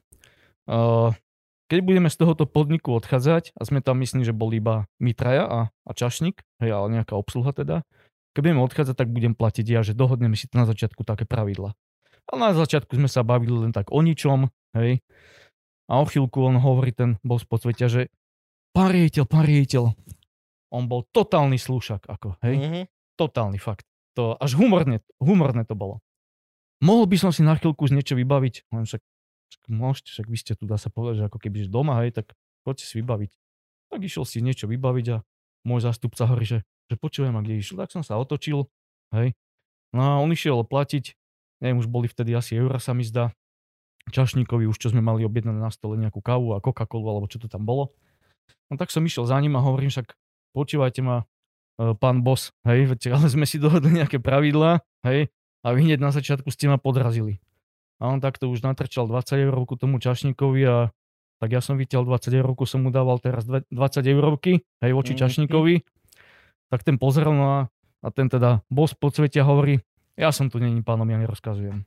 keď budeme z tohoto podniku odchádzať, a sme tam myslím, že boli iba my traja a čašník, hej, ale nejaká obsluha teda, keď budeme odchádzať, tak budem platiť ja, že dohodneme si to na začiatku také pravidla. A na začiatku sme sa bavili len tak o ničom, hej. A o chvíľku on hovorí, ten boss podsvetia, že pán riaditeľ, on bol totálny slúšak, ako, hej. Totálny fakt. To až humorné to bolo. Mohol by som si na chvíľku už niečo vybaviť? Môžete, však vy ste tu, dá sa povedať, že ako keby doma, hej, tak poďte si vybaviť. Tak išiel si niečo vybaviť a môj zástupca hovorí, že počujem, a kde išiel, tak som sa otočil, hej. No a on išiel platiť, neviem, už boli vtedy asi eura, sa mi zdá, čašníkovi už, čo sme mali objednané na stole nejakú kávu a Coca-Colu, alebo čo to tam bolo. No tak som išiel za ním a hovorím, však počúvajte ma, pán boss, hej, ale sme si dohodli nejaké pravidlá, hej, a vy hneď na začiatku ste ma podrazili. A on takto už natrčal 20 eurovku tomu čašníkovi a tak ja som vytiaľ 20 eurovku, som mu dával teraz 20 eurovky, hej, voči čašníkovi. Tak ten pozrel, no a ten teda boss podsvetia hovorí, ja som tu není pánom, ja nerozkazujem.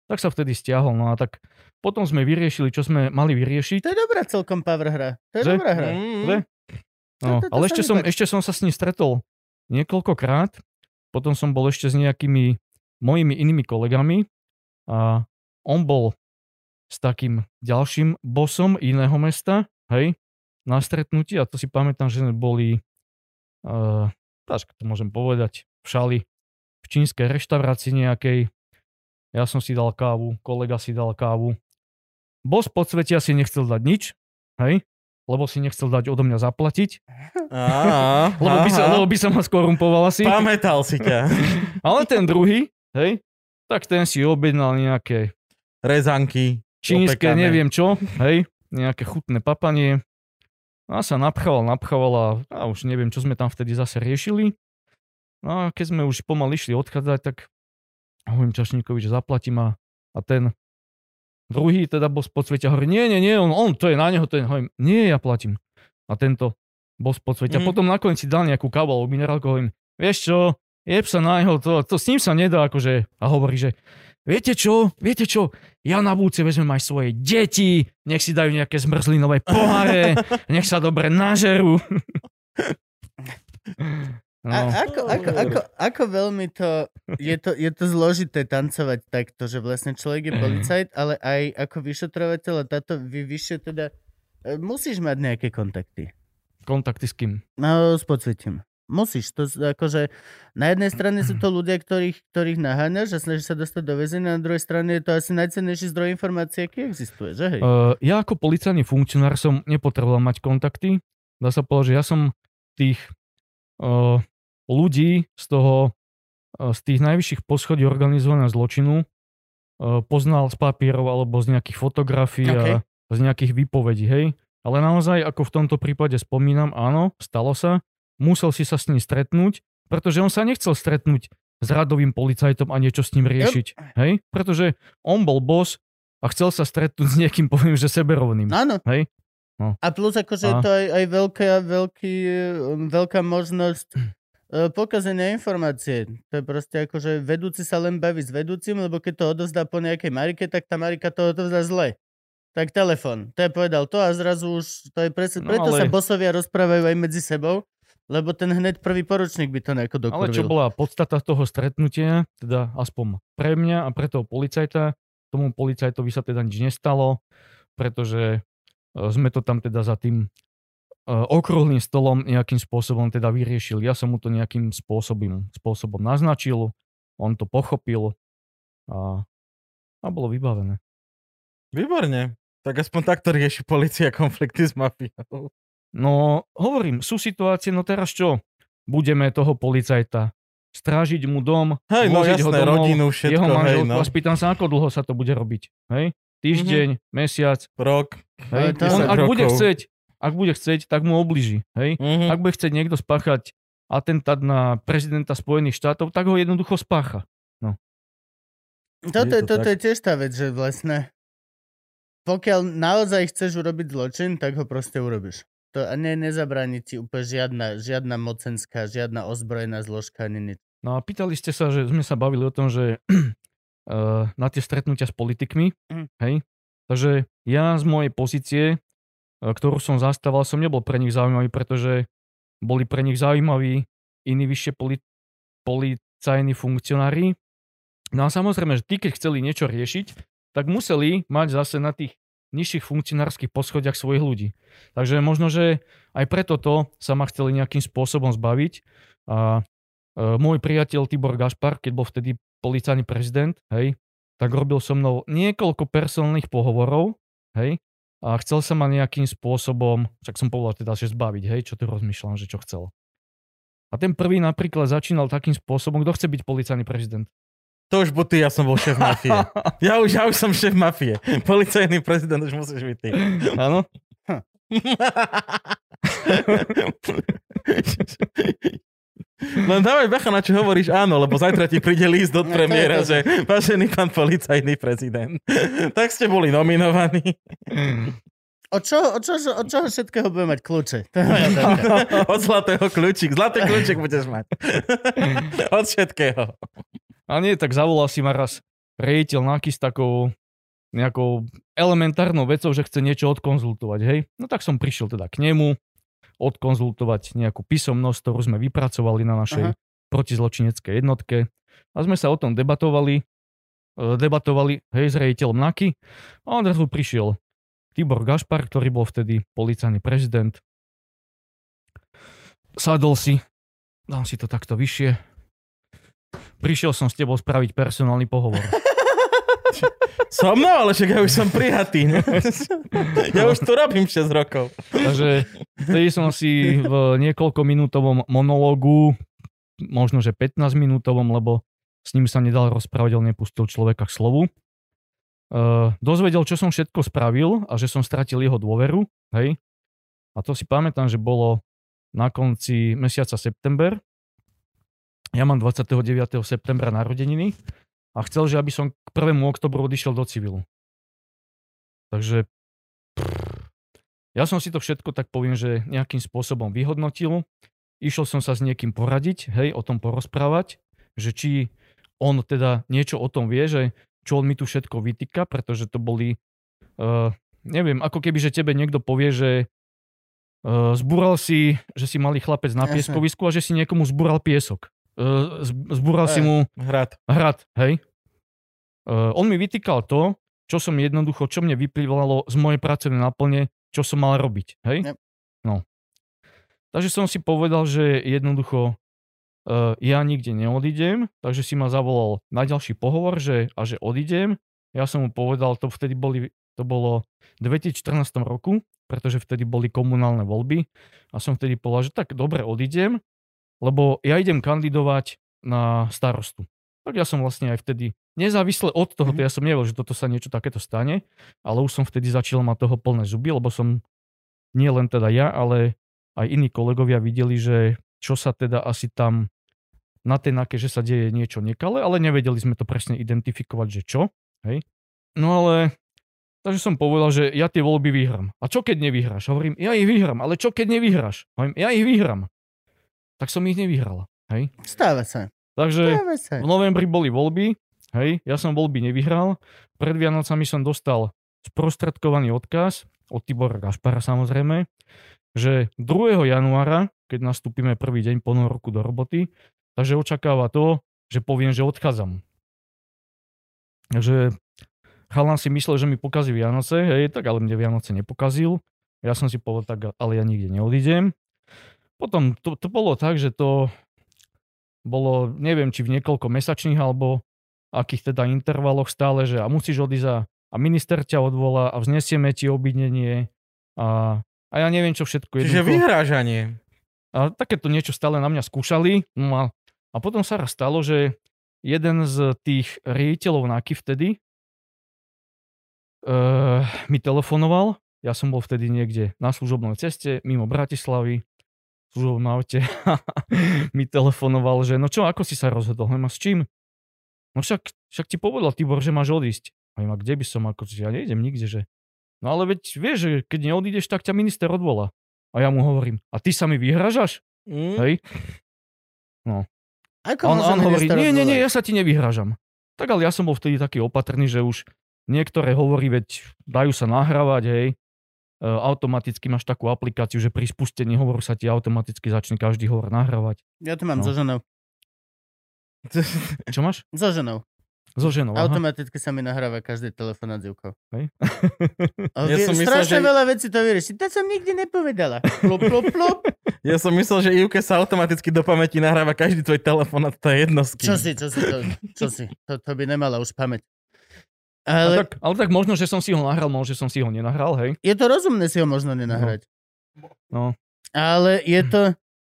Tak sa vtedy stiahol, no a tak potom sme vyriešili, čo sme mali vyriešiť. To je dobrá celkom power hra. To je dobrá hra. No, ale ešte som sa s ním stretol niekoľkokrát, potom som bol ešte s nejakými mojimi inými kolegami a on bol s takým ďalším bosom iného mesta, hej, na stretnutí a to si pamätám, že sme boli, tak to môžem povedať, v Šali, v čínskej reštaurácii nejakej. Ja som si dal kávu, kolega si dal kávu. Boss podsvetia si nechcel dať nič, hej, lebo si nechcel dať odo mňa zaplatiť. Lebo by som ho skorumpoval asi. Pamätal si ťa. Ale ten druhý, hej, tak ten si objednal nejaké rezanky, čínske, opekané. Neviem čo, hej, nejaké chutné papanie. A sa napchával a už neviem, čo sme tam vtedy zase riešili. No a keď sme už pomaly išli odchádzať, tak hovorím čašníkovi, že zaplatím a ten druhý teda boss podsvetia hovorí, nie, on to je na neho, hovorím, nie, ja platím. A tento boss podsvetia. Potom nakoniec si dal nejakú kávu alebo minerálku, hovorím, vieš čo, jeb sa na neho, to s ním sa nedá, akože, a hovorí, že viete čo, ja na budúce vezmem aj svoje deti, nech si dajú nejaké zmrzlinové poháre, nech sa dobre nažerú. No. Ako veľmi je to zložité tancovať takto, že vlastne človek je policajt, ale aj ako vyšetrovateľ a táto vyššie teda musíš mať nejaké kontakty. Kontakty s kým? No, s podsvetím. Musíš. To akože na jednej strane sú to ľudia, ktorých naháňaš a snažíš sa dostať do väzenia, na druhej strane je to asi najcennejší zdroj informácií, aký existuje, že hej? Ja ako policajný funkcionár som nepotreboval mať kontakty. Dá sa povedať, že ja som tých ľudí z tých najvyšších poschodí organizovaného zločinu poznal z papierov alebo z nejakých fotografií a z nejakých výpovedí, hej. Ale naozaj, ako v tomto prípade spomínam, áno, stalo sa, musel si sa s ním stretnúť, pretože on sa nechcel stretnúť s radovým policajtom a niečo s ním riešiť, hej. Pretože on bol boss a chcel sa stretnúť s niekým, poviem, že seberovným. Áno. Hej. No. A plus akože je to aj veľká možnosť pokazenia informácie. To je proste akože vedúci sa len baví s vedúcim, lebo keď to odozdá po nejakej Marike, tak tá Marika to odovzdá zle. Tak telefon. To je povedal to a zrazu už to je presne. Preto sa bosovia rozprávajú aj medzi sebou, lebo ten hneď prvý poručník by to nejako dokurvil. Ale čo bola podstata toho stretnutia, teda aspoň pre mňa a pre toho policajta, tomu policajtovi sa teda nič nestalo, pretože sme to tam teda za tým okrúhlym stolom nejakým spôsobom teda vyriešil. Ja som mu to nejakým spôsobom naznačil, on to pochopil a bolo vybavené. Výborne. Tak aspoň takto rieši polícia konflikty s mafiou. No, hovorím, sú situácie, no teraz čo? Budeme toho policajta strážiť mu dom, vložiť ho domov, rodinu, všetko, jeho manželku a spýtam sa, ako dlho sa to bude robiť. Hej? Týždeň, mesiac, rok. Hej? On, ak bude chcieť, tak mu obliží. Hej? Ak bude chcieť niekto spáchať atentát na prezidenta Spojených štátov, tak ho jednoducho spácha. No. Toto je tiež tá vec, že vlastne pokiaľ naozaj chceš urobiť zločin, tak ho proste urobíš. To nezabráni ti úplne žiadna mocenská, žiadna ozbrojená zložka, ani nič. No a pýtali ste sa, že sme sa bavili o tom, že na tie stretnutia s politikmi, hej? Takže ja z mojej pozície, ktorú som zastával, som nebol pre nich zaujímavý, pretože boli pre nich zaujímaví iní vyššie policajní funkcionári. No a samozrejme, že tí, keď chceli niečo riešiť, tak museli mať zase na tých nižších funkcionárskych poschodiach svojich ľudí. Takže možno, že aj preto to sa ma chceli nejakým spôsobom zbaviť. A môj priateľ Tibor Gašpar, keď bol vtedy policajný prezident, hej, tak robil so mnou niekoľko personálnych pohovorov, hej, a chcel sa ma nejakým spôsobom, však som povedal teda, že zbaviť, hej, čo tu rozmýšľam, že čo chcel. A ten prvý napríklad začínal takým spôsobom, kto chce byť policajný prezident. To už buď ty, ja som bol šéf mafie. Ja už som šéf mafie. Policajný prezident už musíš byť ty. Áno? Len dávaj bacha, na čo hovoríš áno, lebo zajtra ti príde líst od premiéra, že vážený pán policajný prezident. Tak ste boli nominovaní. Od čoho všetkého budeme mať kľúče? Od zlatého kľúčik. Zlatý kľúčik budeš mať. Od všetkého. A nie, tak zavolal si ma raz riaditeľ NAKY s takou nejakou elementárnou vecou, že chce niečo odkonzultovať, hej. No tak som prišiel teda k nemu, odkonzultovať nejakú písomnosť, ktorú sme vypracovali na našej protizločineckej jednotke. A sme sa o tom debatovali, hej, s riaditeľom NAKY. A odrazu prišiel Tibor Gašpar, ktorý bol vtedy policajný prezident. Sadol si, dám si to takto vyššie. Prišiel som s tebou spraviť personálny pohovor. So mnou, ale však ja už som prijatý. Ne? Ja už to robím 6 rokov. Takže vtedy som si v niekoľkominútovom monológu, možno že 15-minútovom, lebo s ním sa nedal rozprávať, on nepustil človeka k slovu. Dozvedel, čo som všetko spravil a že som stratil jeho dôveru. Hej. A to si pamätám, že bolo na konci mesiaca september. Ja mám 29. septembra narodeniny a chcel, že aby som k 1. oktobru odišiel do civilu. Takže ja som si to všetko, tak poviem, že nejakým spôsobom vyhodnotil. Išiel som sa s niekým poradiť, hej, o tom porozprávať, že či on teda niečo o tom vie, že čo on mi tu všetko vytýka, pretože to boli, neviem, ako keby, že tebe niekto povie, že zbúral si, že si malý chlapec na pieskovisku a že si niekomu zbúral piesok. Zbúral si mu hrad, hej. On mi vytýkal to, čo som jednoducho, čo mne vyplývalo z mojej pracovnej náplne, čo som mal robiť, hej. Yep. No. Takže som si povedal, že jednoducho ja nikde neodídem, takže si ma zavolal na ďalší pohovor, že odídem. Ja som mu povedal, to bolo v 2014 roku, pretože vtedy boli komunálne voľby a som vtedy povedal, že tak dobre odídem, lebo ja idem kandidovať na starostu. Tak ja som vlastne aj vtedy, nezávisle od toho, ja som nevedel, že toto sa niečo takéto stane, ale už som vtedy začal mať toho plné zuby, lebo som nie len teda ja, ale aj iní kolegovia videli, že čo sa teda asi tam na tej NAKE, že sa deje niečo nekalé, ale nevedeli sme to presne identifikovať, že čo. Hej. No ale, takže som povedal, že ja tie voľby vyhrám. A čo keď nevyhráš? Hovorím, ja ich vyhrám, ale čo keď nevyhráš? Hovorím, ja ich vyhrám. Tak som ich nevyhral. Hej. Stáva sa. Takže v novembri boli voľby, hej, ja som voľby nevyhral. Pred Vianocami som dostal sprostredkovaný odkaz od Tibora Gašpara samozrejme, že 2. januára, keď nastúpime prvý deň po novom roku do roboty, takže očakáva to, že poviem, že odchádzam. Takže chalan si myslel, že mi pokazí Vianoce, hej, tak ale mne Vianoce nepokazil. Ja som si povedal tak, ale ja nikde neodídem. Potom to bolo tak, že to bolo, neviem, či v niekoľko mesačných alebo akých teda intervaloch stále, že a musíš odísť a minister ťa odvolá a vznesieme ti obvinenie a ja neviem, čo všetko. Čiže vyhrážanie. A takéto niečo stále na mňa skúšali. No a potom sa raz stalo, že jeden z tých riaditeľov NAKY vtedy mi telefonoval. Ja som bol vtedy niekde na služobnej ceste mimo Bratislavy. V služobnom aute mi telefonoval, že no čo, ako si sa rozhodol? A s čím? No však ti povedal Tibor, že máš odísť. A kde by som, ja nejdem nikde, že... No ale veď vieš, že keď neodídeš, tak ťa minister odvolá. A ja mu hovorím, a ty sa mi vyhrážaš? Hej? No. On hovorí, nie, ja sa ti nevyhrážam. Tak ale ja som bol vtedy taký opatrný, že už niektoré hovorí, veď dajú sa nahrávať, hej. Automaticky máš takú aplikáciu, že pri spustení hovoru sa ti automaticky začne každý hovor nahrávať. Ja to mám so ženou. Čo máš? So ženou. So ženou, automaticky sa mi nahráva každý telefón nad Zivkou. Hej? Strašne veľa vecí to vyrieši. To som nikdy nepovedala. Plup, plup, plup. Ja som myslel, že Ivke sa automaticky do pamäti nahráva každý tvoj telefón a to je jedno s kým. Čo si? To by nemala už pamäť. Ale tak možno, že som si ho nahral, možno, že som si ho nenahral, hej? Je to rozumné si ho možno nenahrať. No. Ale je to...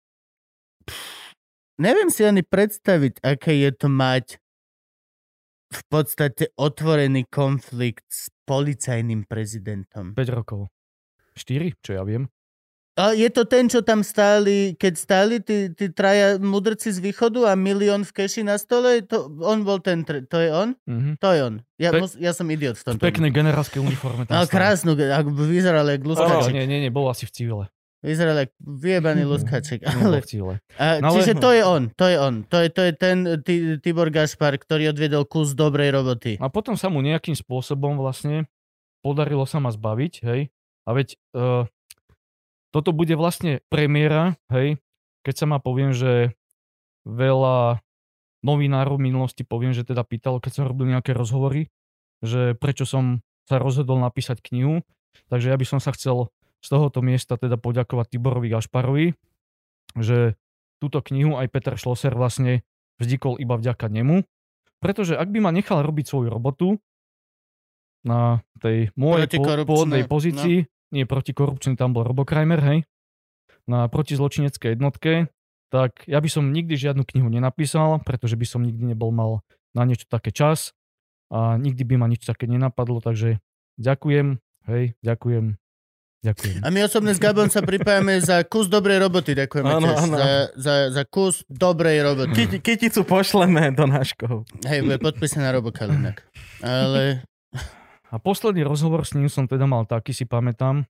Neviem si ani predstaviť, aké je to mať v podstate otvorený konflikt s policajným prezidentom. 5 rokov. 4, čo ja viem. A je to ten, čo tam stáli, keď stáli tí traja mudrci z východu a milión v keši na stole? On bol ten, to je on? Mm-hmm. To je on. Ja som idiot v tomto. V peknej generálskej uniforme tam krásnu, ak vyzeral jak luskačik. Nie, bol asi v civile. Vyzeral jak vyjebaný luskaček. Ale... No, čiže to je on. To je ten Tibor Gašpar, ktorý odviedol kus dobrej roboty. A potom sa mu nejakým spôsobom vlastne podarilo sa ma zbaviť, hej. A veď toto bude vlastne premiéra, hej, keď sa ma poviem, že veľa novinárov v minulosti poviem, že teda pýtalo, keď som robil nejaké rozhovory, že prečo som sa rozhodol napísať knihu. Takže ja by som sa chcel z tohoto miesta teda poďakovať Tiborovi Gašparovi, že túto knihu aj Peter Schlosser vlastne vznikol iba vďaka nemu, pretože ak by ma nechal robiť svoju robotu na tej mojej pôvodnej pozícii, nie protikorupčný, tam bol Robokrajmer, hej, na protizločineckej jednotke, tak ja by som nikdy žiadnu knihu nenapísal, pretože by som nikdy nebol mal na niečo také čas a nikdy by ma nič také nenapadlo, takže ďakujem, hej, ďakujem. A my osobne s Gabom sa pripájame za kus dobrej roboty. Ďakujeme tiež. Za kus dobrej roboty. Kyticu pošleme do náškov. Hej, bude podpísaná Robokalinak. Ale... A posledný rozhovor s ním som teda mal taký, si pamätám.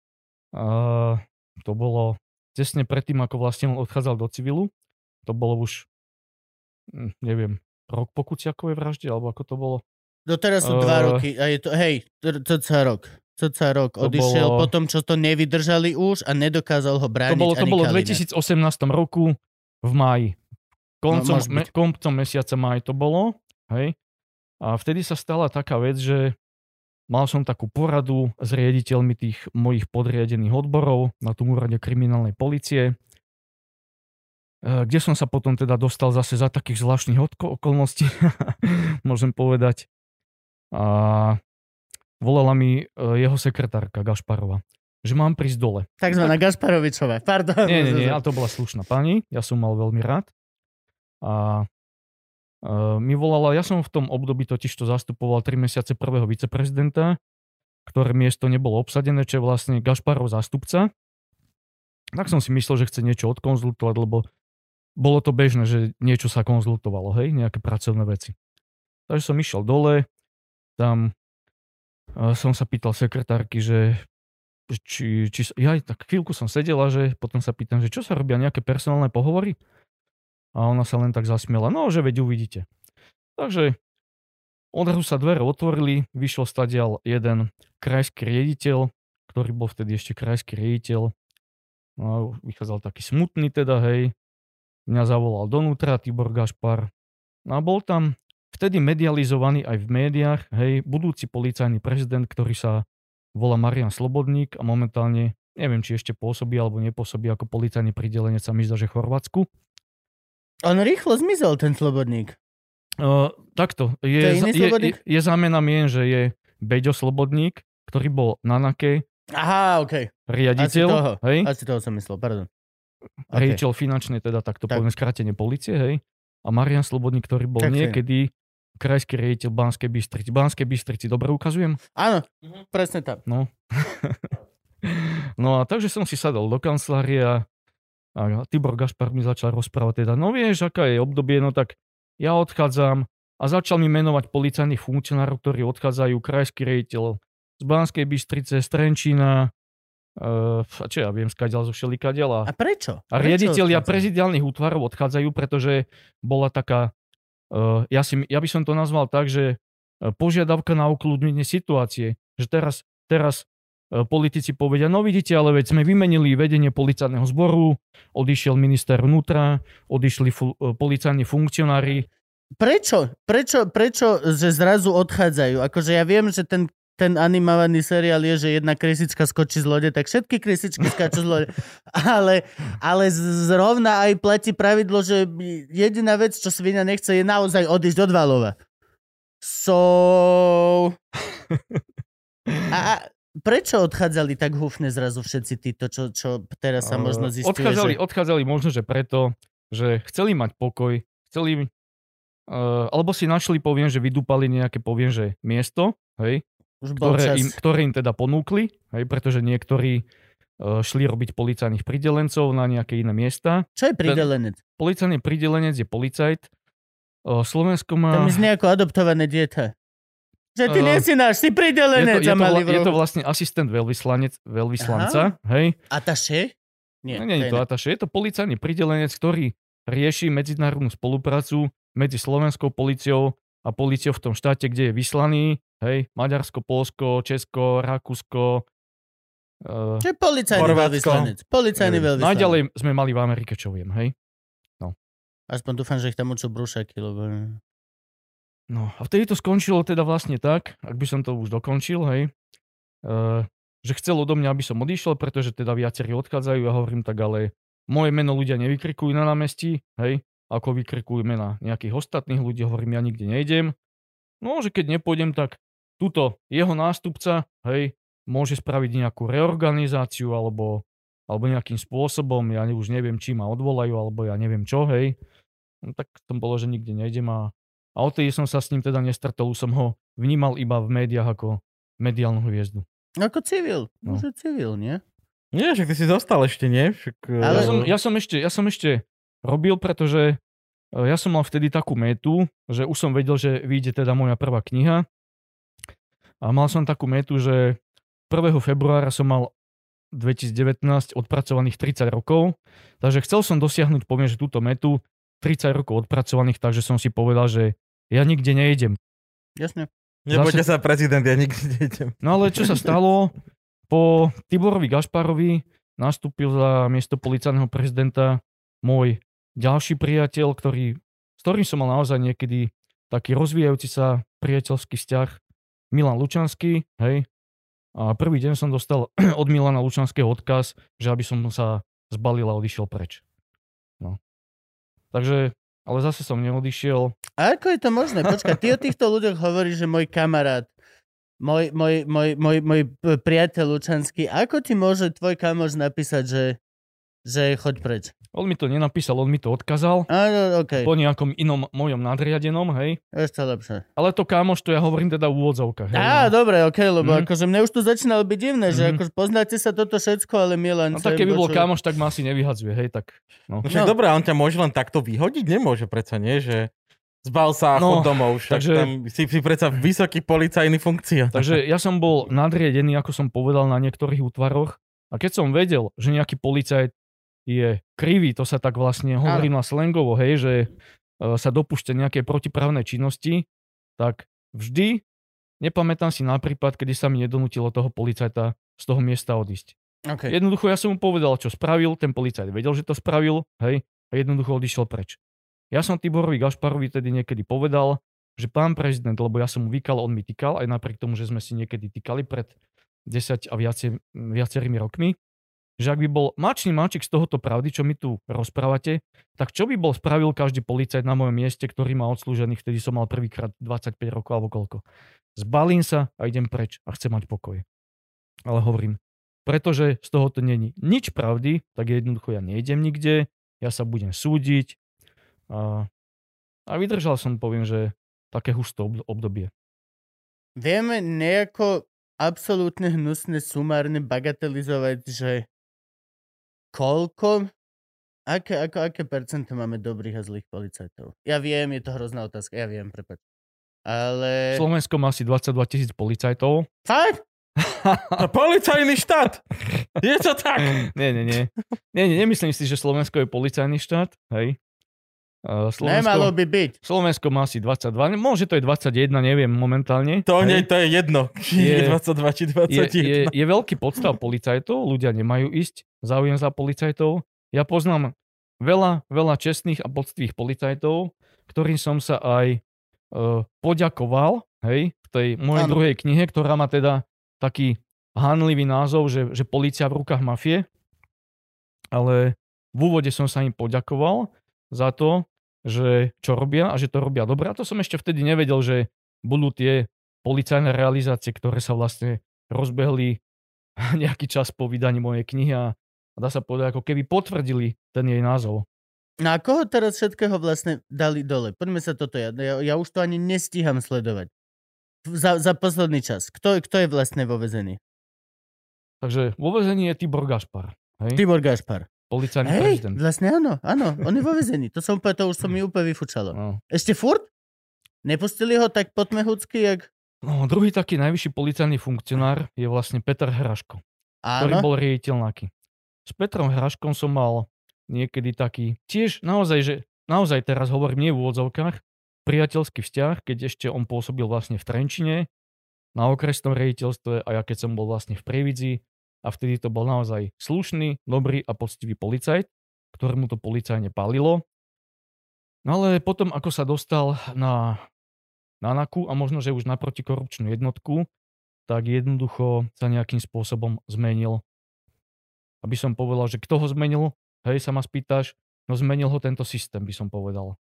To bolo tesne predtým, ako vlastne on odchádzal do civilu. To bolo už, neviem, rok po Kuciakovej vražde, alebo ako to bolo? Doteraz sú 2 roky. A je to, hej, cca rok odišiel po tom, čo to nevydržali už a nedokázal ho brániť to bolo v 2018 roku v máji. Koncom mesiaca máj to bolo. Hej. A vtedy sa stala taká vec, že mal som takú poradu s riaditeľmi tých mojich podriadených odborov na tom úrade kriminálnej polície, kde som sa potom teda dostal zase za takých zvláštnych okolností, môžem povedať. A volala mi jeho sekretárka Gašparova, že mám prísť dole. Takzvaná Gašparovičová, pardon. Nie, ale to bola slušná pani, ja som mal veľmi rád. A mi volala, ja som v tom období totižto zastupoval 3 mesiace prvého viceprezidenta, ktoré miesto nebolo obsadené, čo je vlastne Gašparov zástupca. Tak som si myslel, že chce niečo odkonzultovať, lebo bolo to bežné, že niečo sa konzultovalo, hej, nejaké pracovné veci. Takže som išiel dole, tam som sa pýtal sekretárky, že tak chvíľku som sedela, že potom sa pýtam, že čo sa robia, nejaké personálne pohovory? A ona sa len tak zasmiela, no, že veď uvidíte. Takže odrazu sa dvere otvorili, vyšiel stadiaľ jeden krajský riaditeľ, ktorý bol vtedy ešte krajský riaditeľ. No, vychádzal taký smutný teda, hej. Mňa zavolal donútra, Tibor Gašpar. No a bol tam vtedy medializovaný aj v médiách, hej, budúci policajný prezident, ktorý sa volá Marian Slobodník a momentálne, neviem, či ešte pôsobí alebo nepôsobí ako policajný pridelenec, sa mi zdá, že v Chorvátsku. On rýchlo zmizol, ten Slobodník. Takto. Je zámena mien, že je Beďo Slobodník, ktorý bol na NAKE. Aha, okej. Riaditeľ. Asi toho som myslel, pardon. Riaditeľ finančnej, teda takto poviem skrátenie polície, hej. A Marian Slobodník, ktorý bol niekedy krajský riaditeľ Banskej Bystrici. Banskej Bystrici, dobre ukazujem? Áno, presne tam. No. No a takže som si sadol do kancelárie a Tibor Gašpar mi začal rozprávať teda, no vieš, aká je obdobie, no tak ja odchádzam a začal mi menovať policajných funkcionárov, ktorí odchádzajú, krajský riaditeľ z Banskej Bystrice, z Trenčína, a čo ja viem, skadiaľ zo všelikadiaľ. A prečo? A riaditeľia prezidiálnych útvarov odchádzajú, pretože bola taká, ja by som to nazval tak, že požiadavka na ukludnenie situácie, že teraz politici povedia, no vidíte, ale veď sme vymenili vedenie policajného zboru, odišiel minister vnútra, odišli policajní funkcionári. Prečo, že zrazu odchádzajú? Akože ja viem, že ten animovaný seriál je, že jedna krysička skočí z lode, tak všetky krysičky skáču z lode. Ale zrovna aj platí pravidlo, že jediná vec, čo svinia nechce, je naozaj odísť od Valova. A prečo odchádzali tak húfne zrazu všetci títo, čo teraz sa možno zistuje? Odchádzali možno, že preto, že chceli mať pokoj, alebo si našli, poviem, že vydúpali nejaké, poviem, že miesto, hej, ktoré im teda ponúkli, hej, pretože niektorí šli robiť policajných pridelencov na nejaké iné miesta. Čo je pridelenec? Policajný pridelenec je policajt. Slovensko má... To mi znie ako adoptované dieťa. Že ty nie si náš, si pridelenec. Je to vlastne asistent veľvyslanca, hej. Ataše? Nie, Nie je to ataše. Je to policajný pridelenec, ktorý rieši medzinárodnú spoluprácu medzi slovenskou políciou a políciou v tom štáte, kde je vyslaný. Hej, Maďarsko, Poľsko, Česko, Rakúsko. Čiže policajný veľvyslanec. Policajný veľvyslanec. Najďalej sme mali v Amerike, čo viem, hej. No. Aspoň dúfam, že ich tam učú brúšaky, lebo... No a vtedy to skončilo teda vlastne tak, ak by som to už dokončil, hej, že chcel odo mňa, aby som odišiel, pretože teda viacerí odchádzajú, ja hovorím tak, ale moje meno ľudia nevykrikujú na námestí, hej, ako vykrikujú mena nejakých ostatných ľudí, hovorím, ja nikde nejdem. No, že keď nepôjdem, tak tuto jeho nástupca, hej, môže spraviť nejakú reorganizáciu alebo nejakým spôsobom, ja už neviem, či ma odvolajú, alebo ja neviem čo, hej. No, tak som bolo, že nikde nejdem a odtedy som sa s ním teda nestretol, som ho vnímal iba v médiách ako mediálnu hviezdu. Ako civil. No. Už je civil, nie? Nie, však ty si zostal ešte, nie? Však, ale ja som ešte robil, pretože ja som mal vtedy takú métu, že už som vedel, že vyjde teda moja prvá kniha. A mal som takú métu, že 1. februára som mal 2019 odpracovaných 30 rokov. Takže chcel som dosiahnuť, poviem, že túto métu 30 rokov odpracovaných, takže som si povedal, že ja nikde nejdem. Jasne. Nebojte sa, prezident, ja nikde nejdem. No ale čo sa stalo? Po Tiborovi Gašparovi nastúpil za miesto policajného prezidenta môj ďalší priateľ, s ktorým som mal naozaj niekedy taký rozvíjajúci sa priateľský vzťah, Milan Lučanský, hej. A prvý deň som dostal od Milana Lučanského odkaz, že aby som sa zbalil a odišiel preč. No. Takže, ale zase som neodišiel. A ako je to možné? Počkaj, ty o týchto ľuďoch hovoríš, že môj kamarát, môj priateľ Lučanský, ako ti môže tvoj kamoš napísať, že choď preč? On mi to nenapísal, on mi to odkazal. Okay. Po nejakom inom mojom nadriadenom, hej. Ešte lepšie. Ale to kamoš, to ja hovorím teda v úvodzovkách. Dobre, lebo akože mne už tu začínalo byť divné, že akože poznáte sa toto všetko, ale Milan... No tak keby bol kamoš, tak ma asi nevyhadzuje, hej, tak... No však dobré, on ťa môže len takto vyhodiť? Nemôže predsa, nie? Že zbal sa a chod domov, však takže, tam si predsa vysoký policajný funkcia. Takže ja som bol nadriadený, ako som povedal, na niektorých útvaroch a keď som vedel, že nejaký policajt je krivý, to sa tak vlastne hovorí na slangovo, hej, že sa dopúšťa nejaké protiprávnej činnosti, tak vždy nepamätám si na prípad, kedy sa mi nedonútilo toho policajta z toho miesta odísť. Okay. Jednoducho ja som mu povedal, čo spravil, ten policajt vedel, že to spravil, hej, a jednoducho odišiel preč. Ja som Tiborovi Gašparovi tedy niekedy povedal, že pán prezident, lebo ja som mu vykal, on mi tykal, aj napriek tomu, že sme si niekedy tykali pred 10 a viacerými rokmi, že ak by bol mačný máčik z tohoto pravdy, čo mi tu rozprávate, tak čo by bol spravil každý policajt na mojom mieste, ktorý má odslúžený, vtedy som mal prvýkrát 25 rokov alebo koľko. Zbalím sa a idem preč a chcem mať pokoj. Ale hovorím, pretože z tohoto není nič pravdy, tak jednoducho ja nejdem nikde, ja sa budem súdiť a vydržal som, poviem, že také husté obdobie. Vieme nejako absolútne hnusné, sumárne bagatelizovať, že koľko, aké percento máme dobrých a zlých policajtov? Ja viem, je to hrozná otázka, ja viem, prepáč. Ale... Slovensko má asi 22 000 policajtov. Fakt? Policajný štát! Je to tak? Nie, nemyslím si, že Slovensko je policajný štát, hej. Nemalo by byť. Slovensko má asi 22, môže to je 21, neviem momentálne. To je jedno, je 22 či 21. Je veľký podstav policajtov, ľudia nemajú ísť záujem za policajtov. Ja poznám veľa čestných a poctivých policajtov, ktorým som sa aj poďakoval, hej, v tej mojej druhej knihe, ktorá má teda taký hanlivý názov, že polícia v rukách mafie. Ale v úvode som sa im poďakoval za to, že čo robia a že to robia dobre. A to som ešte vtedy nevedel, že budú tie policajné realizácie, ktoré sa vlastne rozbehli nejaký čas po vydaní mojej knihy a dá sa povedať, ako keby potvrdili ten jej názov. No a koho teraz všetkého vlastne dali dole? Poďme sa toto, ja už to ani nestíham sledovať. Za posledný čas. Kto je vlastne vo väzení? Takže vo väzení je Tibor Gašpar. Hej? Tibor Gašpar. Policajný prezident. Vlastne áno, on je vo väzení. To už som mi úplne vyfúčalo. No. Ešte furt? Nepustili ho tak potmehucky, jak... No, druhý taký najvyšší policajný funkcionár je vlastne Peter Hraško, ktorý bol riaditeľ NAKY. s Petrom Hraškom som mal niekedy taký, tiež naozaj teraz hovorím nie v úvodzovkách, priateľský vzťah, keď ešte on pôsobil vlastne v Trenčine, na okresnom riaditeľstve a ja keď som bol vlastne v Prievidzi a vtedy to bol naozaj slušný, dobrý a poctivý policajt, ktorému to policajne palilo. No ale potom, ako sa dostal na NAKU a možno, že už na protikorupčnú jednotku, tak jednoducho sa nejakým spôsobom zmenil. Aby som povedal, že kto ho zmenil, hej, sa ma spýtaš, no zmenil ho tento systém, by som povedal.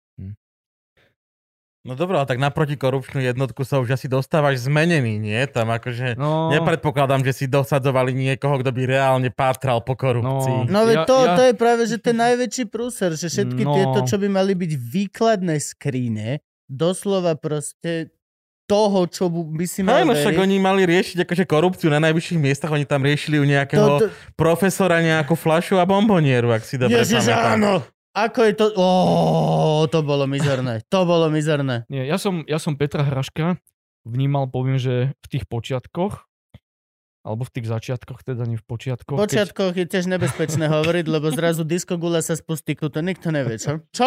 No dobré, ale tak na protikorupčnú jednotku sa už asi dostávaš zmenený, nie? Tam akože nepredpokladám, že si dosadzovali niekoho, kto by reálne pátral po korupcii. No to je práve, že ten najväčší prúser, že všetky tieto, čo by mali byť výkladné skríne, doslova proste toho, čo by si mal veriť. Však oni mali riešiť akože korupciu na najvyšších miestach, oni tam riešili u nejakého profesora nejakú fľašu a bombonieru, ak si dobre pamätám. Áno. Ako je to? To bolo mizerné. To bolo mizerné. Nie, ja som Petra Hraška vnímal, poviem, že v tých počiatkoch, alebo v tých začiatkoch, teda nie v počiatkoch. V počiatkoch je tiež nebezpečné hovoriť, lebo zrazu diskogula sa spustí, to nikto nevie, čo? Čo?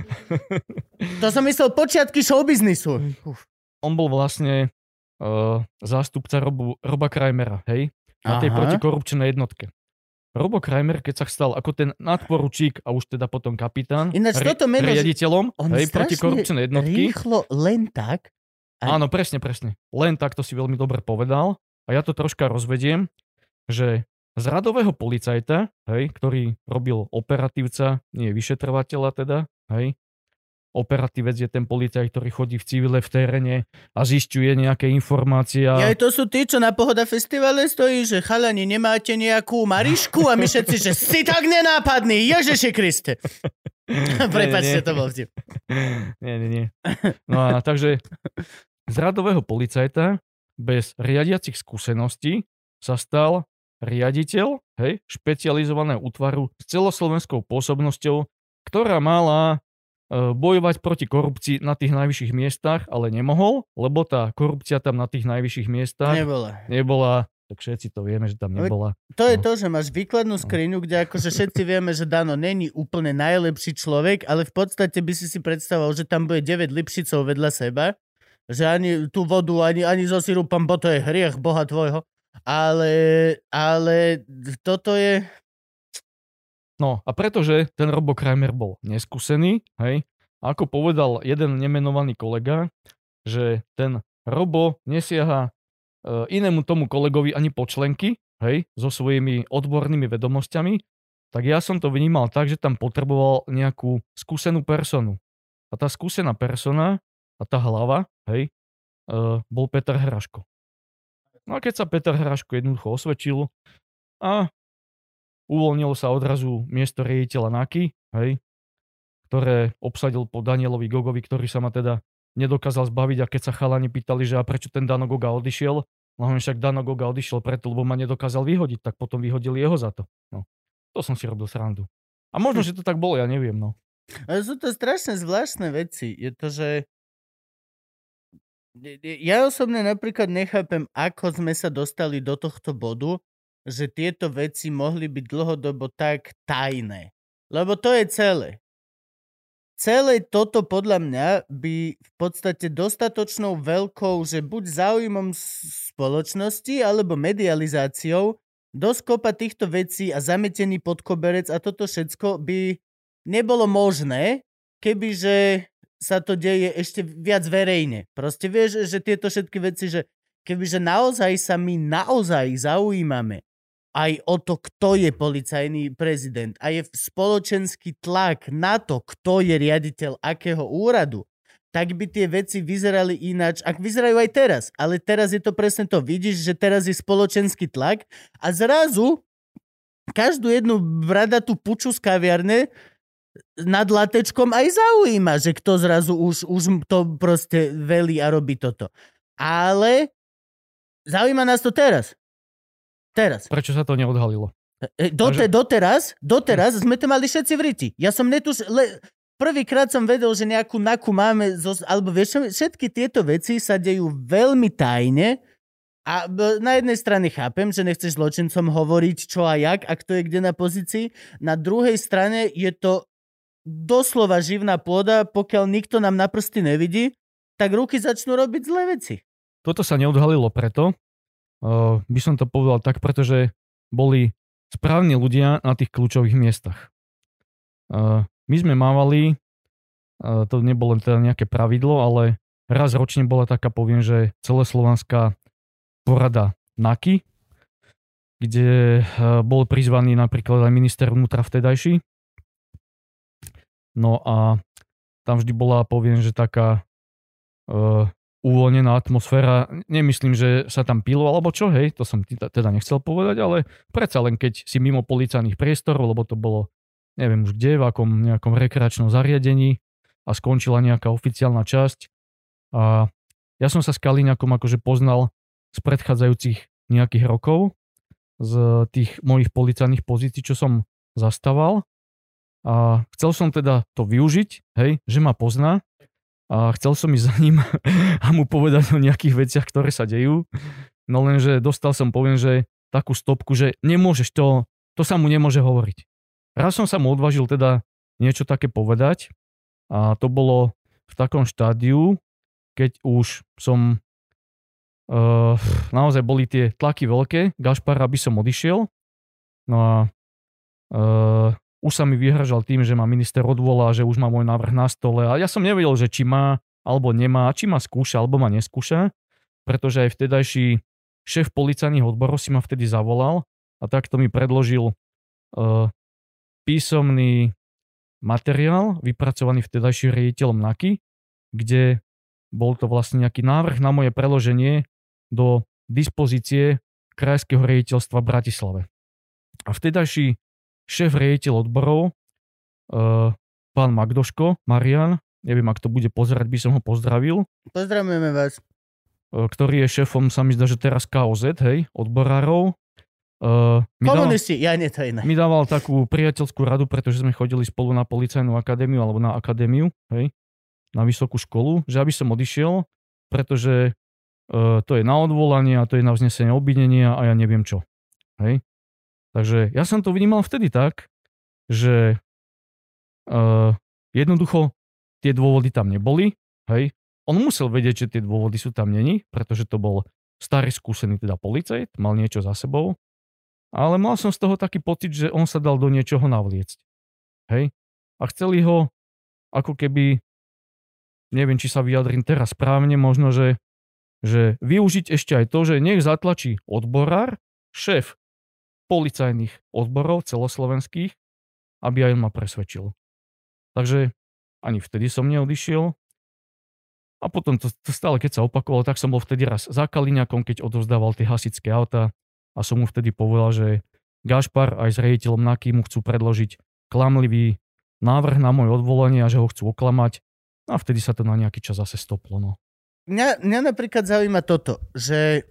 To som myslel počiatky showbiznisu. On bol vlastne zástupca Roba Krajmera, hej? Na tej protikorupčnej jednotke. Robo Krajmer, keď sa stal ako ten nadporučík a už teda potom kapitán, riaditeľom protikorupčnej jednotky. Rýchlo, len tak. Áno, presne. Len tak, to si veľmi dobre povedal. A ja to troška rozvediem, že z radového policajta, hej, ktorý robil operatívca, nie vyšetrovateľa teda, hej, operatívec je ten policajt, ktorý chodí v civile v teréne a zisťuje nejaké informácie. To sú tí, čo na Pohoda festivale stojí, že chalani, nemáte nejakú Marišku? A my všetci, že si tak nenápadný, Ježiši Kriste. Prepáčte, to bol vtip. Nie. No a takže z radového policajta bez riadiacich skúseností sa stal riaditeľ, hej, špecializovaného útvaru s celoslovenskou pôsobnosťou, ktorá mala bojovať proti korupcii na tých najvyšších miestach, ale nemohol, lebo tá korupcia tam na tých najvyšších miestach nebola. Tak všetci to vieme, že tam nebola. To je to, že máš výkladnú skriňu, kde akože všetci vieme, že Dano není úplne najlepší človek, ale v podstate by si predstavoval, že tam bude 9 Lipšicov vedľa seba, že ani tú vodu, ani zo sirupom, bo to je hriech Boha tvojho. Ale toto je... No a pretože ten Robo Krajmer bol neskúsený, hej, ako povedal jeden nemenovaný kolega, že ten Robo nesiaha inému tomu kolegovi ani počlenky, hej, so svojimi odbornými vedomosťami, tak ja som to vnímal tak, že tam potreboval nejakú skúsenú personu. A tá skúsená persona a tá hlava, hej, bol Peter Hraško. No a keď sa Peter Hraško jednoducho osvedčil a uvoľnilo sa odrazu miesto riaditeľa NAKY, hej, ktoré obsadil po Danielovi Gogovi, ktorý sa ma teda nedokázal zbaviť a keď sa chalani pýtali, že a prečo ten Dano Goga odišiel, no však Dano Goga odišiel preto, lebo ma nedokázal vyhodiť, tak potom vyhodili jeho za to. No, to som si robil srandu. A možno, že to tak bolo, ja neviem, no. Ale sú to strašne zvláštne veci. Je to, že ja osobne napríklad nechápem, ako sme sa dostali do tohto bodu, že tieto veci mohli byť dlhodobo tak tajné. Lebo to je celé. Celé toto podľa mňa by v podstate dostatočnou veľkou, že buď záujmom spoločnosti, alebo medializáciou doskopa týchto vecí a zametený pod koberec a toto všetko by nebolo možné, kebyže sa to deje ešte viac verejne. Proste vieš, že tieto všetky veci, že kebyže naozaj sa my naozaj zaujímame aj o to, kto je policajný prezident a je spoločenský tlak na to, kto je riaditeľ akého úradu, tak by tie veci vyzerali ináč, ak vyzerajú aj teraz. Ale teraz je to presne to. Vidíš, že teraz je spoločenský tlak a zrazu každú jednu bradatú puču z kaviarne nad latečkom aj zaujíma, že kto zrazu už to proste velí a robí toto. Ale zaujíma nás to teraz. Teraz. Prečo sa to neodhalilo? Doteraz sme to mali všetci v riti. Ja som prvýkrát som vedel, že nejakú NAKU máme, alebo vieš, všetky tieto veci sa dejú veľmi tajne A na jednej strane chápem, že nechceš zločincom hovoriť čo a jak, a kto je kde na pozícii. Na druhej strane je to doslova živná pôda, pokiaľ nikto nám na prsty nevidí, tak ruky začnú robiť zlé veci. Toto sa neodhalilo preto, by som to povedal tak, pretože boli správni ľudia na tých kľúčových miestach. My sme mávali, to nebolo teda nejaké pravidlo, ale raz ročne bola taká, poviem, že celoslovanská porada NAKY, kde bol prizvaný napríklad aj minister vnútra vtedajší. No a tam vždy bola, poviem, že taká uvoľnená atmosféra. Nemyslím, že sa tam pilo alebo čo, hej, to som teda nechcel povedať, ale predsa len keď si mimo policajných priestorov, lebo to bolo, neviem už kde, v akom nejakom rekreačnom zariadení a skončila nejaká oficiálna časť. A ja som sa s Kaliňakom akože poznal z predchádzajúcich nejakých rokov, z tých mojich policajných pozícií, čo som zastával. A chcel som teda to využiť, hej, že ma pozná. A chcel som ísť za ním a mu povedať o nejakých veciach, ktoré sa dejú. No lenže dostal som, poviem, že takú stopku, že nemôžeš to sa mu nemôže hovoriť. Raz som sa mu odvážil teda niečo také povedať a to bolo v takom štádiu, keď už som naozaj boli tie tlaky veľké, Gašpara by som odišiel, no a už sa mi vyhražal tým, že ma minister odvolá, že už má môj návrh na stole a ja som nevedel, že či má alebo nemá, či ma skúša alebo ma neskúša, pretože aj vtedajší šéf policajných odborov si ma vtedy zavolal a takto mi predložil písomný materiál vypracovaný vtedajším riaditeľom NAKY, kde bol to vlastne nejaký návrh na moje preloženie do dispozície Krajského riaditeľstva v Bratislave. A vtedajší šéf riaditeľ odborov, pán Magdoško, Marian, neviem, ak to bude pozerať, by som ho pozdravil. Pozdravujeme vás. Ktorý je šéfom, sa mi zdá, že teraz KOZ, hej, odborárov. Komunisti, ja nie, to iné. Mi dával takú priateľskú radu, pretože sme chodili spolu na policajnú akadémiu alebo na akadémiu, hej, na vysokú školu, že aby som odišiel, pretože to je na odvolanie a to je na vznesenie obvinenia a ja neviem čo. Hej. Takže ja som to vnímal vtedy tak, že jednoducho tie dôvody tam neboli. Hej. On musel vedieť, že tie dôvody sú tam není, pretože to bol starý skúsený teda policajt, mal niečo za sebou. Ale mal som z toho taký pocit, že on sa dal do niečoho navliecť. Hej. A chceli ho ako keby, neviem, či sa vyjadrím teraz správne, možno, že využiť ešte aj to, že nech zatlačí odborár, šéf policajných odborov celoslovenských, aby aj on ma presvedčil. Takže ani vtedy som neodišiel. A potom to stále, keď sa opakovalo, tak som bol vtedy raz za Kaliňakom, keď odovzdával tie hasičské autá a som mu vtedy povedal, že Gašpar aj s riaditeľom NAKY mu chcú predložiť klamlivý návrh na moje odvolanie a že ho chcú oklamať. A vtedy sa to na nejaký čas zase stoplo. No. Mňa napríklad zaujíma toto, že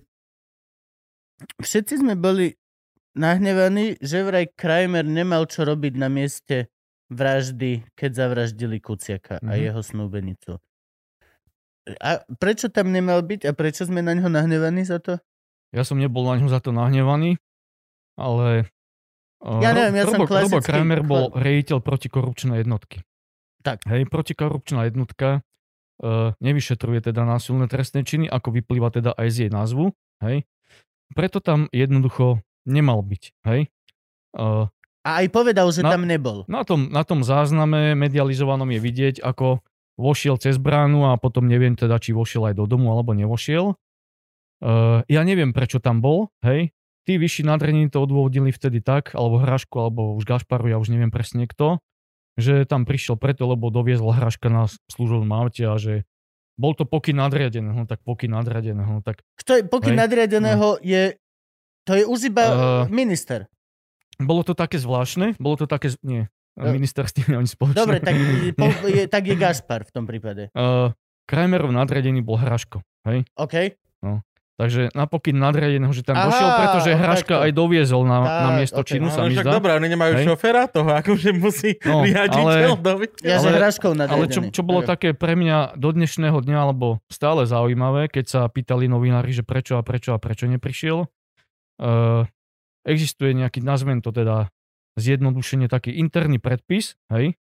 všetci sme boli nahnevaní, že vraj Kramer nemal čo robiť na mieste vraždy, keď zavraždili Kuciaka a jeho snúbenicu. A prečo tam nemal byť a prečo sme na ňo nahnevaní za to? Ja som nebol na ňo za to nahnevaný, ale ja neviem, ja som klasický... Robo Kramer bol riaditeľ protikorupčnej jednotky. Tak. Hej, protikorupčná jednotka nevyšetruje teda násilné trestné činy, ako vyplýva teda aj z jej názvu. Hej. Preto tam jednoducho nemal byť. Hej. A aj povedal, že tam nebol. Na tom zázname medializovanom je vidieť, ako vošiel cez bránu a potom neviem teda, či vošiel aj do domu, alebo nevošiel. Ja neviem, prečo tam bol. Hej. Tí vyšší nadriadení to odôvodnili vtedy tak, alebo Hrašku, alebo už Gašparu, ja už neviem presne kto, že tam prišiel preto, lebo doviezol Hraška na služobnom aute a že bol to pokyn nadriadeného, tak pokyn nadriadeného. Tak, kto je pokyn nadriadeného je, to je už iba minister. Bolo to také zvláštne, minister s tým ani spoločné. Dobre, tak je Gašpar v tom prípade. Kramerov nadriadený bol Hraško, hej? OK. No. Takže napokyn nadriadeného, že tam došiel, pretože Hraška aj doviezol na miesto činu, sa mi zdá. Dobré, oni nemajú šoféra toho, akože musí riaditeľ doviezť. Ja, že Hraškou nadriadený. Ale čo bolo také pre mňa do dnešného dňa, alebo stále zaujímavé, keď sa pýtali novinári, že prečo neprišiel, existuje nejaký, nazvem to teda zjednodušenie, taký interný predpis, hej,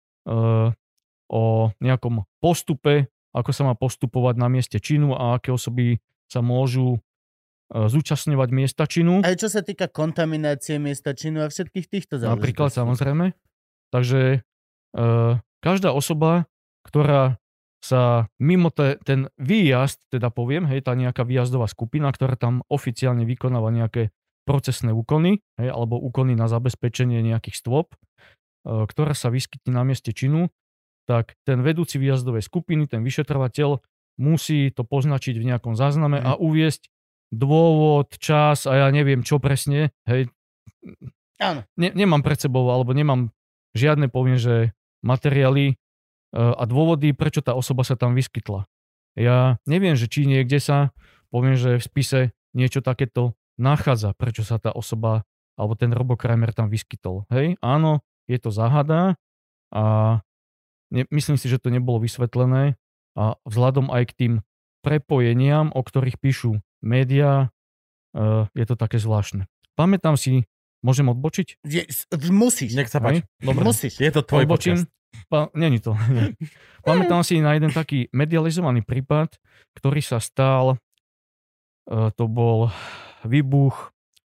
o nejakom postupe, ako sa má postupovať na mieste činu a aké osoby sa môžu zúčastňovať miesta činu. Aj čo sa týka kontaminácie miesta činu a všetkých týchto záležitostí. Napríklad, samozrejme. Takže každá osoba, ktorá sa mimo ten výjazd, teda poviem, hej, tá nejaká výjazdová skupina, ktorá tam oficiálne vykonáva nejaké procesné úkony, hej, alebo úkony na zabezpečenie nejakých stôp, ktorá sa vyskytne na mieste činu, tak ten vedúci výjazdovej skupiny, ten vyšetrovateľ, musí to poznačiť v nejakom zázname a uviesť dôvod, čas a ja neviem čo presne. Hej. Áno. Nemám pred sebou, alebo nemám žiadne, poviem, že materiály a dôvody, prečo tá osoba sa tam vyskytla. Ja neviem, že či niekde sa, poviem, že v spise niečo takéto nachádza, prečo sa tá osoba alebo ten robokrajmer tam vyskytol. Hej, áno, je to záhada a myslím si, že to nebolo vysvetlené. A vzhľadom aj k tým prepojeniam, o ktorých píšu médiá, je to také zvláštne. Pamätám si, môžem odbočiť? Musíš. Nech sa páči. Dobre. Musíš. Je to tvoj podcast. Není to. Nie. Pamätám si na jeden taký medializovaný prípad, ktorý sa stal, to bol výbuch,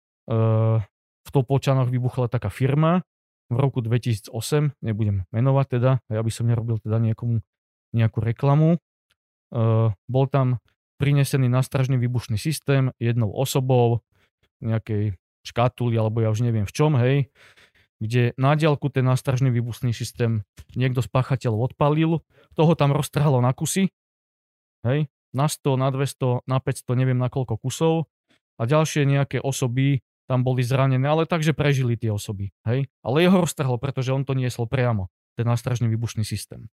v Topolčanoch vybuchla taká firma v roku 2008, nebudem menovať teda, ja by som nerobil teda niekomu nejakú reklamu. Bol tam prinesený nástražný výbušný systém jednou osobou v nejakej škatuli, alebo ja už neviem v čom, hej, kde na diaľku ten nástražný výbušný systém niekto z páchateľov odpálil, toho tam roztrhalo na kusy, hej, na 100, na 200, na 500, neviem na koľko kusov a ďalšie nejaké osoby tam boli zranené, ale takže prežili tie osoby, hej, ale jeho roztrhlo, pretože on to niesol priamo, ten nástražný výbušný systém.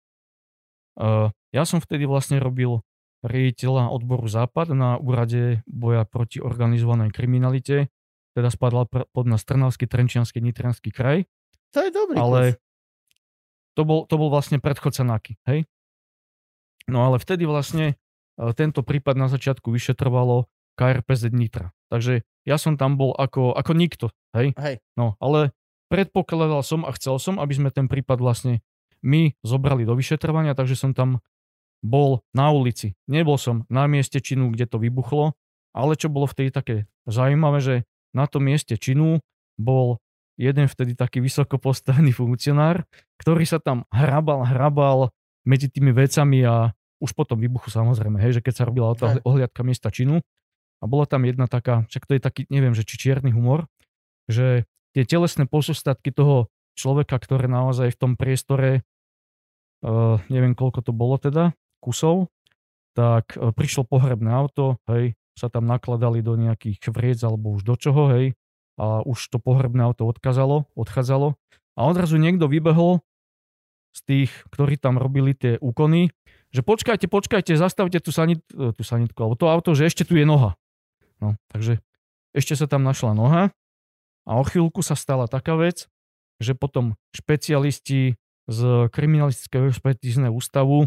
Ja som vtedy vlastne robil riaditeľa odboru Západ na úrade boja proti organizovanej kriminalite, teda spadal pod nás Trnavský, Trenčiansky, Nitriansky kraj. To je dobrý ale to bol vlastne predchodca NAKY, hej? No ale vtedy vlastne tento prípad na začiatku vyšetrovalo KRPZ Nitra. Takže ja som tam bol ako nikto, hej? No ale predpokladal som a chcel som, aby sme ten prípad vlastne my zobrali do vyšetrovania, takže som tam bol na ulici. Nebol som na mieste činu, kde to vybuchlo, ale čo bolo vtedy také zaujímavé, že na tom mieste činu bol jeden vtedy taký vysoko postavený funkcionár, ktorý sa tam hrabal medzi tými vecami a už potom vybuchu samozrejme, hej, že keď sa robila tá ohliadka miesta činu a bola tam jedna taká, však to je taký, neviem, že či čierny humor, že tie telesné pozostatky toho človeka, ktoré naozaj v tom priestore, neviem koľko to bolo teda, kusov, tak prišlo pohrebné auto, hej, sa tam nakladali do nejakých vriec alebo už do čoho, hej, a už to pohrebné auto odchádzalo a odrazu niekto vybehol z tých, ktorí tam robili tie úkony, že počkajte, zastavte tú sanitku, alebo to auto, že ešte tu je noha. No, takže ešte sa tam našla noha a o chvíľku sa stala taká vec, že potom špecialisti z kriminalistického expertízneho ústavu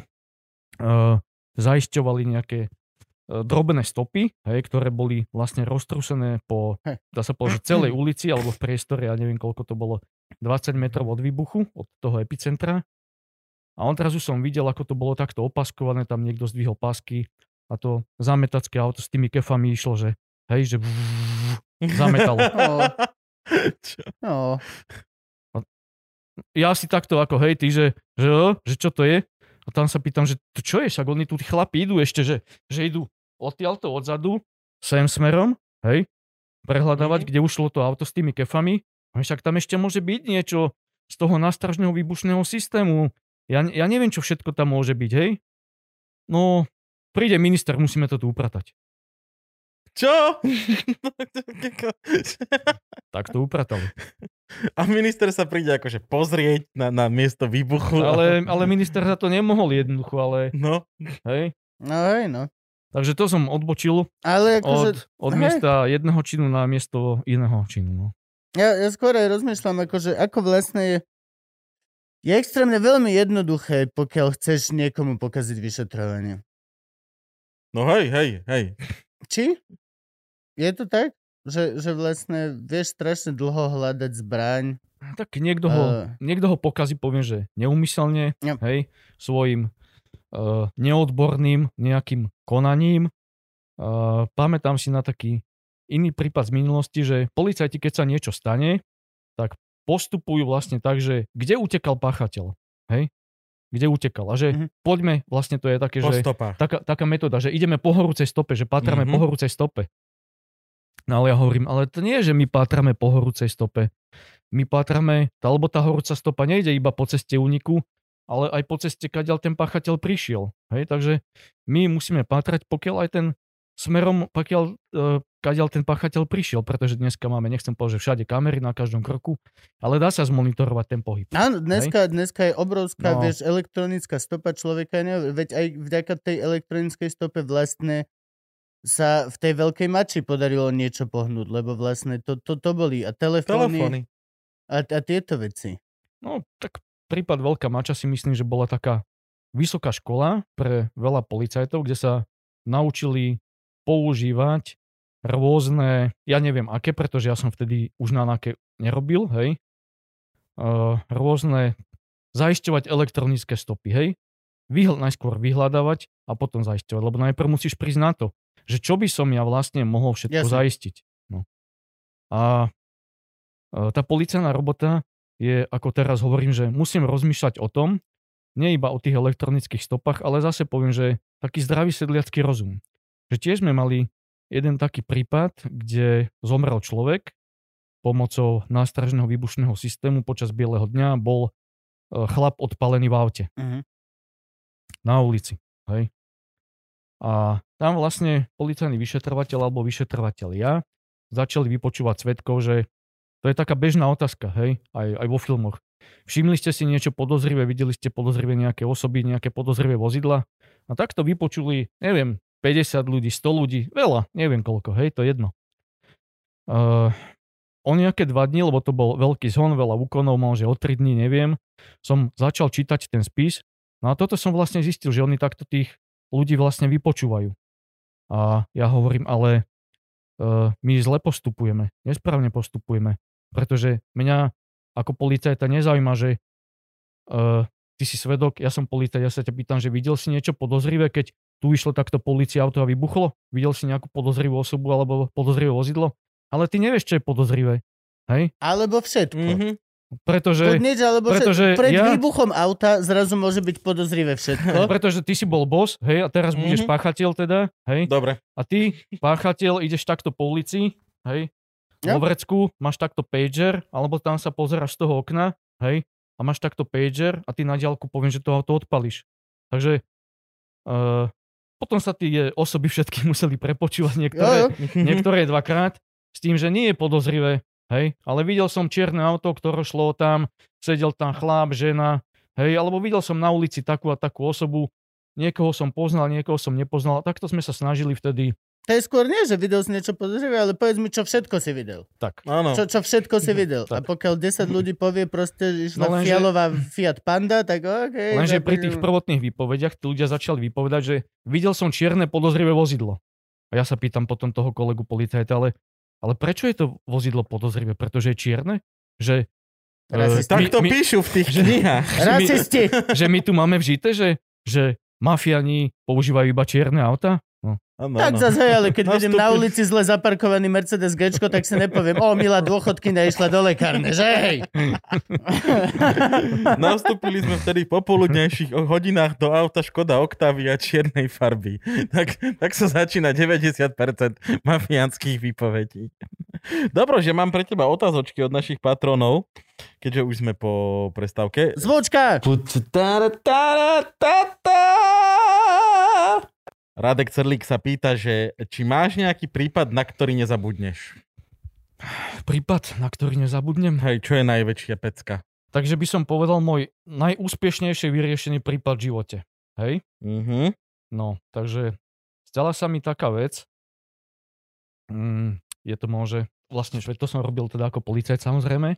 zaisťovali nejaké drobné stopy, hej, ktoré boli vlastne roztrúsené po, dá sa povedať, celej ulici alebo v priestore, ja neviem koľko to bolo, 20 metrov od výbuchu, od toho epicentra. A odrazu som videl, ako to bolo takto opaskované, tam niekto zdvihol pásky a to zametacké auto s tými kefami išlo, že hej, že zametalo. Ja si takto ako hej, ty, že čo to je? A tam sa pýtam, že to čo je? Však oni tu tí chlapi idú ešte, že idú odtiaľto odzadu, sem smerom, hej, prehľadávať, kde ušlo to auto s tými kefami. A však tam ešte môže byť niečo z toho nástražného výbušného systému. Ja neviem, čo všetko tam môže byť, hej. No, príde minister, musíme to tu upratať. Čo? Tak to upratali. A minister sa príde akože pozrieť na miesto výbuchu. Ale minister za to nemohol jednoducho, ale... No. Hej? No hej, no. Takže to som odbočil ale akože, od miesta jedného činu na miesto iného činu. No. Ja skôr aj rozmýšľam, akože, ako vlastne je extrémne veľmi jednoduché, pokiaľ chceš niekomu pokaziť vyšetrovanie. No hej. Či? Je to tak? Že vlastne vieš strašne dlho hľadať zbraň. Tak niekto ho pokazí, poviem, že neúmyselne, hej, svojim neodborným nejakým konaním. Pamätám si na taký iný prípad z minulosti, že policajti, keď sa niečo stane, tak postupujú vlastne tak, že kde utekal páchateľ, hej? Kde utekal. A že poďme, vlastne to je také, po že taká metóda, že ideme po horúcej stope, že pátrame po horúcej stope. No ale ja hovorím, ale to nie je, že my pátrame po horúcej stope. My pátrame, lebo tá horúca stopa nejde iba po ceste úniku, ale aj po ceste, kadiaľ ten páchateľ prišiel. Hej? Takže my musíme pátrať, pokiaľ aj ten smerom, kadiaľ ten páchateľ prišiel, pretože dneska máme, nechcem povedať, že všade kamery na každom kroku, ale dá sa zmonitorovať ten pohyb. Áno, dneska je obrovská, vieš, elektronická stopa človeka, veď aj vďaka tej elektronickej stope vlastne sa v tej veľkej mači podarilo niečo pohnúť, lebo vlastne to boli a telefóny. A tieto veci. No, tak prípad Veľká mača si myslím, že bola taká vysoká škola pre veľa policajtov, kde sa naučili používať rôzne, ja neviem aké, pretože ja som vtedy už na aké nerobil, hej, rôzne zaisťovať elektronické stopy, hej, najskôr vyhľadávať a potom zaisťovať, lebo najprv musíš prísť na to, že čo by som ja vlastne mohol všetko zaistiť. No. A tá policajná robota je, ako teraz hovorím, že musím rozmýšľať o tom, nie iba o tých elektronických stopách, ale zase poviem, že taký zdravý sedliacky rozum. Že tiež sme mali jeden taký prípad, kde zomrel človek pomocou nástražného výbušného systému počas bieleho dňa, bol chlap odpalený v aute. Na ulici. Hej. A tam vlastne policajný vyšetrovateľ alebo vyšetrovatelia začali vypočúvať svedkov, že to je taká bežná otázka, hej, aj vo filmoch. Všimli ste si niečo podozrivé, videli ste podozrivé nejaké osoby, nejaké podozrivé vozidla a takto vypočuli, neviem, 50 ľudí, 100 ľudí, veľa, neviem koľko, hej, to jedno. O nejaké 2 dni, lebo to bol veľký zhon, veľa úkonov, možno o 3 dní, neviem, som začal čítať ten spis, no a toto som vlastne zistil, že oni takto tých ľudí vlastne vypočúvajú. A ja hovorím, ale my zle postupujeme, nesprávne postupujeme, pretože mňa ako policajta nezaujíma, že ty si svedok, ja som policajt, ja sa ťa pýtam, že videl si niečo podozrivé, keď tu išlo takto polícia auto a vybuchlo? Videl si nejakú podozrivú osobu alebo podozrivé vozidlo? Ale ty nevieš, čo je podozrivé. Hej? Alebo všetko. Pretože pred výbuchom auta zrazu môže byť podozrivé všetko. Pretože ty si bol boss, hej, a teraz budeš páchateľ teda, hej. Dobre. A ty, páchateľ, ideš takto po ulici, hej, vo vrecku, máš takto pager, alebo tam sa pozeráš z toho okna, hej, a máš takto pager a ty na diaľku poviem, že to auto odpališ. Takže potom sa tie osoby všetky museli prepočúvať, niektoré 2-krát, s tým, že nie je podozrivé. Hej, ale videl som čierne auto, ktoré šlo tam, sedel tam chlap, žena, hej, alebo videl som na ulici takú a takú osobu, niekoho som poznal, niekoho som nepoznal, takto sme sa snažili vtedy. To je skôr nie, že videl si niečo podozrivé, ale povedz mi, čo všetko si videl. Tak. Áno. Čo všetko si videl. Tak. A pokiaľ 10 ľudí povie proste, že išla fialová Fiat Panda, tak okej. Lenže pri tých prvotných výpovediach tí ľudia začali vypovedať, že videl som čierne podozrivé vozidlo. A ja sa pýtam potom toho kolegu policajta, ale prečo je to vozidlo podozrivé? Pretože je čierne? Že tak to píšu v tých knihách. Rasisti. Že my tu máme vžité, že mafiani používajú iba čierne auta? No. Tak zase, ale keď vidím na ulici zle zaparkovaný Mercedes G-čko, tak si nepoviem, milá dôchodkyňa išla do lekárne, že hej? Nastúpili sme vtedy v popoludnejších hodinách do auta Škoda Octavia čiernej farby. Tak sa začína 90% mafiánskych výpovedí. Dobro, že mám pre teba otázočky od našich patronov, keďže už sme po prestávke. Zvučka! Radek Crlík sa pýta, že či máš nejaký prípad, na ktorý nezabudneš? Prípad, na ktorý nezabudnem? Hej, čo je najväčšia pecka? Takže by som povedal môj najúspešnejšie vyriešený prípad v živote. Hej? Mhm. No, takže stala sa mi taká vec, je to môže, vlastne to som robil teda ako policajt samozrejme,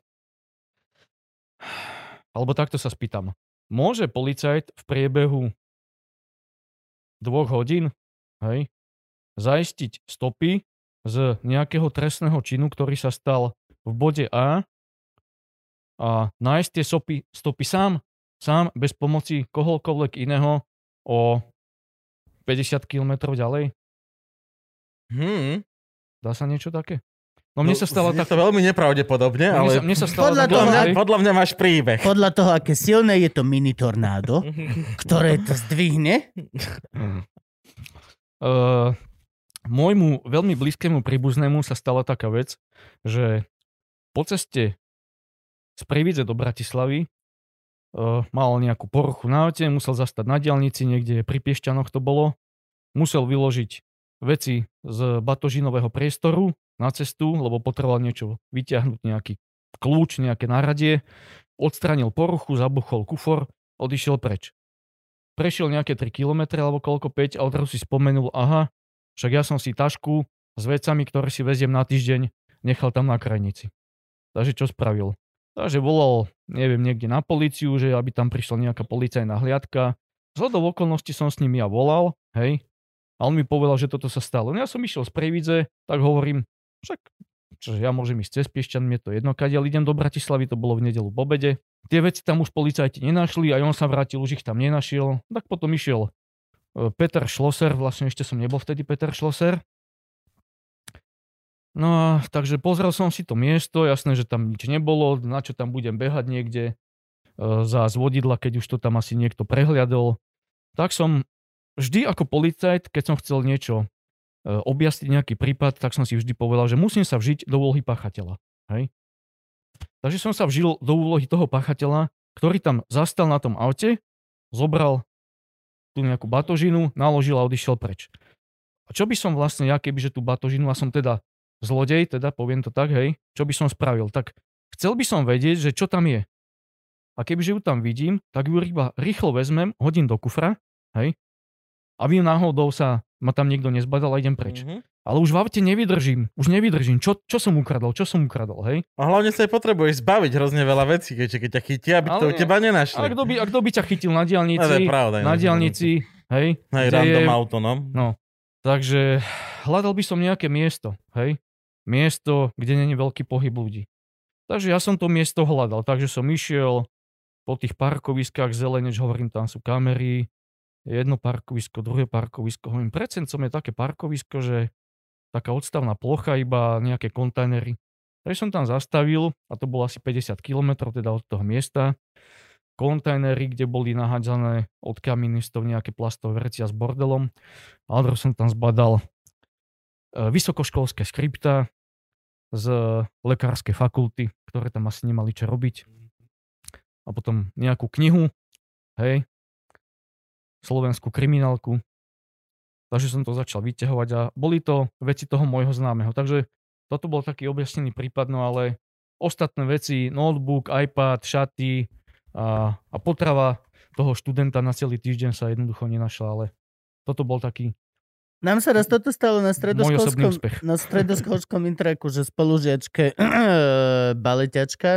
alebo takto sa spýtam. Môže policajt v priebehu 2 hodín, hej, zaistiť stopy z nejakého trestného činu, ktorý sa stal v bode A nájsť tie stopy sám bez pomoci kohokoľvek iného o 50 km ďalej? Dá sa niečo také? No mne sa stalo tak... to veľmi nepravdepodobne, ale mne sa stalo podľa mňa máš príbeh. Podľa toho, aké silné je to mini tornádo, ktoré to zdvihne. Môjmu veľmi blízkému príbuznému sa stala taká vec, že po ceste z Prievidze do Bratislavy mal nejakú poruchu na aute, musel zastať na diaľnici, niekde pri Piešťanoch to bolo, musel vyložiť veci z batožinového priestoru na cestu, lebo potreboval niečo vyťahnuť, nejaký kľúč, nejaké náradie, odstranil poruchu, zabuchol kufor, odišiel preč. Prešiel nejaké 3 km alebo koľko, 5 a odrazu si spomenul, však ja som si tašku s vecami, ktoré si veziem na týždeň, nechal tam na krajnici. Takže čo spravil? Takže volal, neviem, niekde na políciu, že aby tam prišla nejaká policajná hliadka. Zhodou okolností som s ním ja volal, hej, a on mi povedal, že toto sa stalo. No ja som išiel z Prievidze, tak hovorím, však ja môžem ísť cez Piešťan, mne to jedno, kadiaľ idem do Bratislavy, to bolo v nedeľu po obede. Tie veci tam už policajti nenašli, aj on sa vrátil, už ich tam nenašiel. Tak potom išiel Peter Schlosser, vlastne ešte som nebol vtedy Peter Schlosser. No a takže pozrel som si to miesto, jasné, že tam nič nebolo, na čo tam budem behať niekde za vodidla, keď už to tam asi niekto prehliadol. Tak som vždy ako policajt, keď som chcel niečo objasniť nejaký prípad, tak som si vždy povedal, že musím sa vžiť do úlohy páchateľa. Hej? Takže som sa vžil do úlohy toho páchateľa, ktorý tam zastal na tom aute, zobral tú nejakú batožinu, naložil a odišiel preč. A čo by som vlastne ja, kebyže tú batožinu, a som teda zlodej, teda poviem to tak, hej, čo by som spravil? Tak chcel by som vedieť, že čo tam je. A kebyže ju tam vidím, tak ju iba rýchlo vezmem, hodím do kufra, hej, aby náhodou ma tam niekto nezbadal a idem preč. Ale už v aute nevydržím. Čo som ukradol, hej? A hlavne sa aj potrebuješ zbaviť hrozne veľa vecí, keď ťa chytia, aby to u teba nenašli. A kto by ťa chytil na diaľnici, hej? Hej, random auto, no. No, takže hľadal by som nejaké miesto, hej? Miesto, kde nie je veľký pohyb ľudí. Takže ja som to miesto hľadal, takže som išiel po tých parkoviskách Zeleneč, hovorím, tam sú kamery, jedno parkovisko, druhé parkovisko, hovorím, pred Sencom je také parkovisko, že taká odstavná plocha, iba nejaké kontajnery. Takže som tam zastavil, a to bolo asi 50 km teda od toho miesta, kontajnery, kde boli nahádzané od kaministov nejaké plastové vrecia s bordelom, a som tam zbadal vysokoškolské skriptá z lekárskej fakulty, ktoré tam asi nemali čo robiť. A potom nejakú knihu, hej, slovenskú kriminálku. Takže som to začal vyťahovať a boli to veci toho môjho známeho. Takže toto bol taký objasnený prípad, no ale ostatné veci, notebook, iPad, šaty a potrava toho študenta na celý týždeň sa jednoducho nenašla, ale toto bol taký Nám sa raz toto stalo na stredoškolskom intraku, že spolužiačke baletiačka,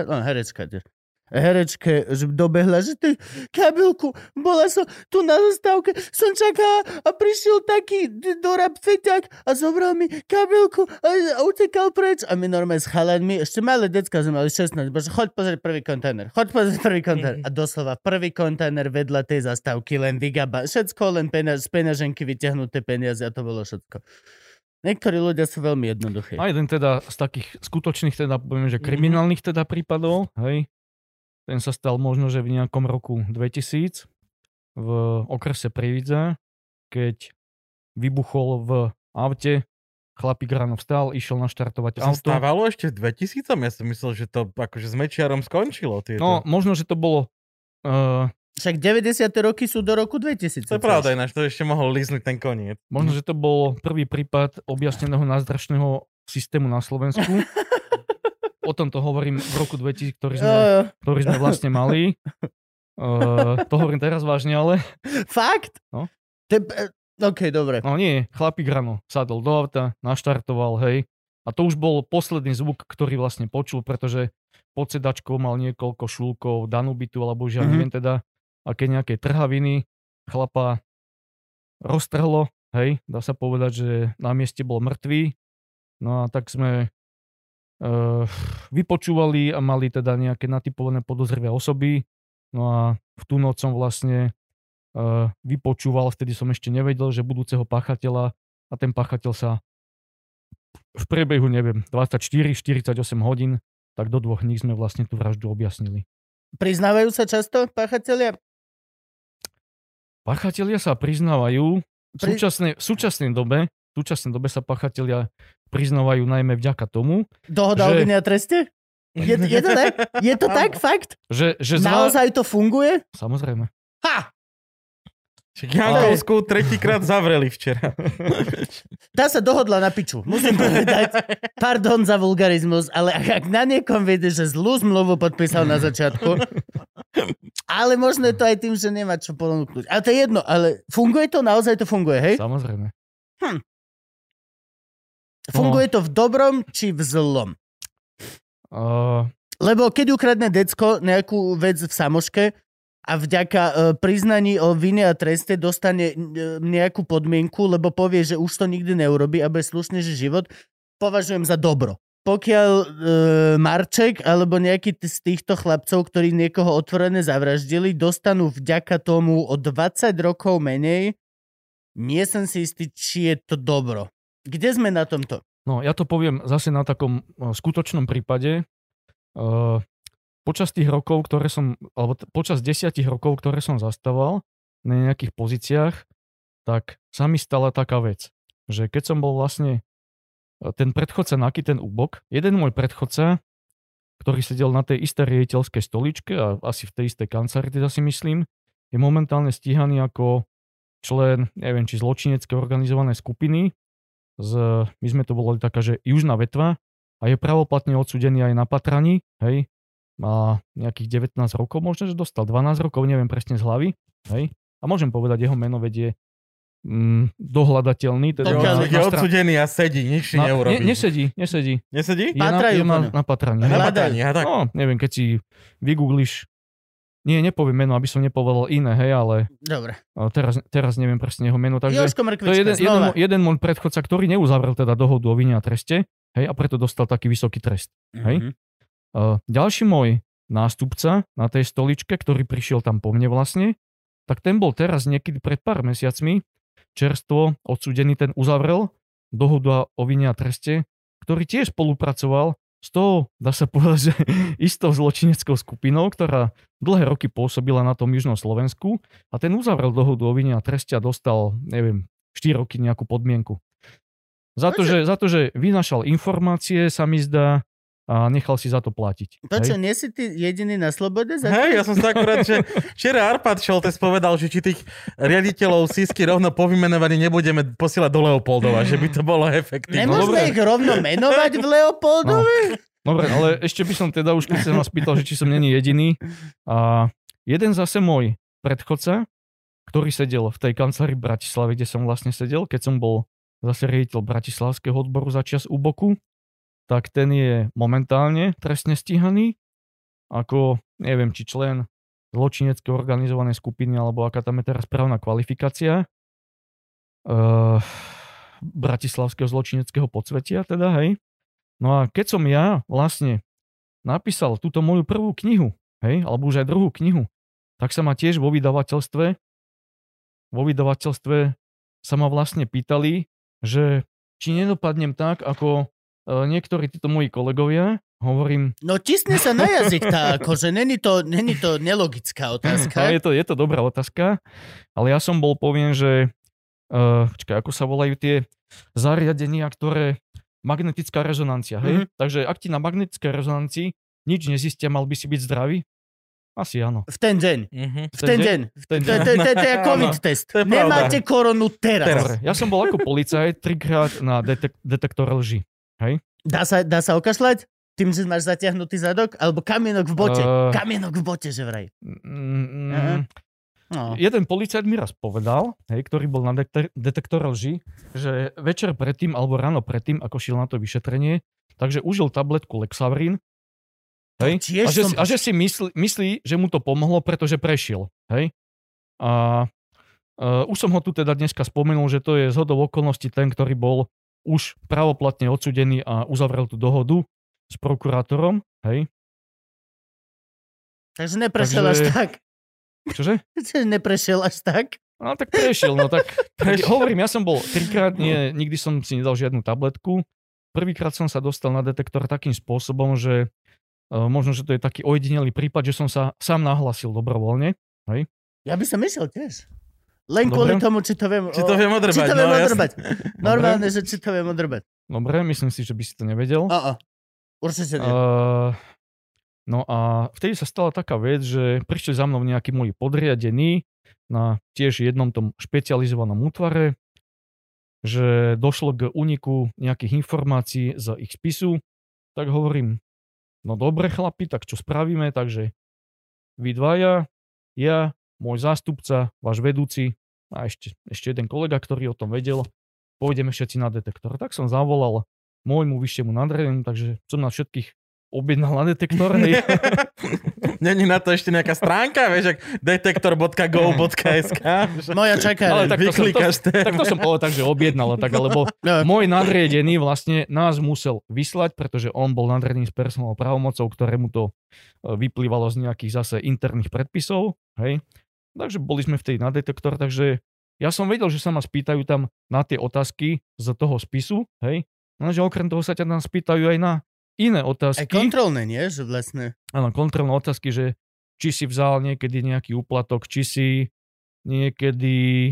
herečke, že dobehla, že ty kabelku, bola som tu na zastávke, som čakala a prišiel taký dorab feťak a zobral mi kabelku a utekal preč. A my normálne s chalanmi, ešte malé decka sme mali 16, bože, choď pozrieť prvý kontajner. A doslova prvý kontajner vedľa tej zastávky, len vygaba, všetko len z peňaženky vyťahnuté peniaze a to bolo všetko. Niektorí ľudia sú veľmi jednoduchí. A jeden teda z takých skutočných, teda poviem, že kriminálnych teda prípadov, hej, ten sa stal možno, že v nejakom roku 2000 v okrese Prievidza, keď vybuchol v aute, chlapík ráno vstal, išiel naštartovať auto. To stávalo ešte v 2000? Ja som myslel, že to akože s Mečiarom skončilo. No, možno, že to bolo... Však 90. roky sú do roku 2000. To je pravda, ináč to ešte mohol líznúť ten koniec. Možno, že to bol prvý prípad objasneného názdračného systému na Slovensku. O tomto hovorím v roku 2000, ktorý sme vlastne mali. To hovorím teraz vážne, ale... Fakt? No. OK, dobre. No nie, chlapík ráno sadol do auta, naštartoval, hej. A to už bol posledný zvuk, ktorý vlastne počul, pretože pod sedačkou mal niekoľko šľúkov, danubitu, alebo už ja neviem teda, aké nejaké trhaviny. Chlapa roztrhlo, hej, dá sa povedať, že na mieste bol mŕtvý. No a tak sme vypočúvali a mali teda nejaké natypované podozrivé osoby. No a v tú noc som vlastne vypočúval, vtedy som ešte nevedel, že budúceho páchateľa a ten páchateľ sa v priebehu, neviem, 24-48 hodín, tak do 2 dní sme vlastne tú vraždu objasnili. Priznávajú sa často páchatelia? Páchatelia sa priznávajú. V súčasnej dobe sa páchatelia priznávajú najmä vďaka tomu, dohoda o vine a treste? Je to tak? Je to tak? Fakt? Naozaj to funguje? Samozrejme. Ha! Jankovskú tretíkrát zavreli včera. Tá sa dohodla na piču. Musím povedať, pardon za vulgarizmus, ale ak na niekom viete, že zlú zmluvu podpísal na začiatku, ale možno je to aj tým, že nemá čo ponúknuť. Ale to je jedno, ale funguje to? Naozaj to funguje, hej? Samozrejme. Funguje to v dobrom či v zlom? Lebo keď ukradne decko nejakú vec v samoške a vďaka priznaní o vine a treste dostane nejakú podmienku, lebo povie, že už to nikdy neurobí a bude slušný život, považujem za dobro. Pokiaľ Marček alebo nejaký z týchto chlapcov, ktorí niekoho otvorené zavraždili, dostanú vďaka tomu o 20 rokov menej, nie som si istý, či je to dobro. Kde sme na tomto? No, ja to poviem zase na takom skutočnom prípade. Počas tých rokov, počas 10 rokov, ktoré som zastával na nejakých pozíciách, tak sa mi stala taká vec, že keď som bol vlastne ten predchodca na ten úbok, jeden môj predchodca, ktorý sedel na tej istej riaditeľskej stoličke a asi v tej istej kancelárii, teda si myslím, je momentálne stíhaný ako člen, neviem, či zločineckej organizovanej skupiny. My sme to volali taká, že južná vetva a je pravoplatne odsúdený aj na patraní, hej. Má nejakých 19 rokov, možno, že dostal 12 rokov, neviem presne z hlavy, hej. A môžem povedať, jeho meno vedie dohľadateľný. Teda je odsúdený a sedí, nič si neurobí. Nesedí. Nesedí? Je na patraní. Na patraní, tak. No, neviem, keď si vygoogliš, nepoviem meno, aby som nepovedal iné, hej, ale dobre. Teraz neviem presne jeho meno. Takže Jožko to je jeden môj predchodca, ktorý neuzavrel teda dohodu o vine a treste, hej, a preto dostal taký vysoký trest. Hej. Ďalší môj nástupca na tej stoličke, ktorý prišiel tam po mne vlastne, tak ten bol teraz niekedy pred pár mesiacmi čerstvo odsúdený, ten uzavrel dohodu o vine a treste, ktorý tiež spolupracoval s tou, dá sa povedať, že istou zločineckou skupinou, ktorá dlhé roky pôsobila na tom južnom Slovensku a ten uzavrel dohodu o vine a treste a dostal, neviem, 4 roky nejakú podmienku. Za to, že vynašal informácie, sa mi zdá, a nechal si za to platiť. Počo, nie si ty jediný na slobode? Hej, ja som sa akurát, že včera Arpad Šoltes povedal, že či tých riaditeľov Sisky rovno povymenovaní nebudeme posielať do Leopoldova, že by to bolo efektívne. Nemôžeme ich rovno menovať v Leopoldovi? No. Dobre, ale ešte by som teda už, keď sa ma spýtal, že či som není jediný. A jeden zase môj predchodca, ktorý sedel v tej kancelárii v Bratislave, kde som vlastne sedel, keď som bol zase riaditeľ Bratislavského odboru za čas UBOKu, tak ten je momentálne trestne stíhaný ako, neviem, či člen zločineckej organizovanej skupiny, alebo aká tam je teraz správna kvalifikácia bratislavského zločineckého podsvetia, teda, hej. No a keď som ja vlastne napísal túto moju prvú knihu, hej, alebo už aj druhú knihu, tak sa ma tiež vo vydavateľstve sa ma vlastne pýtali, že či nedopadnem tak, ako niektorí títo moji kolegovia, hovorím... No tisne sa na jazyk tá, akože není to nelogická otázka. No, je to dobrá otázka, ale ja som poviem, že ako sa volajú tie zariadenia, ktoré... Magnetická rezonancia, hej? Takže ak ti na magnetickej rezonancii nič nezistia, mal by si byť zdravý? Asi áno. V ten deň. V ten deň. To je COVID test. Nemáte koronu teraz. Dobre, ja som bol ako policajt 3-krát na detektor lži. Hej? Dá sa okašľať? Tým, že máš zatiahnutý zadok? Alebo kamienok v bote? Kamienok v bote, že vraj. No. Jeden policajt mi raz povedal, ktorý bol na detektore lži, že večer predtým alebo ráno predtým, ako šiel na to vyšetrenie, takže užil tabletku Lexavrin. Hej? A že si myslí, že mu to pomohlo, pretože prešiel. Hej? A už som ho tu teda dneska spomenul, že to je zhodou okolností ten, ktorý bol už pravoplatne odsúdený a uzavrel tú dohodu s prokurátorom. Hej? Takže neprešiel až tak. Čože? Neprešiel až tak. No tak prešiel, no tak hovorím, ja som bol 3-krát, nikdy som si nedal žiadnu tabletku. Prvýkrát som sa dostal na detektor takým spôsobom, že možno, že to je taký ojedinelý prípad, že som sa sám nahlasil dobrovoľne. Hej? Ja by som išiel tiež. Len kvôli tomu, či to viem odrbať. Normálne, že či to viem odrbať. Dobre, myslím si, že by si to nevedel. Určite nie. No a vtedy sa stala taká vec, že prišli za mnou nejakí moji podriadení na tiež jednom tom špecializovanom útvare, že došlo k úniku nejakých informácií z ich spisu, tak hovorím, no dobre chlapi, tak čo spravíme, takže vy dvaja, ja, môj zástupca, váš vedúci a ešte jeden kolega, ktorý o tom vedel, pôjdeme všetci na detektor. Tak som zavolal môjmu vyššiemu nadriadenemu, takže som na všetkých objednal na detektor. Není na to ešte nejaká stránka, vieš, detektor.go.sk. Moja čaká. Ale tak to som povedal tak, že objednal, tak, lebo môj nadriedený vlastne nás musel vyslať, pretože on bol nadriedený s personálnou právomocou, ktorému to vyplývalo z nejakých zase interných predpisov. Hej. Takže boli sme vtedy na detektor, takže ja som vedel, že sa ma spýtajú tam na tie otázky z toho spisu, hej. Lenže okrem toho sa ťa tam spýtajú aj na iné otázky. Aj kontrolné, nie? Že vlastne. Áno, kontrolné otázky, že či si vzal niekedy nejaký úplatok, či si niekedy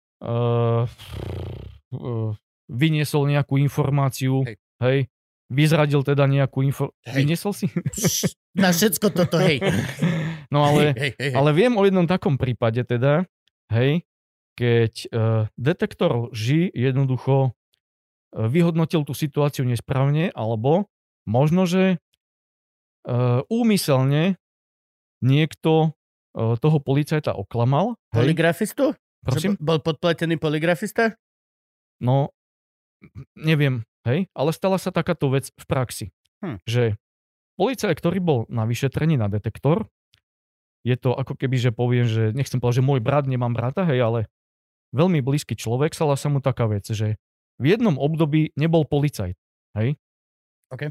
vyniesol nejakú informáciu, hej. Vyzradil teda nejakú vyniesol si? Na všetko toto, hej. No ale viem o jednom takom prípade teda, hej, keď detektor lži jednoducho vyhodnotil tú situáciu nesprávne, alebo možno, že úmyselne niekto toho policajta oklamal. Poligrafistu? Prosím? Bol podplatený poligrafista? No, neviem, hej, ale stala sa takáto vec v praxi. Že policajt, ktorý bol na vyšetrení na detektor, je to ako keby, že poviem, že nechcem povedať, že môj brat, nemám brata, hej, ale veľmi blízky človek, stala sa mu taká vec, že v jednom období nebol policajt, hej. OK.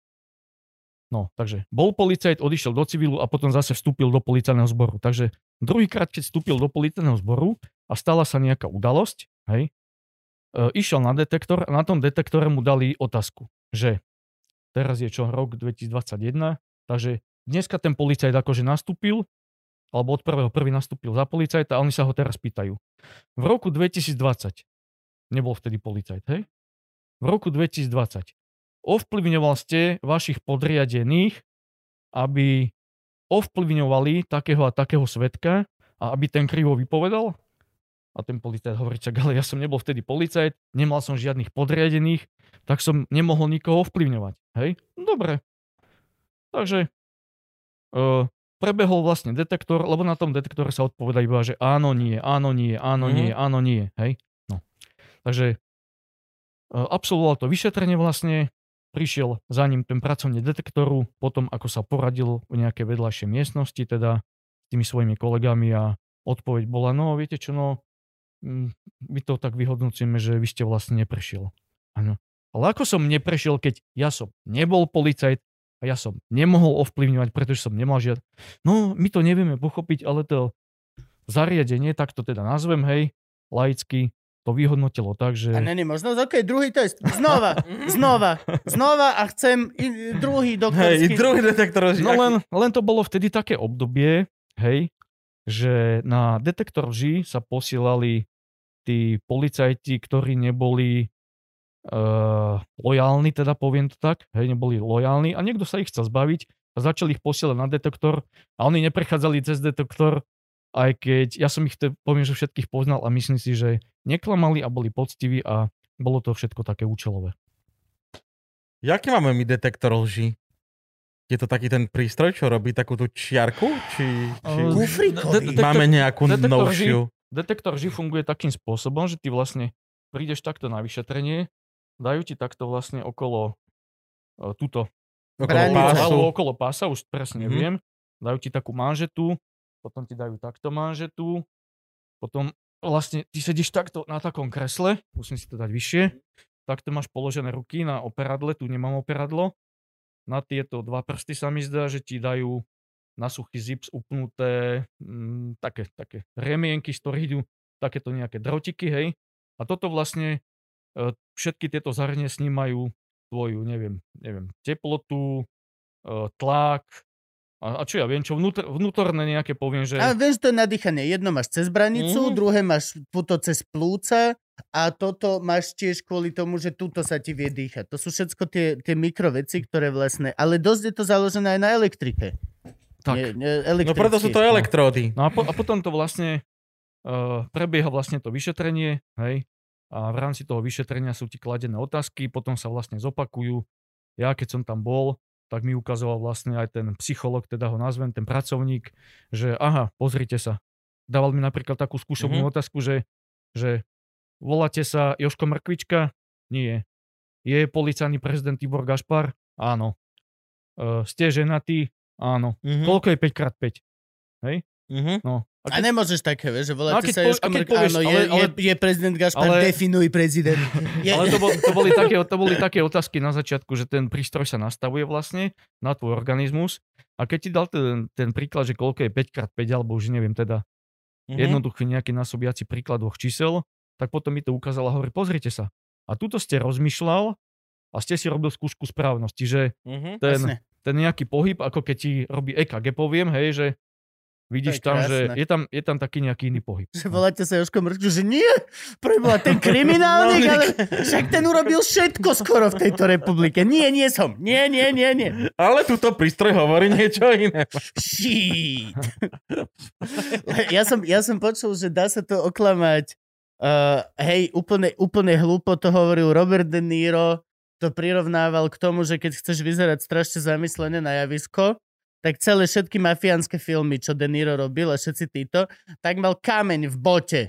No, takže bol policajt, odišiel do civilu a potom zase vstúpil do policajného zboru. Takže druhýkrát, keď vstúpil do policajného zboru a stala sa nejaká udalosť, hej, išiel na detektor a na tom detektore mu dali otázku, že teraz je čo, rok 2021, takže dneska ten policajt akože nastúpil, alebo od 1.1. nastúpil za policajta a oni sa ho teraz pýtajú. V roku 2020, nebol vtedy policajt, hej? V roku 2020 ovplyvňoval ste vašich podriadených, aby ovplyvňovali takého a takého svedka a aby ten krivo vypovedal? A ten policajt hovorí, čak, ale ja som nebol vtedy policajt, nemal som žiadnych podriadených, tak som nemohol nikoho ovplyvňovať. Hej? Dobre. Takže prebehol vlastne detektor, lebo na tom detektore sa odpovedá iba, že áno, nie, áno, nie, áno, nie, áno, nie. Hej? No. Takže absolvoval to vyšetrenie vlastne, prišiel za ním ten pracovník detektoru, potom ako sa poradil v nejakej vedľajšej miestnosti, teda s tými svojimi kolegami a odpoveď bola, no viete čo, no my to tak vyhodnocujeme, že vy ste vlastne neprešiel. Áno. Ale ako som neprešiel, keď ja som nebol policajt a ja som nemohol ovplyvňovať, pretože som nemal žiadne. No my to nevieme pochopiť, ale to zariadenie, tak to teda nazvem, hej, laicky, to vyhodnotilo tak, že... A není možnosť? OK, druhý test. Znova a chcem druhý doktorský. Hej, druhý detektor. No len to bolo vtedy také obdobie, hej, že na detektor lži sa posielali tí policajti, ktorí neboli lojálni, teda poviem to tak, hej, neboli lojálni a niekto sa ich chcel zbaviť a začali ich posielať na detektor a oni neprechádzali cez detektor, aj keď ja som ich poviem, že všetkých poznal a myslím si, že neklamali a boli poctiví a bolo to všetko také účelové. Jaký máme my detektor lži? Je to taký ten prístroj, čo robí takú tú čiarku? Či máme nejakú novšiu? Detektor lži funguje takým spôsobom, že ty vlastne prídeš takto na vyšetrenie, dajú ti takto vlastne okolo okolo pása, už presne neviem, dajú ti takú manžetu, potom ti dajú takto manžetu, potom vlastne ty sedíš takto na takom kresle, musím si to dať vyššie, takto máš položené ruky na operadle, tu nemám operadlo, na tieto dva prsty sa mi zdá, že ti dajú na suchý zips upnuté také remienky, z ktorých idú takéto nejaké drotiky, hej. A toto vlastne, všetky tieto zariadenia snímajú tvoju, neviem, teplotu, tlak, a čo ja viem, čo vnútorné nejaké poviem, že... A vieš, to je nadýchanie. Jedno máš cez branicu, druhé máš puto cez plúca a toto máš tiež kvôli tomu, že tuto sa ti vie dýchať. To sú všetko tie mikroveci, ktoré vlastne... Ale dosť je to založené aj na elektrike. Tak. No preto sú to elektródy. No a potom to vlastne prebieha vlastne to vyšetrenie, hej, a v rámci toho vyšetrenia sú ti kladené otázky, potom sa vlastne zopakujú. Ja, keď som tam bol, tak mi ukazoval vlastne aj ten psycholog, teda ho nazvem, ten pracovník, že aha, pozrite sa. Dával mi napríklad takú skúšobnú otázku, že voláte sa Jožko Mrkvička? Nie. Je policajný prezident Tibor Gašpar? Áno. Ste ženatí? Áno. Koľko je 5x5? Hej? No. A nemôžeš také, vieš, že voláte sa Jožko Mrkvička? Áno, je prezident Gašpar, definuj prezident. Ale to boli také otázky na začiatku, že ten prístroj sa nastavuje vlastne na tvoj organizmus a keď ti dal ten príklad, že koľko je 5x5, alebo už neviem teda jednoduchý nejaký násobiaci príklad dvoch čísel, tak potom mi to ukázala a hovorí, pozrite sa. A tuto ste rozmýšľal a ste si robil skúšku správnosti, že ten nejaký pohyb, ako keď ti robí EKG, poviem, hej, že vidíš tam, že je tam taký nejaký iný pohyb. Že voláte sa Jožko Mrkvička, že nie, preboha, ten kriminálnik, ale však ten urobil všetko skoro v tejto republike. Nie som. Nie. Ale túto prístroj hovorí niečo iné. Shit. Ja som počul, že dá sa to oklamať. Hej, úplne hlúpo to hovoril Robert De Niro, to prirovnával k tomu, že keď chceš vyzerať strašne zamyslené na javisko, tak celé všetky mafiánske filmy, čo De Niro robil a všetci títo, tak mal kameň v bote.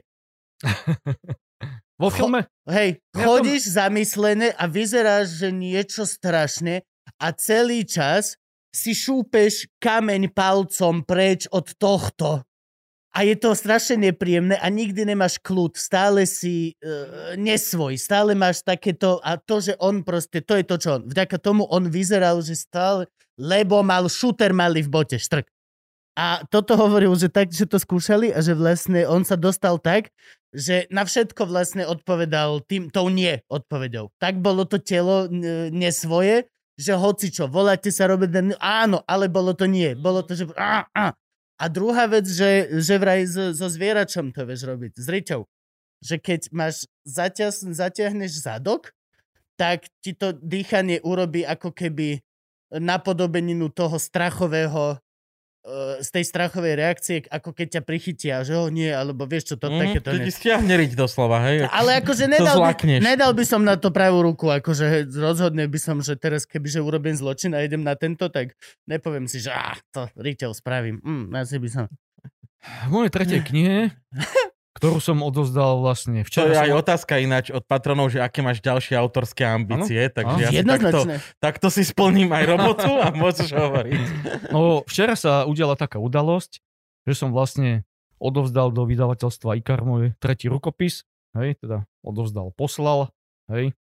Vo filme? Hej, chodíš zamyslené a vyzeráš, že niečo strašné a celý čas si šúpeš kameň palcom preč od tohto. A je to strašne nepríjemné a nikdy nemáš kľud. Stále si nesvoj. Stále máš takéto... A to, že on proste... To je to, čo on... Vďaka tomu on vyzeral, že stále... Lebo mal šúter mali v bote. Štrk. A toto hovoril, že tak, že to skúšali a že vlastne on sa dostal tak, že na všetko vlastne odpovedal tou nie odpovedou. Tak bolo to telo nesvoje, že hocičo, voláte sa robiť... Áno, ale bolo to nie. Bolo to, že... A druhá vec, že vraj so zvieračom to vieš robiť, s riťou. Že keď máš zatiahneš zadok, tak ti to dýchanie urobí ako keby napodobeninu toho strachového, z tej strachovej reakcie, ako keď ťa prichytia, že nie, alebo vieš čo, to takéto nie. To ti stiahne riť doslova, hej? Ale akože nedal by som na to pravú ruku, akože rozhodne by som, že teraz kebyže urobím zločin a idem na tento, tak nepoviem si, že to riťou spravím. Asi by som. V mojej tretej knihe, ktorú som odozdal vlastne včera. To je aj otázka ináč od patronov, že aké máš ďalšie autorské ambície, takže ja si takto si splním aj robotu a môžeš hovoriť. No, včera sa udiala taká udalosť, že som vlastne odovzdal do vydavateľstva IKAR môj tretí rukopis, hej, teda poslal, hej.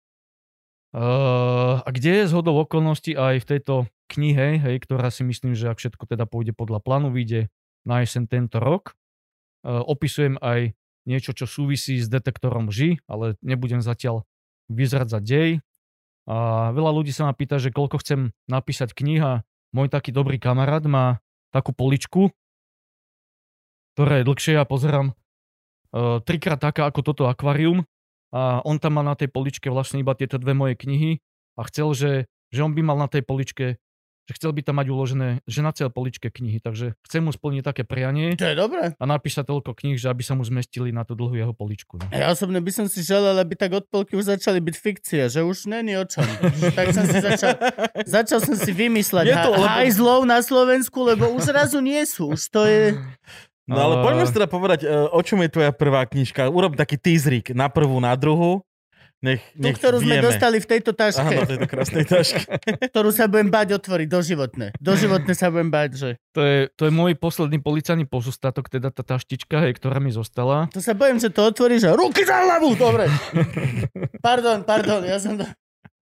A kde je zhodou okolností aj v tejto knihe, hej, ktorá si myslím, že ak všetko teda pôjde podľa plánu, vyjde na jeseň tento rok. Opisujem aj niečo, čo súvisí s detektorom lži, ale nebudem zatiaľ vyzradzať dej. A veľa ľudí sa ma pýta, že koľko chcem napísať kniha. Môj taký dobrý kamarát má takú poličku, ktorá je dlhšia, ja pozerám, 3-krát taká ako toto akvárium. A on tam má na tej poličke vlastne iba tieto dve moje knihy a chcel, že on by mal na tej poličke že chcel by tam mať uložené, že na celé poličke knihy, takže chcem mu splniť také prianie. To je dobré. A napísať toľko kníh, že aby sa mu zmestili na tú dlhú jeho poličku. No. Ja osobne by som si želal, aby tak od polky už začali byť fikcie, že už není o čom. Tak som si začal som si vymysľať hajzlov na Slovensku, lebo už zrazu nie sú. Už to je... No ale poďme si teda povedať, o čom je tvoja prvá knižka. Urob taký teaserik na prvú, na druhú. Nech ktorú sme dostali v tejto taške. Áno, v tejto krásnej taške. Ktorú sa budem báť otvoriť doživotné. Doživotné sa budem báť, že... To je môj posledný policajný pozostatok, teda tá taštička, ktorá mi zostala. To sa bojím, že to otvoríš a ruky za hlavu! Dobre. Pardon, ja som to...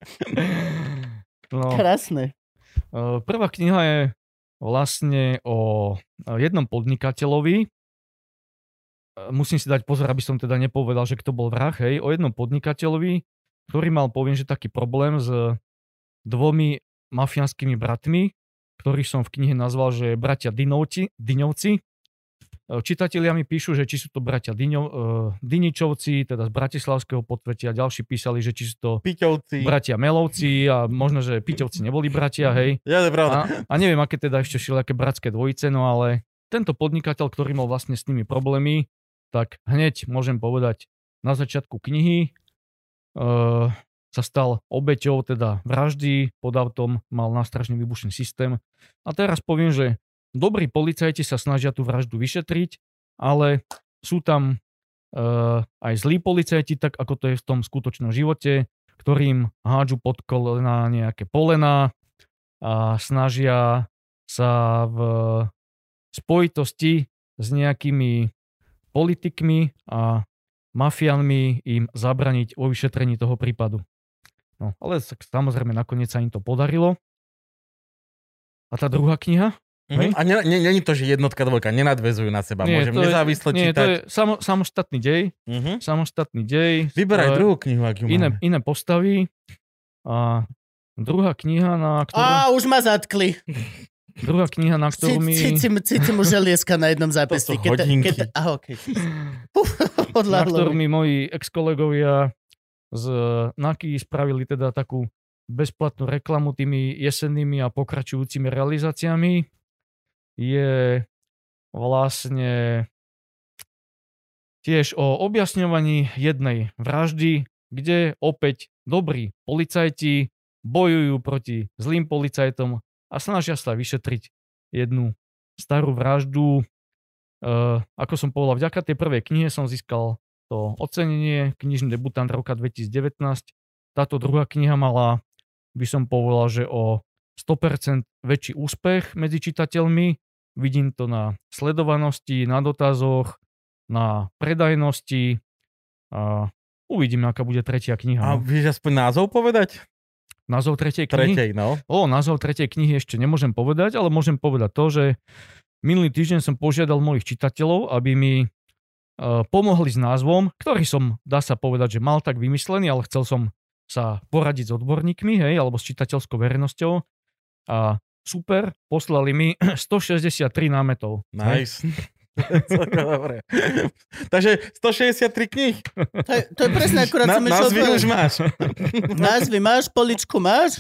No, krásne. Prvá kniha je vlastne o jednom podnikateľovi. Musím si dať pozor, aby som teda nepovedal, že kto bol vrah, hej, o jednom podnikateľovi, ktorý mal, poviem, že taký problém s 2 mafiánskymi bratmi, ktorých som v knihe nazval, že bratia Dyňovci. Čitatelia mi píšu, že či sú to bratia Dyničovci, teda z Bratislavského podvetia, ďalší písali, že či sú to Piťovci. Bratia Melovci a možno, že Piťovci neboli bratia, hej. Ja, to je pravda. A neviem, aké teda ešte všelijaké bratské dvojice, no ale tento podnikateľ, ktorý mal vlastne s nimi problémy, tak hneď môžem povedať, na začiatku knihy sa stal obeťou, teda vraždy, pod autom mal nástražný výbušný systém. A teraz poviem, že dobrí policajti sa snažia tú vraždu vyšetriť, ale sú tam aj zlí policajti, tak ako to je v tom skutočnom živote, ktorým hádžu pod kolena nejaké polená a snažia sa v spojitosti s nejakými politikmi a mafiánmi im zabraniť vo vyšetrení toho prípadu. No, ale samozrejme nakoniec sa im to podarilo. A tá druhá kniha? A nie to, že jednotka, dvojka nenadväzujú na seba. Môžem nezávisle čítať. Nie, to je samostatný dej. Samostatný dej. Vyberaj druhú knihu, ak ju máme. Iné postavy. A druhá kniha, na ktorú... už ma zatkli. Druhá kniha, na ktorú mi... Cítim už želieska na jednom zápesti. To sú hodinky. Na ktorú mi moji ex-kolegovia z NAKY spravili teda takú bezplatnú reklamu tými jesennými a pokračujúcimi realizáciami. Je vlastne tiež o objasňovaní jednej vraždy, kde opäť dobrí policajti bojujú proti zlým policajtom a snažia sa vyšetriť jednu starú vraždu. Ako som povedal, vďaka tej prvej knihe som získal to ocenenie knižný debutant roka 2019. Táto druhá kniha mala, by som povedal, že o 100% väčší úspech medzi čitateľmi. Vidím to na sledovanosti, na dotazoch, na predajnosti a uvidíme, aká bude tretia kniha. A vieš aspoň názov povedať? Názov tretej knihy? Názov tretej knihy ešte nemôžem povedať, ale môžem povedať to, že minulý týždeň som požiadal mojich čitateľov, aby mi pomohli s názvom, ktorý som, dá sa povedať, že mal tak vymyslený, ale chcel som sa poradiť s odborníkmi, hej, alebo s čitateľskou verejnosťou. A super, poslali mi 163 námetov. Nice. Dobre. Takže 163 kníh. To je presne akurát som išiel. Názvy už máš. Názvy máš, poličku máš.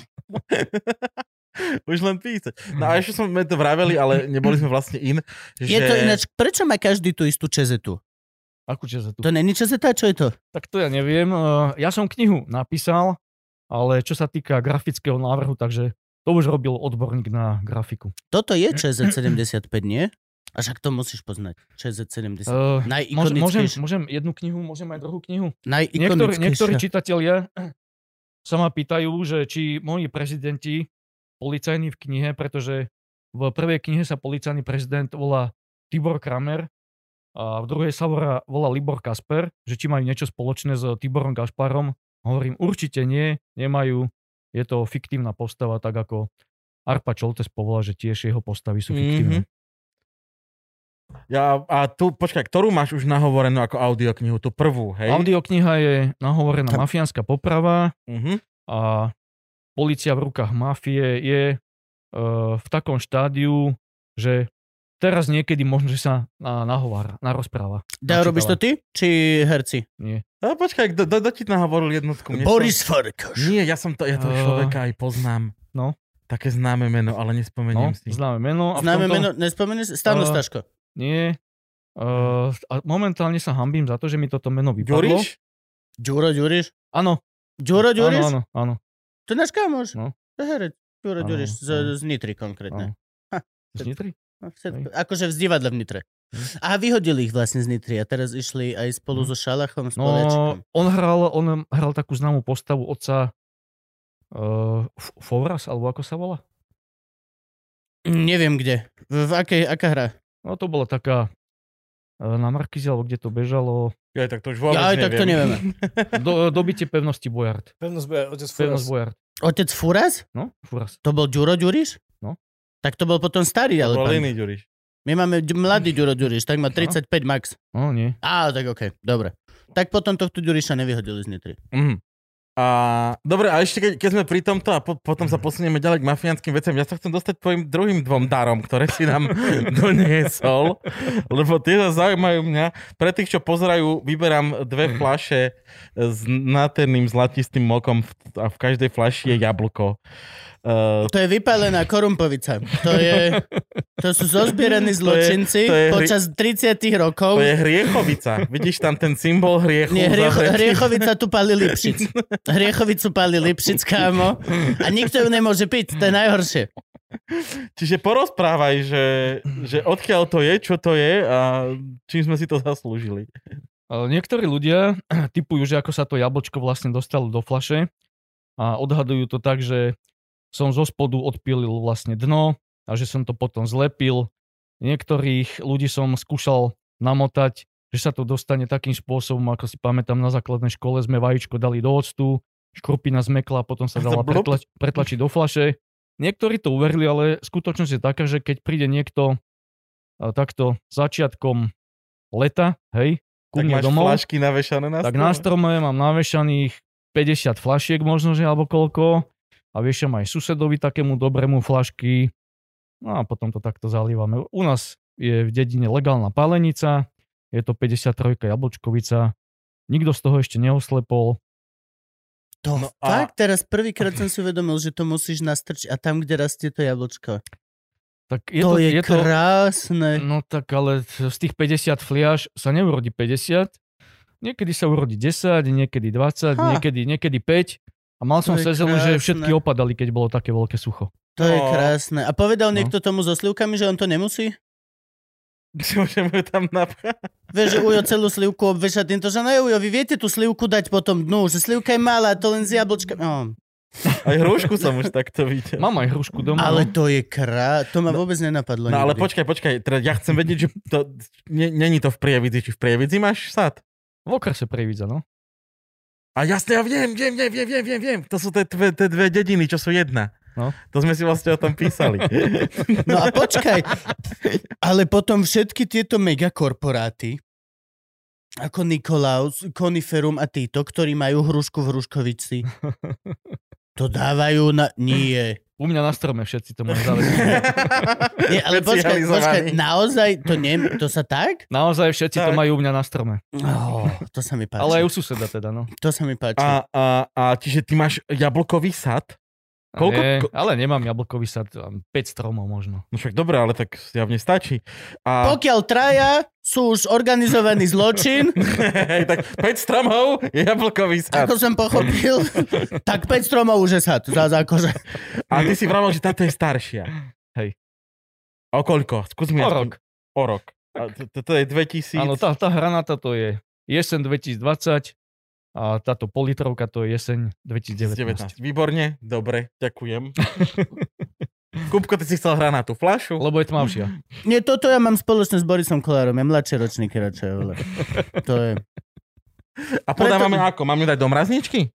Už len písať. No a ešte sme to vraveli, ale neboli sme vlastne že... Je to ináč, prečo má každý tú istú čezetu? Akú čezetu? To není čezeta, čo je to? Tak to ja neviem. Ja som knihu napísal, ale čo sa týka grafického návrhu, takže to už robil odborník na grafiku. Toto je ČZ75, nie? A však to musíš poznať. ČZ70. Najikonickejšie. Môžem jednu knihu, môžem aj druhú knihu. Najikonickejšia. Niektorí čitatelia sa ma pýtajú, že či moji prezidenti policajní v knihe, pretože v prvej knihe sa policajný prezident volá Tibor Kramer a v druhej sa volá Libor Kasper, že či majú niečo spoločné s Tiborom Gašparom. Hovorím, určite nie, nemajú. Je to fiktívna postava, tak ako Arpa Čoltes povedal, že tiež jeho postavy sú fiktívne. A tu, počkaj, ktorú máš už nahovorenú ako audioknihu? Tú prvú, hej? Audiokniha je nahovorená mafiánska poprava a polícia v rukách mafie je v takom štádiu, že teraz niekedy možno, že sa narozpráva. Robíš to ty, či herci? Nie. No, počkaj, kto ti nahovoril jednotku? Boris Farkas. Nie, ja toho človeka aj poznám. No. Také známe meno, ale nespomeniem si. Známe meno. Známe meno, nespomenieš? Stano Staško. Nie. A momentálne sa hanbím za to, že mi toto meno vypadlo. Ďuriš? Ďuro Ďuriš? Áno. Ďuro Ďuriš? Áno. To je náš kamoš. No. To je herec. Ďuro Ďuriš z Nitry konkrétne. Z Nitry? Akože v divadle v Nitre. A vyhodili ich vlastne z Nitry a teraz išli aj spolu so Šalachom, s Poliačikom. On hral takú známú postavu otca Fovras, alebo ako sa volá? Neviem kde. Aká hra? No to bola taká na Markize, alebo kde to bežalo. Ja, tak to už vôbec neviem. Tak to nevieme. Dobitie pevnosti Bojard. Pevnosť Bojard. Otec Furas? No, Furas. To bol Ďuro Ďuriš? No. Tak to bol potom starý, ale... To bol iný Ďuriš. My máme mladý Ďuro Ďuriš, tak má 35 max. No, nie. Tak okej, dobre. Tak potom tohto Ďuriša nevyhodili z Nitry. Dobre, a ešte keď sme pri tomto a potom sa posunieme ďalej k mafiánskym veciam, ja sa chcem dostať tvojim druhým 2 darom, ktoré si nám doniesol, lebo tie zaujímajú mňa. Pre tých, čo pozerajú, vyberám 2 fľaše s nádherným zlatistým mokom a v každej fľaši je jablko. To je vypálená korumpovica. To sú zozbieraní zločinci počas 30 rokov. To je hriechovica. Vidíš tam ten symbol hriechu? Nie, hriechovica tu pálí Lipšic. Hriechovicu pálí Lipšic, kámo. A nikto ju nemôže piť, to je najhoršie. Čiže porozprávaj, že odkiaľ to je, čo to je a čím sme si to zaslúžili. Niektorí ľudia tipujú, že ako sa to jablčko vlastne dostalo do fľaše a odhadujú to tak, že som zo spodu odpílil vlastne dno a že som to potom zlepil. Niektorých ľudí som skúšal namotať, že sa to dostane takým spôsobom, ako si pamätám na základnej škole, sme vajíčko dali do octu, škrupina zmekla a potom sa dala pretlačiť do fľaše. Niektorí to uverili, ale skutočnosť je taká, že keď príde niekto takto začiatkom leta, hej, ku mne domov, fľašky navešané na strome? Tak na strome mám navešaných 50 fľašiek možno, že alebo koľko. A viešam aj susedovi takému dobrému fľašky. No a potom to takto zalívame. U nás je v dedine legálna pálenica, je to 53 jablčkovica. Nikto z toho ešte neoslepol. Teraz prvýkrát som si uvedomil, že to musíš nastrčiť a tam, kde rastie to jablčko. Tak je krásne. No tak ale z tých 50 fliaš sa neurodí 50. Niekedy sa urodí 10, niekedy 20, niekedy 5. A mal som sezónu, že všetky opadali, keď bolo také veľké sucho. To je krásne. A povedal niekto tomu so slivkami, že on to nemusí? Môžeme ju tam napchať. Vieš, že Ujo celú slivku obveša týmto, že Ujo, vy viete tú slivku dať potom dnu, že slivka je malá, to len z jablčka. Aj hrušku som už takto videl. Mám aj hrušku doma. Ale to je to ma vôbec nenapadlo. No ale počkaj, teda ja chcem vedieť, že to není to v Prievidzi, či v Prievidzi máš sad? V okrese Prievidza, no. A jasne, ja viem. To sú tie dve dediny, čo sú jedna. No. To sme si vlastne o tom písali. No a počkaj. Ale potom všetky tieto megakorporáty, ako Nikolaus, Koniferum a títo, ktorí majú hrušku v Hruškovici, to dávajú na... Nie. U mňa na strome všetci to majú záležité. Nie, ale počkaj, naozaj to sa tak? Naozaj všetci to majú u mňa na strome. To sa mi páči. Ale aj u suseda teda, no. To sa mi páči. A čiže ty máš jablkový sad? Koľko? Ale nemám jablkový sad, 5 stromov možno. No však dobré, ale tak javne stačí. Pokiaľ traja sú už organizovaný zločin... tak 5 stromov je jablkový sad. Ako som pochopil, tak 5 stromov už je sad. Akože. A ty si vravel, že táto je staršia. Hej. O koľko? Skús mi. O rok. O rok. To je 2000... Áno, tá hranata to je jeseň 2020 a táto politrovka to je jeseň 2019. Výborne, dobre, ďakujem. Kupko, ty si chcel hrať na tú fľašu? Lebo je tmavšia. Nie, toto ja mám spoločne s Borisom Kolárom, ja mladšie ročníky radšej. To je... A podávame ako? Mám ju dať do mrazničky?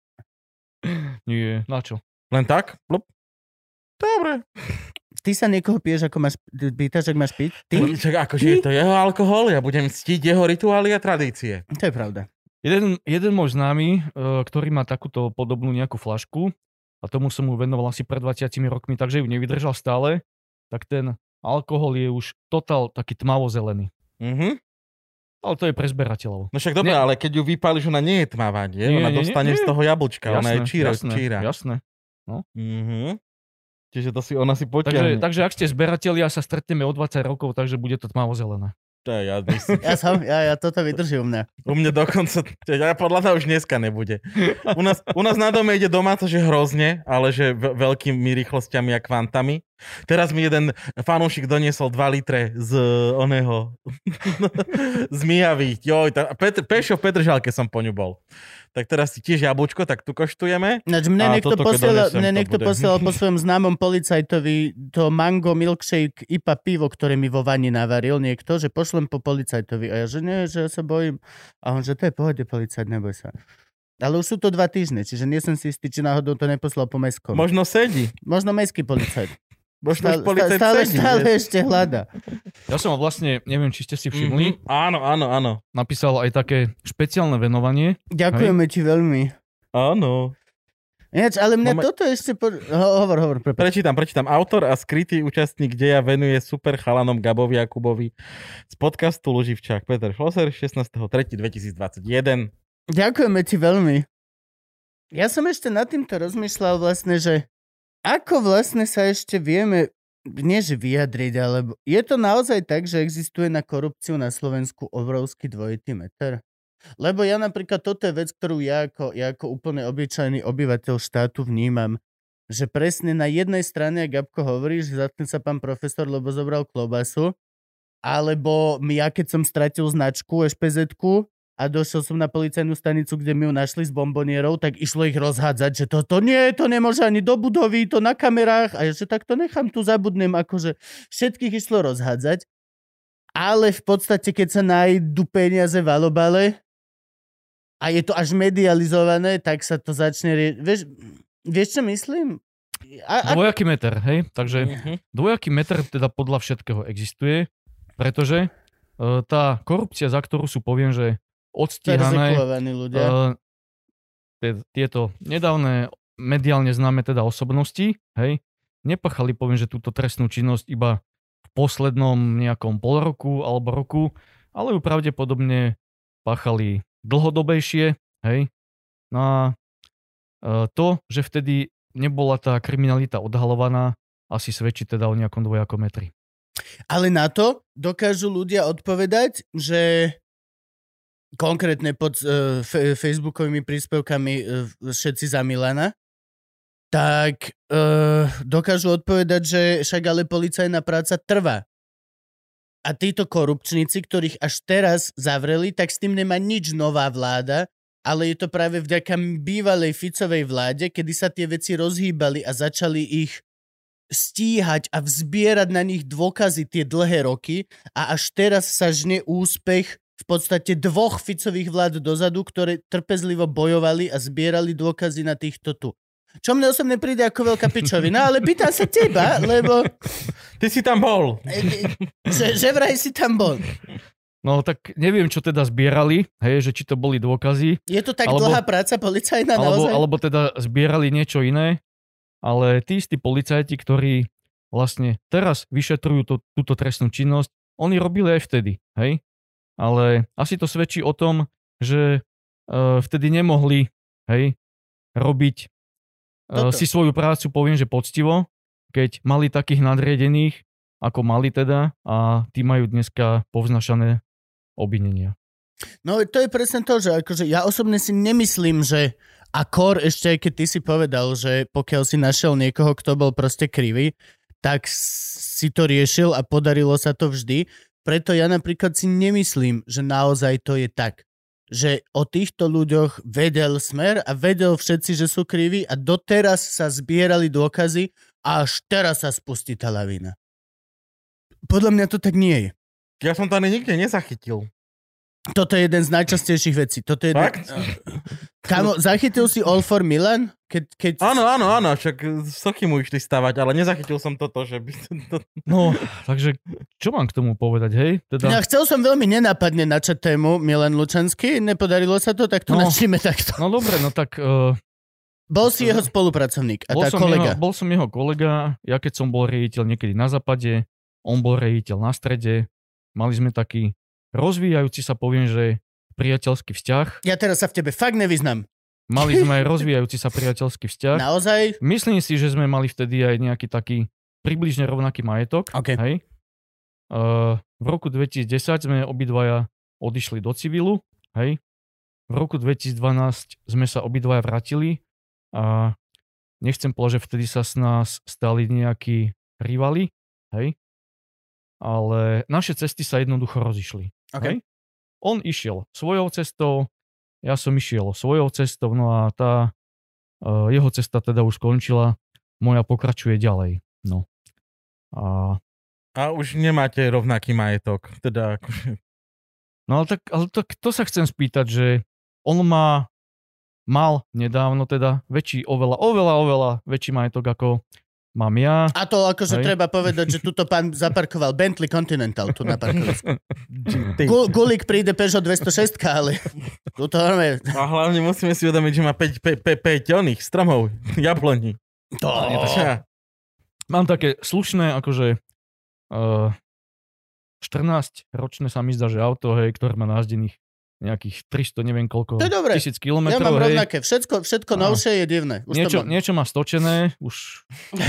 Nie, na čo? Len tak? Plup. Dobre. Ty sa niekoho piješ, ako pýtaš, ak máš piť? Ty? Čak, akože je to jeho alkohol, ja budem ctiť jeho rituály a tradície. To je pravda. Jeden môj známy, ktorý má takúto podobnú nejakú flašku a tomu som mu venoval asi pred 20 rokmi, takže ju nevydržal stále, tak ten alkohol je už totál taký tmavo-zelený. Mhm. Ale to je pre zberateľov. No však dobre, ale keď ju vypáliš, ona nie je tmavá, nie? Ona dostane z toho jablčka, ona je číra. Jasné. No. Mhm. Čiže to si ona si potiahne. Takže ak ste zberatelia, sa stretneme o 20 rokov, takže bude to tmavo-zelené. Ja toto vydrží u mňa. U mňa dokonca, podľa mňa už dneska nebude. U nás na dome ide domáca, že hrozne, ale že veľkými rýchlosťami a kvantami. Teraz mi jeden fanúšik doniesol 2 litre z oného z Mijavy. Pešo v Petržalke som po ňu bol. Tak teraz si tiež jablčko, tak tu koštujeme. Mne niekto posielal po svojom známom policajtovi to mango milkshake IPA pivo, ktoré mi vo vani navaril niekto, že pošlem po policajtovi. A ja, že nie, že ja sa bojím. A on, že to je pohode, policajt, neboj sa. Ale už sú to 2 týždne, čiže nie som si istý, či náhodou to neposlal po mestskom. Možno sedí. Možno mestský policajt. Stále ešte hľada. Ja som vlastne, neviem, či ste si všimli. Áno. Napísal aj také špeciálne venovanie. Ďakujeme ti veľmi. Áno. Ináč, ale mňa toto ešte... Hovor. Prečítam. Autor a skrytý účastník deja venuje super chalanom Gabovi Jakubovi z podcastu Luživčák. Peter Schlosser, 16.3.2021. Ďakujeme ti veľmi. Ja som ešte nad týmto rozmýšľal vlastne, že ako vlastne sa ešte vieme, nie že vyjadriť, alebo je to naozaj tak, že existuje na korupciu na Slovensku obrovský dvojitý meter? Lebo ja napríklad, toto je vec, ktorú ja ako úplne obyčajný obyvateľ štátu vnímam, že presne na jednej strane, ak Gabko hovorí, že zatkne sa pán profesor, lebo zobral klobasu, alebo ja keď som stratil značku SPZ-ku, a došiel som na policajnú stanicu, kde mi ju našli s bombonierou, tak išlo ich rozhádzať, že to nemôže ani do budovy, to na kamerách. A ja, že tak to nechám tu, zabudnem, akože všetkých išlo rozhádzať. Ale v podstate, keď sa nájdu peniaze v alobale a je to až medializované, tak sa to začne... Vieš, čo myslím? Dvojaký meter, hej? Takže dvojaký meter teda podľa všetkého existuje, pretože tá korupcia, za ktorú sú, poviem, že odstíhané tieto nedávne mediálne známe teda osobnosti, hej, nepáchali, poviem, že túto trestnú činnosť iba v poslednom nejakom pol roku alebo roku, ale ju pravdepodobne páchali dlhodobejšie, hej. No a to, že vtedy nebola tá kriminalita odhalovaná, asi svedčí teda o nejakom dvojakom metri. Ale na to dokážu ľudia odpovedať, že konkrétne pod facebookovými príspevkami všetci za Milana, tak dokážu odpovedať, že však ale policajná práca trvá. A títo korupčníci, ktorých až teraz zavreli, tak s tým nemá nič nová vláda, ale je to práve vďaka bývalej Ficovej vláde, kedy sa tie veci rozhýbali a začali ich stíhať a vzbierať na nich dôkazy tie dlhé roky a až teraz sa žne úspech v podstate 2 Ficových vlád dozadu, ktoré trpezlivo bojovali a zbierali dôkazy na týchto tu. Čo mne osobne príde ako veľká pičovina, ale pýtam sa teba, lebo... Ty si tam bol. Že vraj si tam bol. No tak neviem, čo teda zbierali, hej, že či to boli dôkazy. Je to tak dlhá práca policajná naozaj? Alebo teda zbierali niečo iné, ale tí istí policajti, ktorí vlastne teraz vyšetrujú túto trestnú činnosť, oni robili aj vtedy, hej. Ale asi to svedčí o tom, že vtedy nemohli, hej, robiť si svoju prácu, poviem, že poctivo, keď mali takých nadriadených, ako mali teda, a tí majú dneska povznašané obvinenia. No to je presne to, že akože ja osobne si nemyslím, že ešte aj keď ty si povedal, že pokiaľ si našiel niekoho, kto bol proste krivý, tak si to riešil a podarilo sa to vždy. Preto ja napríklad si nemyslím, že naozaj to je tak. Že o týchto ľuďoch vedel Smer a vedel všetci, že sú kriví a doteraz sa zbierali dôkazy a až teraz sa spustí tá lavína. Podľa mňa to tak nie je. Ja som to ani nikde nezachytil. Toto je jeden z najčastejších vecí. Toto je fakt? Kámo, zachytil si All for Milan? Áno, však soky mu išli stavať, ale nezachytil som toto, že by... No, takže čo mám k tomu povedať, hej? Teda... Ja chcel som veľmi nenápadne načať tému Milan Lučanský, nepodarilo sa to, tak to načíme takto. No dobre, no tak... Bol si jeho spolupracovník a kolega. Bol som jeho kolega, ja keď som bol riaditeľ niekedy na západe, on bol riaditeľ na strede, mali sme taký rozvíjajúci sa, poviem, že priateľský vzťah. Ja teraz sa v tebe fakt nevyznam. Mali sme aj rozvíjajúci sa priateľský vzťah. Naozaj? Myslím si, že sme mali vtedy aj nejaký taký približne rovnaký majetok. Okay. Hej. V roku 2010 sme obidvaja odišli do civilu. Hej. V roku 2012 sme sa obidvaja vrátili a nechcem povedať, že vtedy sa z nás stali nejakí rivali. Hej. Ale naše cesty sa jednoducho rozišli. Okay. Hej. On išiel svojou cestou, ja som išiel svojou cestou, no a tá jeho cesta teda už skončila, moja pokračuje ďalej. No. A už nemáte rovnaký majetok, teda akože... No ale tak to sa chcem spýtať, že on mal nedávno teda oveľa väčší majetok ako mám ja. A to akože treba povedať, že tuto pán zaparkoval Bentley Continental tu na parkovisku. Gulik príde Peugeot 206, ale tuto máme... A hlavne musíme si uvedomiť, že má 5 oných stromov, jabloní. Mám také slušné, akože 14 ročné sa mi zdá, že auto, hej, ktoré má názdených nejakých 300, neviem koľko, 1000 kilometrov. Ja mám rovnaké, všetko novšie je divné. Už niečo má stočené, už...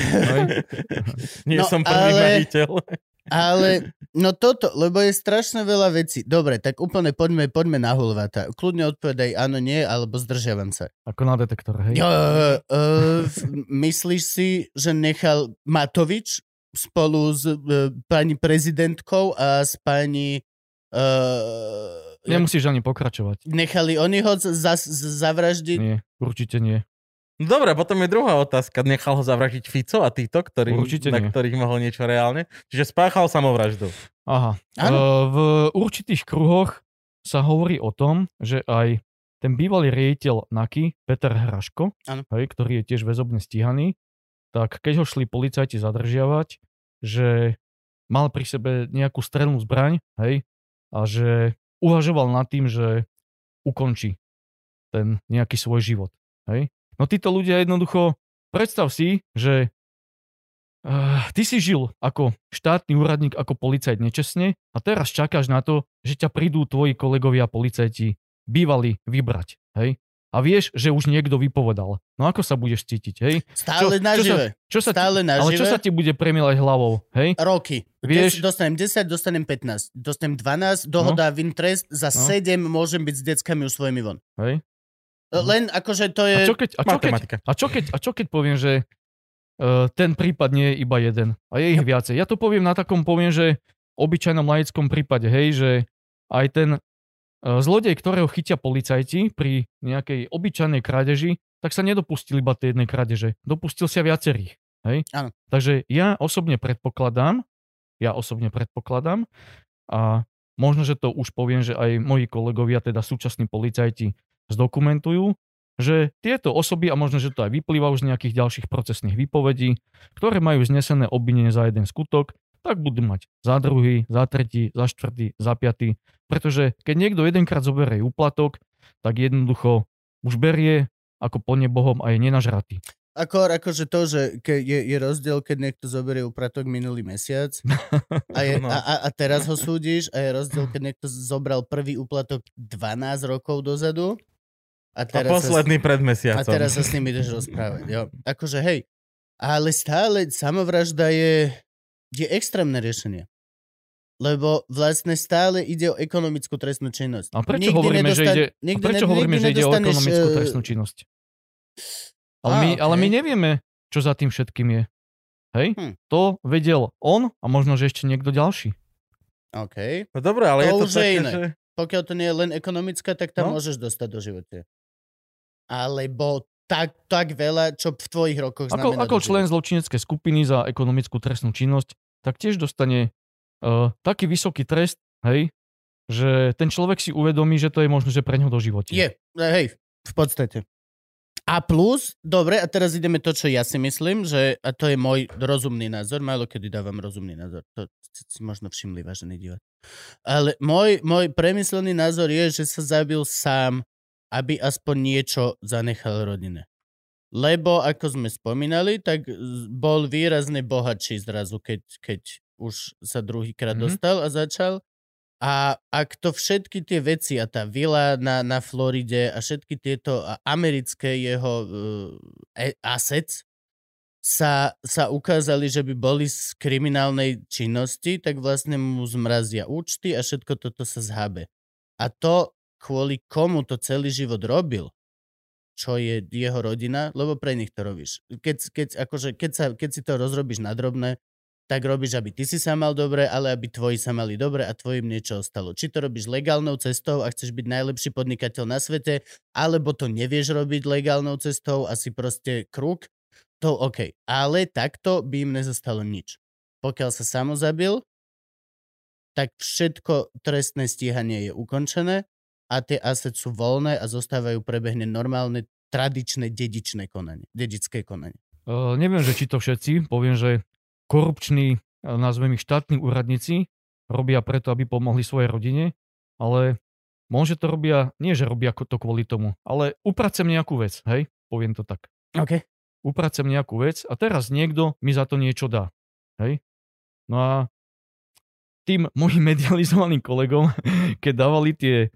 Nie som prvý majiteľ. Ale, no toto, lebo je strašne veľa vecí. Dobre, tak úplne poďme na hulváta. Kľudne odpovedaj áno, nie, alebo zdržiavam sa. Ako na detektor, hej? Myslíš si, že nechal Matovič spolu s pani prezidentkou a s pani... Nemusíš ani pokračovať. Nechali oni ho zavraždiť? Nie, určite nie. Dobre, potom je druhá otázka. Nechal ho zavraždiť Fico a títo, ktorých mohol niečo reálne? Čiže spáchal samovraždu. Aha. V určitých kruhoch sa hovorí o tom, že aj ten bývalý riaditeľ NAKY, Peter Hraško, ktorý je tiež väzobne stíhaný, tak keď ho šli policajti zadržiavať, že mal pri sebe nejakú strelnú zbraň, hej, a že uvažoval nad tým, že ukončí ten nejaký svoj život, hej. No títo ľudia jednoducho, predstav si, že ty si žil ako štátny úradník, ako policajt nečestne a teraz čakáš na to, že ťa prídu tvoji kolegovia policajti bývali vybrať, hej? A vieš, že už niekto vypovedal. No ako sa budeš cítiť, hej? Stále nažive. Ale čo sa ti bude premielať hlavou, hej? Roky. Vieš? Dostanem 10, dostanem 15, dostanem 12, dohoda vin trest, za 7 môžem byť s deckami už svojimi von. Hej? Len akože to je... A čo keď poviem, že ten prípad nie je iba jeden a je ich viacej. Ja to poviem na takom, že obyčajnom laickom prípade, hej, že aj ten zlodej, ktorého chytia policajti pri nejakej obyčajnej krádeži, tak sa nedopustil iba tej jednej krádeže. Dopustil sa viacerých. Hej? Áno. Takže ja osobne predpokladám a možno, že to už poviem, že aj moji kolegovia, teda súčasní policajti, zdokumentujú, že tieto osoby, a možno, že to aj vyplýva už z nejakých ďalších procesných výpovedí, ktoré majú znesené obvinenie za jeden skutok, tak budú mať za druhý, za tretí, za štvrtý, za piatý. Pretože keď niekto jedenkrát zoberie úplatok, tak jednoducho už berie ako plne Bohom a je nenažratý. Akože to, že je rozdiel, keď niekto zoberie úplatok minulý mesiac a teraz ho súdiš, a je rozdiel, keď niekto zobral prvý úplatok 12 rokov dozadu. A posledný pred mesiacom. A teraz sa s ním ideš rozprávať. Jo. Akože hej, ale stále samovražda je extrémne riešenie. Lebo vlastne stále ide o ekonomickú trestnú činnosť. A prečo hovoríme, že ide o ekonomickú trestnú činnosť? Ale my nevieme, čo za tým všetkým je. Hej? To vedel on a možno, že ešte niekto ďalší. OK. No dobré, ale to je to také, iné. Že... Pokiaľ to nie je len ekonomická, tak tam môžeš dostať do života. Alebo tak veľa, čo v tvojich rokoch znamená. Ako člen zločineckej skupiny za ekonomickú trestnú činnosť, tak tiež dostane taký vysoký trest, hej, že ten človek si uvedomí, že to je možno, že pre ňo do života. Hej, v podstate. A plus, dobre, a teraz ideme to, čo ja si myslím, že, a to je môj rozumný názor, málo kedy dávam rozumný názor, to si možno všimli, vážený divák. Ale môj premyslený názor je, že sa zabil sám, aby aspoň niečo zanechal rodine. Lebo, ako sme spomínali, tak bol výrazne bohatší zrazu, keď už sa druhýkrát dostal a začal. A ak to všetky tie veci a tá vila na Floride a všetky tieto americké jeho assets sa ukázali, že by boli z kriminálnej činnosti, tak vlastne mu zmrazia účty a všetko toto sa zhabe. A to kvôli komu to celý život robil, čo je jeho rodina, lebo pre nich to robíš. Keď si to rozrobíš na drobné, tak robíš, aby ty si sa mal dobre, ale aby tvoji sa mali dobre a tvojim niečo ostalo. Či to robíš legálnou cestou a chceš byť najlepší podnikateľ na svete, alebo to nevieš robiť legálnou cestou a si proste kruk, to OK. Ale takto by im nezostalo nič. Pokiaľ sa samozabil, tak všetko trestné stíhanie je ukončené a tie assets sú voľné a zostávajú prebehne normálne, tradičné dedičné konanie. Dedičské konanie. Neviem, že či to všetci, poviem, že korupční, nazvem ich štátni úradníci, robia preto, aby pomohli svojej rodine, ale môže to robia, nie že robia to kvôli tomu, ale upracem nejakú vec, hej, poviem to tak. OK. Upracem nejakú vec a teraz niekto mi za to niečo dá, hej. No a tým mojim medializovaným kolegom, keď dávali tie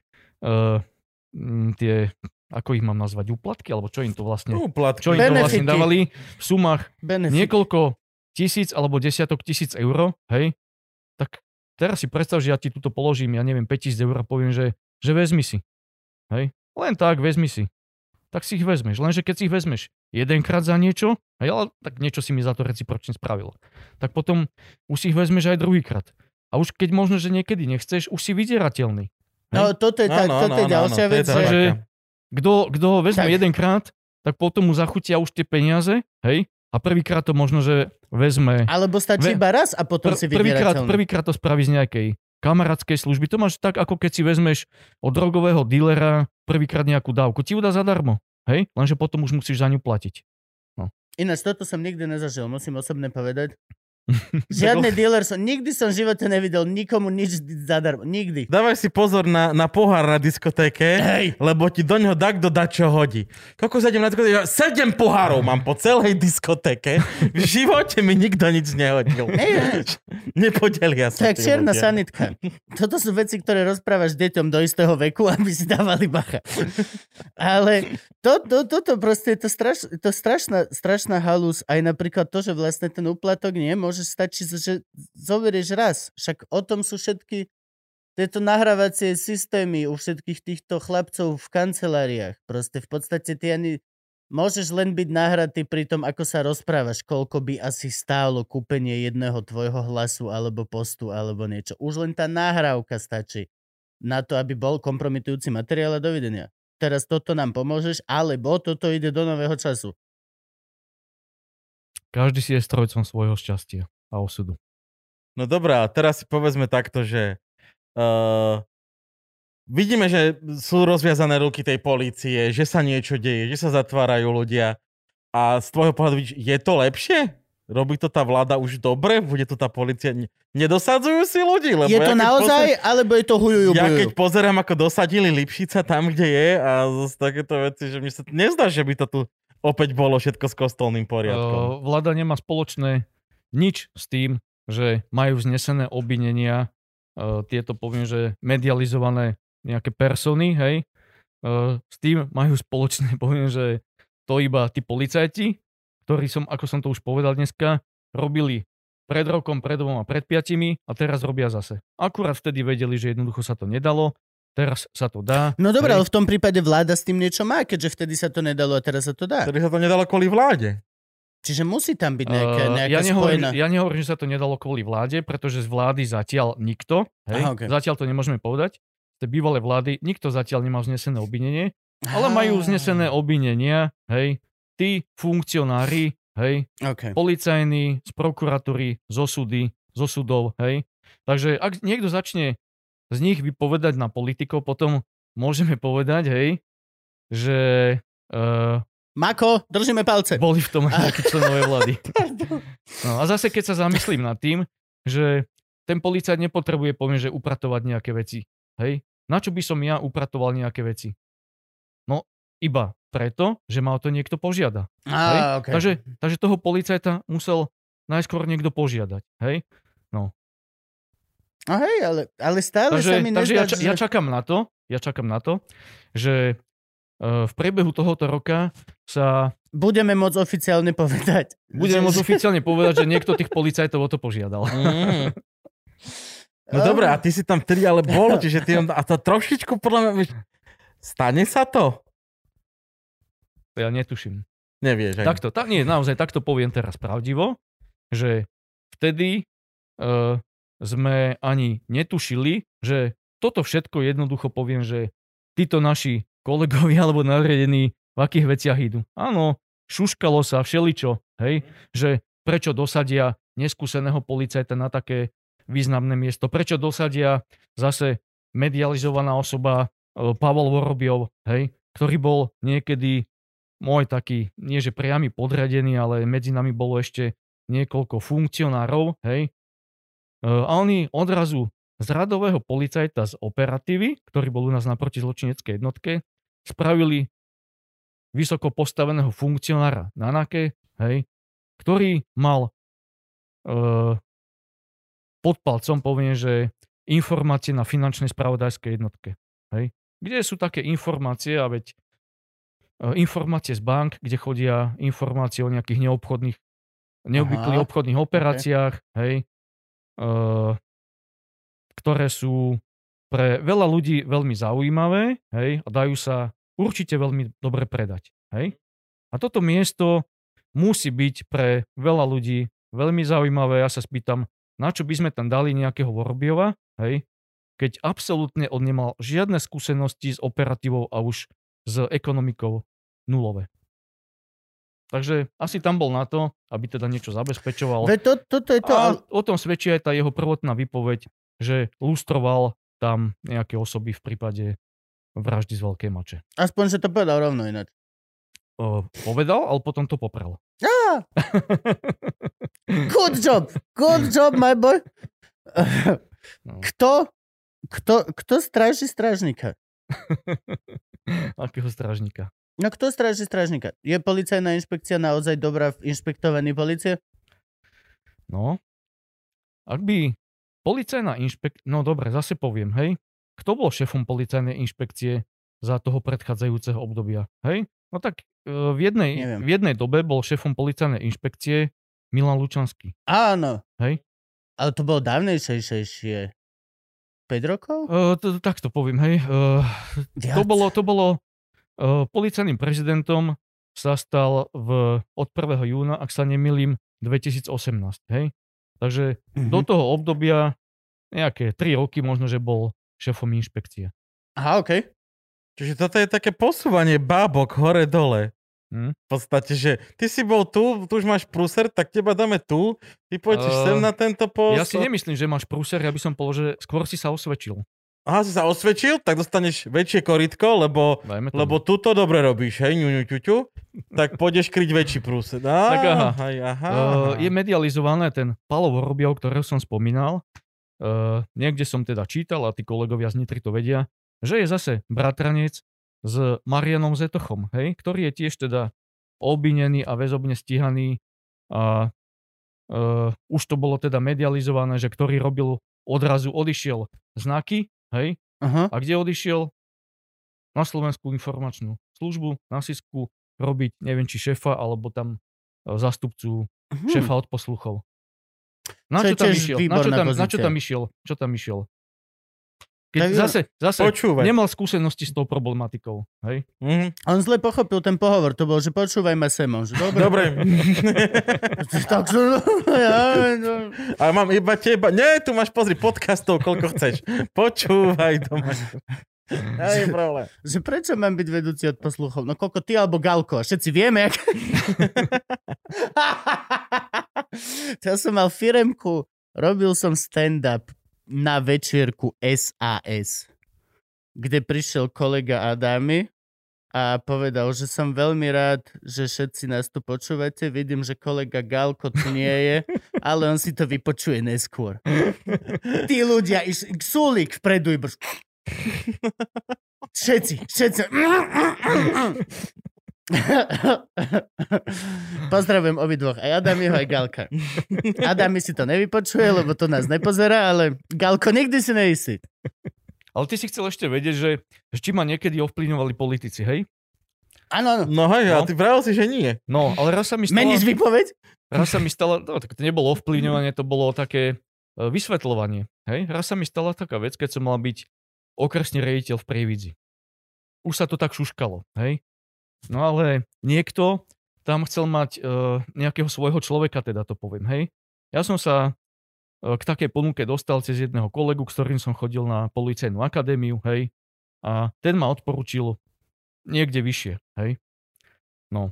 ako ich mám nazvať, úplatky, alebo čo im to vlastne, čo im to vlastne dávali v sumách niekoľko tisíc alebo desiatok tisíc eur, hej, tak teraz si predstav, že ja ti tuto položím, ja neviem, 5 000 eur a poviem, že vezmi si, hej, len tak, vezmi si. Tak si ich vezmeš, lenže keď si ich vezmeš jedenkrát za niečo, hej, ale tak niečo si mi za to recipročne spravil, tak potom už si ich vezmeš aj druhýkrát. A už keď možno, že niekedy nechceš, už si vydierateľný. Hej? No toto je ďalšia vec, že kto ho vezme jedenkrát, tak potom mu zachutia už tie peniaze, hej, a prvýkrát to možno, že vezme... Alebo stačí iba raz a potom si vydierateľný. Prvýkrát to spraví z nejakej kamarátskej služby. To máš tak, ako keď si vezmeš od drogového dílera prvýkrát nejakú dávku. Ti ju dá zadarmo, hej? Lenže potom už musíš za ňu platiť. No. Ináč toto som nikdy nezažil, musím osobne povedať. Žiadny dealer nikdy som v živote nevidel nikomu nič zadarmo. Nikdy. Dávaj si pozor na pohár na diskotéke, lebo ti do ňoho kto dá čo hodí. Koľko sedem na diskotéke? 7 pohárov mám po celej diskotéke. V živote mi nikto nič nehodil. Nepodelia sa. Tak čierna sanitka. Toto sú veci, ktoré rozprávaš deťom do istého veku, aby si dávali bacha. Ale toto proste je to strašná halus. Aj napríklad to, že vlastne ten úplatok nie môže stačiť, že zoberieš raz. Však o tom sú všetky tieto nahrávacie systémy u všetkých týchto chlapcov v kanceláriách. Proste v podstate ty ani môžeš len byť nahratý pri tom, ako sa rozprávaš, koľko by asi stálo kúpenie jedného tvojho hlasu alebo postu alebo niečo. Už len tá nahrávka stačí na to, aby bol kompromitujúci materiál a dovidenia. Teraz toto nám pomôžeš, alebo toto ide do nového času. Každý si je strojcom svojho šťastia a osudu. No dobrá, teraz si povedzme takto, že vidíme, že sú rozviazané ruky tej polície, že sa niečo deje, že sa zatvárajú ľudia. A z tvojho pohľadu, je to lepšie? Robí to tá vláda už dobre? Bude to tá polícia? Nedosadzujú si ľudí? Lebo je to naozaj, alebo je to hujujú? Ja keď pozerám, ako dosadili Lipšica tam, kde je a zase takéto veci, že mi sa nezdá, že by to tu opäť bolo všetko s kostolným poriadkom. Vláda nemá spoločné nič s tým, že majú vznesené obvinenia, tieto poviem, že medializované nejaké persony, hej. S tým majú spoločné, poviem, že to iba tí policajti, ktorí ako som to už povedal dneska, robili pred rokom, pred 2 a pred 5 a teraz robia zase. Akurát vtedy vedeli, že jednoducho sa to nedalo, teraz sa to dá. No dobré, ale v tom prípade vláda s tým niečo má, keďže vtedy sa to nedalo a teraz sa to dá. Vtedy sa to nedalo kvôli vláde. Čiže musí tam byť nejaká spojená... Ja nehovorím, že sa to nedalo kvôli vláde, pretože z vlády zatiaľ nikto, hej, okay. Zatiaľ to nemôžeme povedať, z tej bývalej vlády nikto zatiaľ nemá vznesené obvinenie, ale majú vznesené obvinenia, hej, tí funkcionári, hej, okay. Policajní, z prokuratúry, zo súdov, hej. Takže ak niekto začne z nich vypovedať na politikov, potom môžeme povedať, hej, že... Mako, držíme palce. Boli v tom nejakí členové vlády. No a zase, keď sa zamyslím nad tým, že ten policajt nepotrebuje, poviem, že upratovať nejaké veci, hej. Na čo by som ja upratoval nejaké veci? No, iba preto, že ma o to niekto požiada. Okay. Takže toho policajta musel najskôr niekto požiadať, hej. No. A hej, ale stále sa mi nezdá, ja čakám na to, že v priebehu tohoto roka sa... Budeme môcť oficiálne povedať. Že niekto tých policajtov o to požiadal. No dobré, a ty si tam vtedy ale bol, čiže ty a to trošičku podľa mňa... Stane sa to? Ja netuším. Nevieš. Naozaj takto poviem teraz pravdivo, že vtedy sme ani netušili, že toto všetko jednoducho poviem, že títo naši kolegovia alebo nadriadení v akých veciach idú. Áno, šuškalo sa všeličo, hej, že prečo dosadia neskúseného policajta na také významné miesto, prečo dosadia zase medializovaná osoba Pavel Vorobiov, hej, ktorý bol niekedy môj taký, nie že priamy podriadený, ale medzi nami bolo ešte niekoľko funkcionárov, hej, a oni odrazu z radového policajta z operatívy, ktorý bol u nás na protizločineckej jednotke, spravili vysoko postaveného funkcionára na NAKE, hej, ktorý mal pod palcom, poviem, že informácie na finančnej spravodajskej jednotke. Hej. Kde sú také informácie, a veď informácie z bank, kde chodia informácie o nejakých neobvyklých obchodných operáciách, hej, ktoré sú pre veľa ľudí veľmi zaujímavé, hej, a dajú sa určite veľmi dobre predať. Hej? A toto miesto musí byť pre veľa ľudí veľmi zaujímavé. Ja sa spýtam, na čo by sme tam dali nejakého Vorobiova, hej? Keď absolútne on nemal žiadne skúsenosti s operatívou a už s ekonomikou nulové. Takže asi tam bol na to, aby teda niečo zabezpečoval. Toto je to. A o tom svedčí aj tá jeho prvotná výpoveď, že lustroval tam nejaké osoby v prípade vraždy z Veľkej Mače. Aspoň, že to povedal rovno ináč. Povedal, ale potom to poprel. Good job, my boy. No. Kto stráži strážnika? Akého strážnika? No kto stráži strážnika? Je policajná inšpekcia naozaj dobrá v inšpektovaní polície? No, ak by policajná inšpekcia... No dobre, zase poviem, hej. Kto bol šéfom policajnej inšpekcie za toho predchádzajúceho obdobia? Hej? No tak v jednej dobe bol šéfom policajnej inšpekcie Milan Lučanský. Áno. Hej? Ale to bolo dávnejšie. 5 rokov? Tak to poviem, hej. To bolo policajným prezidentom sa stal od 1. júna, ak sa nemýlim, 2018, hej. Takže do toho obdobia nejaké 3 roky možno, že bol šéfom inšpekcie. Aha, okej. Čiže toto je také posúvanie bábok hore-dole. V podstate, že ty si bol tu už máš prúser, tak teba dáme tu, ty pôjdeš sem na tento post. Ja si nemyslím, že máš prúser, ja by som povedal, že skôr si sa osvedčil. Aha, si sa osvedčil, tak dostaneš väčšie korytko, lebo tuto dobre robíš, hej, ňuňuťuťu, tak pôjdeš kryť väčší prúser. Tak aha. Aha. Je medializované ten Palo Vorobiov, ktorého som spomínal. Niekde som teda čítal, a tí kolegovia z Nitry to vedia, že je zase bratranec s Marianom Zetochom, hej, ktorý je tiež teda obvinený a väzobne stíhaný a už to bolo teda medializované, že ktorý robil odrazu, odišiel Znaky, hej, a kde odišiel? Na Slovenskú informačnú službu, na SIS-ku, robiť, neviem či šéfa, alebo tam zástupcu šéfa od posluchov. Na čo tam išiel? Čo tam išiel? Keď zase nemal skúsenosti s tou problematikou. Hej? On zle pochopil ten pohovor. To bol, že počúvaj ma Semon. Dobre. Ale mám iba teba. Nie, tu máš, pozri, podcastov, koľko chceš. Počúvaj doma. Nie je problém. Že prečo mám byť vedúci od posluchov? No koľko ty alebo Galko? Všetci vieme, jak... Ja som mal firemku, robil som stand-up na večierku SAS, kde prišiel kolega Adami a povedal, že som veľmi rád, že všetci nás tu počúvate. Vidím, že kolega Galko tu nie je, ale on si to vypočuje neskôr. Tí ľudia, Sulík vpredu iba... Všetci. Pozdravujem obidvoch, aj Adamiho, aj Galka. Adami si to nevypočuje, lebo to nás nepozerá, ale Galko, nikdy si neistý. Ale ty si chcel ešte vedieť, že či ma niekedy ovplyvňovali politici, hej? Áno. No hej, a ty vravel si, že nie. No, ale raz sa mi stala... Meníš výpoveď? Raz sa mi stala... No, tak to nebolo ovplyvňovanie, to bolo také vysvetľovanie, hej? Raz sa mi stala taká vec, keď som mal byť okresný riaditeľ v Prievidzi. Už sa to tak šuškalo, hej? No ale niekto tam chcel mať nejakého svojho človeka, teda to poviem, hej? Ja som sa k takej ponuke dostal cez jedného kolegu, s ktorým som chodil na policajnú akadémiu, hej? A ten ma odporúčil niekde vyššie, hej? No.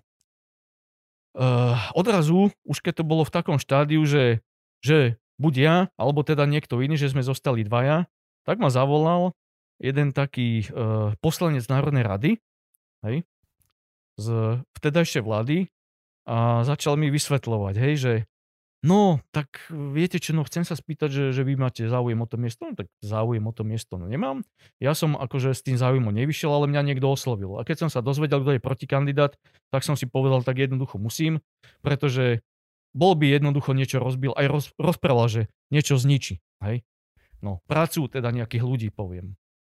Odrazu, už keď to bolo v takom štádiu, že buď ja, alebo teda niekto iný, že sme zostali dvaja, tak ma zavolal jeden taký poslanec Národnej rady, hej? Z vtedajšej vlády a začal mi vysvetľovať, hej, že no, tak viete čo, no chcem sa spýtať, že vy máte záujem o to miesto, no tak záujem o to miesto, no nemám. Ja som akože s tým záujmom nevyšiel, ale mňa niekto oslovil. A keď som sa dozvedel, kto je protikandidát, tak som si povedal, tak jednoducho musím, pretože bol by jednoducho niečo rozbil, aj rozprával, že niečo zničí, hej. No, prácu teda nejakých ľudí, poviem.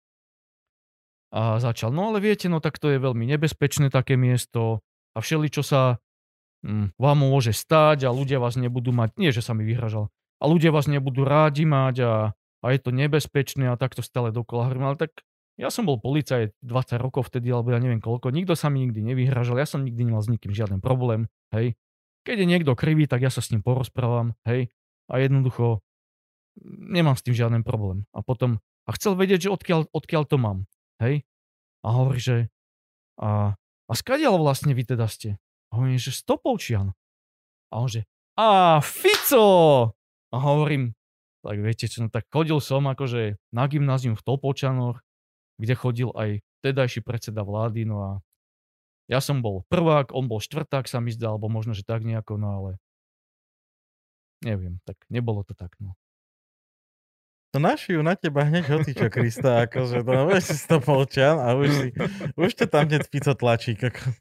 A začal, no ale viete, no tak to je veľmi nebezpečné také miesto a všeli, čo sa vám môže stať a ľudia vás nebudú mať, nie že sa mi vyhražal, a ľudia vás nebudú rádi mať a je to nebezpečné a takto stále dokola hovorím, ale tak ja som bol policajt 20 rokov vtedy, alebo ja neviem koľko, nikto sa mi nikdy nevyhražal, ja som nikdy nemal s nikým žiaden problém, hej. Keď je niekto krivý, tak ja sa s ním porozprávam, hej, a jednoducho nemám s tým žiaden problém. A potom, a chcel vedieť, že odkiaľ to mám. Hej? A hovorí, že a skadiaľ vlastne vy teda ste? A hovorím, že Stopolčian. A on, že Fico! A hovorím, tak viete čo, no tak chodil som akože na gymnázium v Topolčanoch, kde chodil aj vtedajší predseda vlády, no a ja som bol prvák, on bol štvrták, sa mi zdá, alebo možno, že tak nejako, no ale neviem, tak nebolo to tak, no. To našijú na teba hneď hocičo, Krista, akože to si Stopolčan a už to tam hneď Fico tlačí.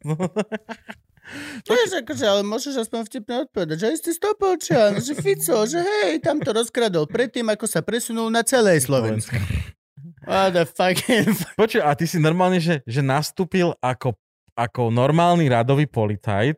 Vieš, akože, ale môžeš aspoň vtipne odpovedať, že istý Stopolčan, že Fico, že hej, tam to rozkradol predtým, ako sa presunul na celé Slovensko. What the fuck? Počuj, a ty si normálne, že nastúpil ako normálny radový policajt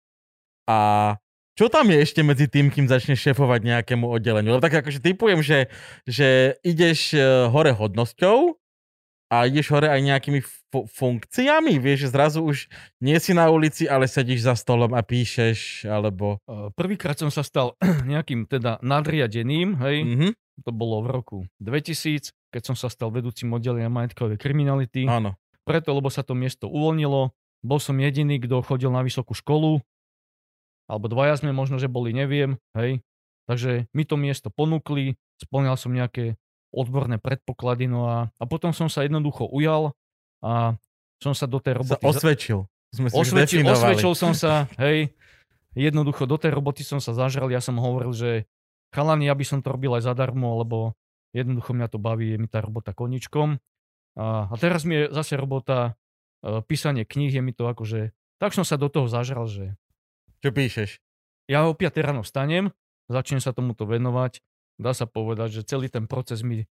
a čo tam je ešte medzi tým, kým začneš šéfovať nejakému oddeleniu? Lebo tak akože typujem, že ideš hore hodnosťou a ideš hore aj nejakými funkciami. Vieš, že zrazu už nie si na ulici, ale sedíš za stolom a píšeš, alebo... Prvýkrát som sa stal nejakým teda nadriadeným, hej. Mm-hmm. To bolo v roku 2000, keď som sa stal vedúcim oddelenia majetkovej kriminality. Áno. Preto, lebo sa to miesto uvoľnilo. Bol som jediný, kto chodil na vysokú školu. Alebo dvaja sme možno, že boli, neviem, hej. Takže mi to miesto ponúkli, spĺňal som nejaké odborné predpoklady, no a potom som sa jednoducho ujal a som sa do tej roboty... Osvedčil. Osvedčil som sa, hej. Jednoducho do tej roboty som sa zažral, ja som hovoril, že chalani, ja by som to robil aj zadarmo, lebo jednoducho mňa to baví, je mi tá robota koničkom. A teraz mi je zase robota, písanie kníh, je mi to akože... Tak som sa do toho zažral, že... Čo píšeš? Ja o 5 ráno vstanem, začnem sa tomuto venovať. Dá sa povedať, že celý ten proces mi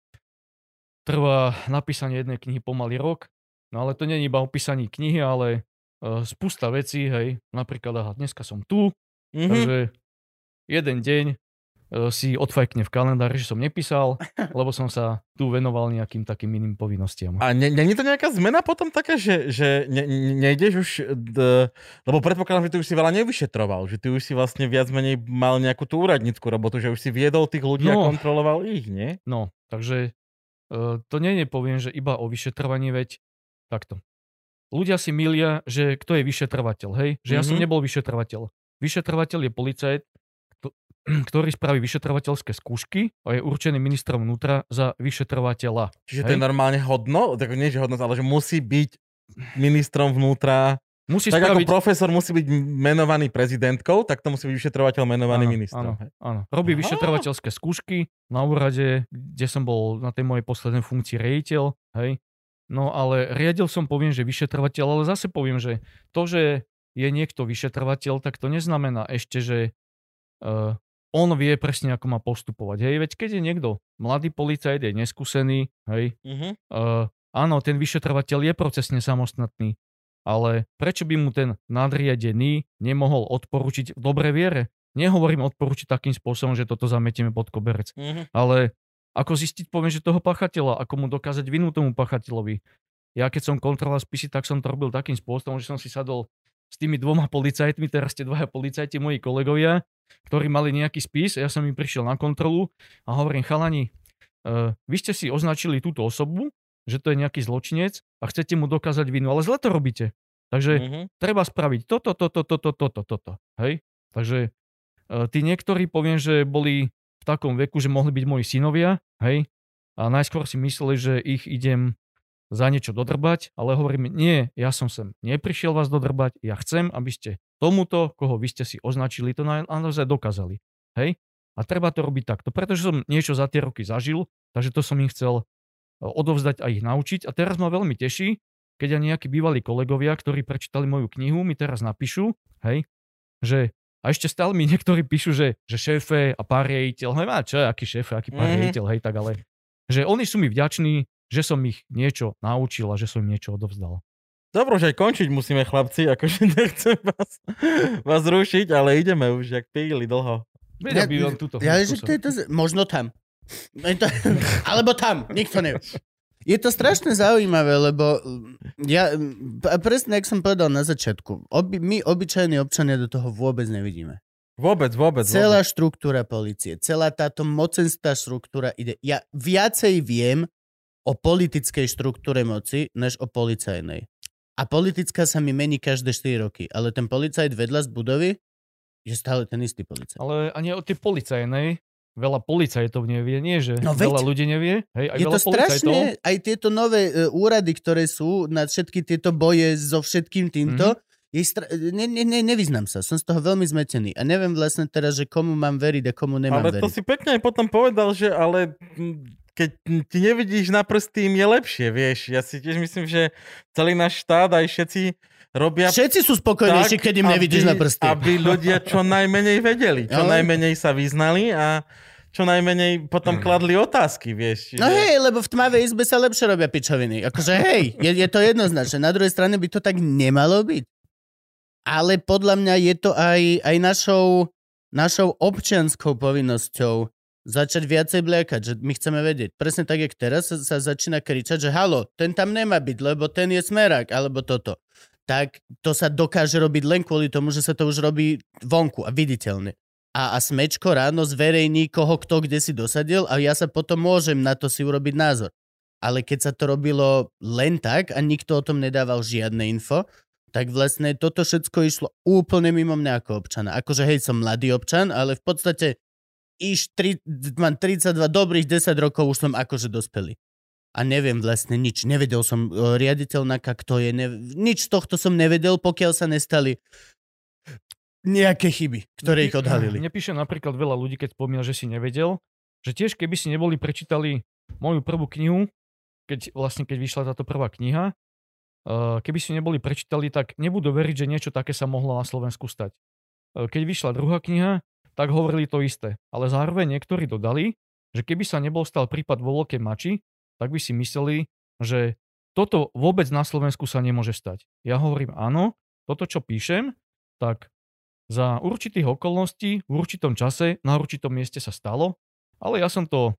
trvá napísanie jednej knihy pomaly rok. No ale to nie je iba o písaní knihy, ale spústa vecí, hej. Napríklad, dneska som tu, takže jeden deň si odfajkne v kalendári, že som nepísal, lebo som sa tu venoval nejakým takým iným povinnostiam. A nie je to nejaká zmena potom taká, že nejdeš už, lebo predpokladám, že ty už si veľa nevyšetroval, že ty už si vlastne viac menej mal nejakú tú úradnícku robotu, že už si viedol tých ľudí a kontroloval ich, nie? No, takže to nepoviem, že iba o vyšetrovaní, veď takto. Ľudia si milia, že kto je vyšetrovateľ, hej? Že ja som nebol vyšetrovateľ. Vyšetrovateľ je policajt, ktorý spraví vyšetrovateľské skúšky a je určený ministrom vnútra za vyšetrovateľa. Čiže to je normálne tak nie že hodnosť, ale že musí byť ministrom vnútra. Tak ako profesor musí byť menovaný prezidentkou, tak to musí byť vyšetrovateľ menovaný ministrom. Áno. Robí vyšetrovateľské skúšky na úrade, kde som bol na tej mojej poslednej funkcii riaditeľ, hej. No ale riadil som, poviem, že vyšetrovateľ, ale zase poviem, že to, že je niekto vyšetrovateľ, tak to neznamená ešte, že on vie presne, ako má postupovať. Hej, veď keď je niekto mladý policajt, je neskúsený, hej, áno, ten vyšetrovateľ je procesne samostatný, ale prečo by mu ten nadriadený nemohol odporučiť v dobrej viere? Nehovorím odporučiť takým spôsobom, že toto zametieme pod koberec, ale ako zistiť, poviem, že toho pachateľa, ako mu dokázať vinu tomu pachateľovi. Ja keď som kontroloval spisy, tak som to robil takým spôsobom, že som si sadol s tými 2 policajtmi, teraz ste 2 policajti, moji kolegovia, ktorí mali nejaký spis, ja som im prišiel na kontrolu a hovorím, chalani, vy ste si označili túto osobu, že to je nejaký zločinec a chcete mu dokázať vinu, ale zle to robíte. Takže treba spraviť toto. Hej? Takže tí niektorí, poviem, že boli v takom veku, že mohli byť moji synovia, hej, a najskôr si mysleli, že ich idem za niečo dodrbať, ale hovorím, nie, ja som sem neprišiel vás dodrbať, ja chcem, aby ste tomuto, koho vy ste si označili, to naozaj dokázali, hej, a treba to robiť takto, pretože som niečo za tie roky zažil, takže to som im chcel odovzdať a ich naučiť a teraz ma veľmi teší, keď aj nejakí bývalí kolegovia, ktorí prečítali moju knihu, mi teraz napíšu, hej, že a ešte stále mi niektorí píšu, že šéfe a pán riaditeľ, hej, a čo, aký šéfe, aký pán riaditeľ, hej, tak ale, že oni sú mi vďační, že som ich niečo naučil a že som im niečo odovzdal. Dobre, že aj končiť musíme, chlapci, akože nechcem vás rušiť, ale ideme už, jak píli dlho. Možno tam. Alebo tam, nikto nevie. Je to strašne zaujímavé, lebo ja, presne, jak som povedal na začiatku, my obyčajní občania do toho vôbec nevidíme. Vôbec. Celá štruktúra polície, celá táto mocenská štruktúra ide. Ja viacej viem o politickej štruktúre moci, než o policajnej. A politická sa mi mení každé 4 roky, ale ten policajt vedľa z budovy je stále ten istý policajt. Ale ani o tej policajnej veľa policajtov nevie, nie že veľa ľudí nevie. Hej, aj je to strašne, aj tieto nové úrady, ktoré sú na všetky tieto boje so všetkým týmto, nevyznám sa, som z toho veľmi zmetený a neviem vlastne teraz, že komu mám veriť a komu nemám veriť. Ale to si pekne aj potom povedal, že ale keď ti nevidíš na prsty, im je lepšie, vieš. Ja si tiež myslím, že celý náš štát aj všetci robia... Všetci sú spokojnejší, keď im nevidíš na prsty. Aby ľudia čo najmenej vedeli, čo najmenej sa vyznali a čo najmenej potom kladli otázky, vieš. No hej, lebo v tmavej izbe sa lepšie robia pičoviny. Akože hej, je to jednoznačné. Na druhej strane by to tak nemalo byť. Ale podľa mňa je to aj našou občianskou povinnosťou začať viacej bliakať, že my chceme vedieť. Presne tak, jak teraz sa začína kričať, že halo, ten tam nemá byť, lebo ten je smerák, alebo toto. Tak to sa dokáže robiť len kvôli tomu, že sa to už robí vonku a viditeľne. A Smečko ráno zverejní koho kto kde si dosadil a ja sa potom môžem na to si urobiť názor. Ale keď sa to robilo len tak a nikto o tom nedával žiadne info, tak vlastne toto všetko išlo úplne mimo mňa ako občana. Akože hej, som mladý občan, ale v podstate mám 32 dobrých 10 rokov, už som akože dospelý. A neviem vlastne nič. Nevedel som riaditeľ NAKA, kto je. Nič z tohto som nevedel, pokiaľ sa nestali nejaké chyby, ktoré ich odhalili. Nepíše napríklad veľa ľudí, keď spomínal, že si nevedel, že tiež keby si neboli prečítali moju prvú knihu, keď vyšla táto prvá kniha, keby si neboli prečítali, tak nebudú veriť, že niečo také sa mohlo na Slovensku stať. Keď vyšla druhá kniha, tak hovorili to isté. Ale zároveň niektorí dodali, že keby sa nebol stal prípad vo Veľkej Mači, tak by si mysleli, že toto vôbec na Slovensku sa nemôže stať. Ja hovorím áno, toto čo píšem, tak za určitých okolností, v určitom čase, na určitom mieste sa stalo, ale ja som to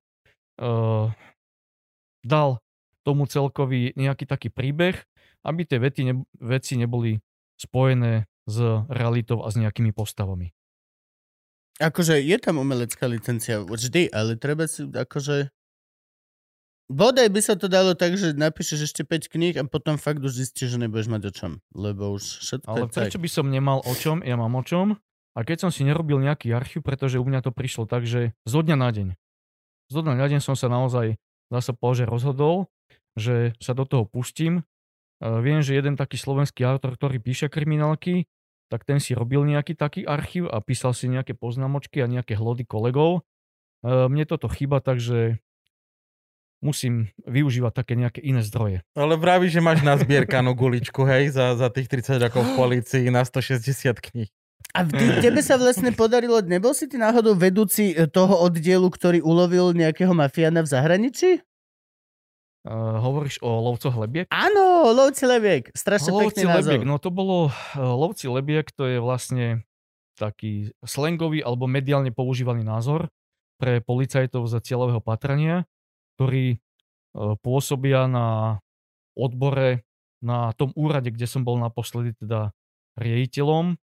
dal tomu celkový nejaký taký príbeh, aby tie veci neboli spojené s realitou a s nejakými postavami. Akože je tam umelecká licencia vždy, ale treba si akože... Bodaj by sa to dalo tak, že napíšeš ešte 5 kníh a potom fakt už zistíš, že nebudeš mať o čom. Lebo už všetko ale prečo by som nemal o čom? Ja mám o čom. A keď som si nerobil nejaký archív, pretože u mňa to prišlo tak, že zo dňa na deň. Zo dňa na deň som sa naozaj zase rozhodol, že sa do toho pustím. Viem, že jeden taký slovenský autor, ktorý píše kriminálky, tak ten si robil nejaký taký archív a písal si nejaké poznámočky a nejaké hlody kolegov. Mne toto chýba, takže musím využívať také nejaké iné zdroje. Ale vravíš, že máš nazbierkanú guličku, hej, za tých 30 rokov v polícii na 160 kníh. A tebe sa vlastne podarilo, nebol si ty náhodou vedúci toho oddielu, ktorý ulovil nejakého mafiána v zahraničí? Hovoríš o lovcoch lebiek? Áno, lovci lebiek. Strašne lovci pekný lebiek, názov. no to bolo lovci lebiek, to je vlastne taký slangový alebo mediálne používaný názor pre policajtov za cieľového patrania, ktorí pôsobia na odbore na tom úrade, kde som bol naposledy teda riaditeľom.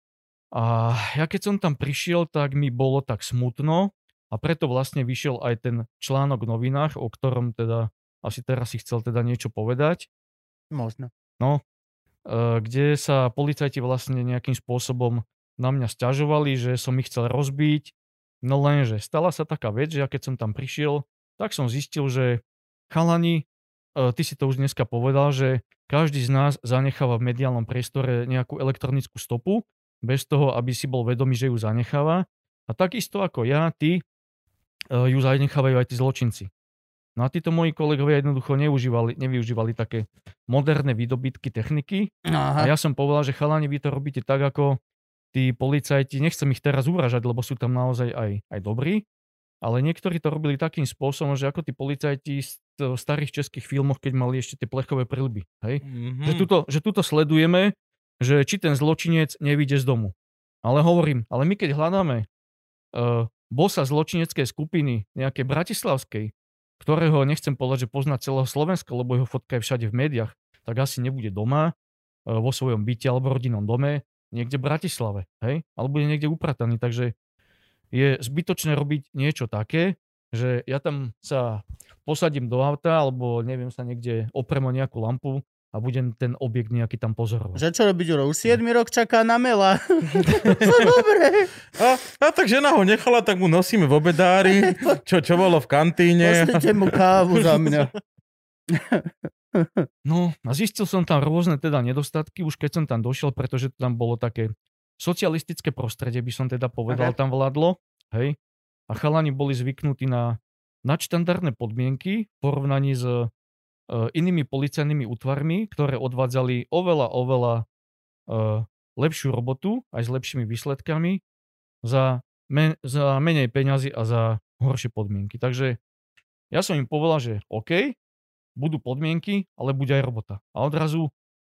A ja keď som tam prišiel, tak mi bolo tak smutno a preto vlastne vyšiel aj ten článok v novinách, o ktorom teda asi teraz si chcel teda niečo povedať. Možno. No, kde sa policajti vlastne nejakým spôsobom na mňa sťažovali, že som ich chcel rozbiť. No lenže stala sa taká vec, že ja keď som tam prišiel, tak som zistil, že chalani, ty si to už dneska povedal, že každý z nás zanecháva v mediálnom priestore nejakú elektronickú stopu, bez toho, aby si bol vedomý, že ju zanecháva. A takisto ako ja, ty ju zanechávajú aj tí zločinci. No a títo moji kolegovia jednoducho nevyužívali také moderné výdobytky techniky. Aha. A ja som povedal, že chalani, vy to robíte tak, ako tí policajti, nechcem ich teraz uražať, lebo sú tam naozaj aj dobrí, ale niektorí to robili takým spôsobom, že ako tí policajti v starých českých filmoch, keď mali ešte tie plechové prilby. Hej? Mm-hmm. Že tuto sledujeme, že či ten zločinec nevyjde z domu. Ale hovorím, ale my keď hľadáme bossa zločineckej skupiny nejakej bratislavskej, ktorého nechcem povedať, že pozná celého Slovenska, lebo jeho fotka je všade v médiách, tak asi nebude doma, vo svojom byte alebo rodinnom dome, niekde v Bratislave, hej? Ale bude niekde uprataný, takže je zbytočné robiť niečo také, že ja tam sa posadím do auta alebo neviem sa niekde oprem o nejakú lampu a budem ten objekt nejaký tam pozorovať. Že čo robiť, Uro? Už 7 rok čaká na Mela. To dobre. A tak žena ho nechala, tak mu nosíme v obedári, čo bolo v kantíne. Poslite mu kávu za mňa. No a zistil som tam rôzne teda nedostatky, už keď som tam došiel, pretože tam bolo také socialistické prostredie, by som teda povedal, tam vládlo. Hej. A chalani boli zvyknutí na nadštandardné podmienky v porovnaní s inými policajnými útvarmi, ktoré odvádzali oveľa lepšiu robotu, aj s lepšími výsledkami, za menej peňazí a za horšie podmienky. Takže ja som im povedal, že OK, budú podmienky, ale bude aj robota. A odrazu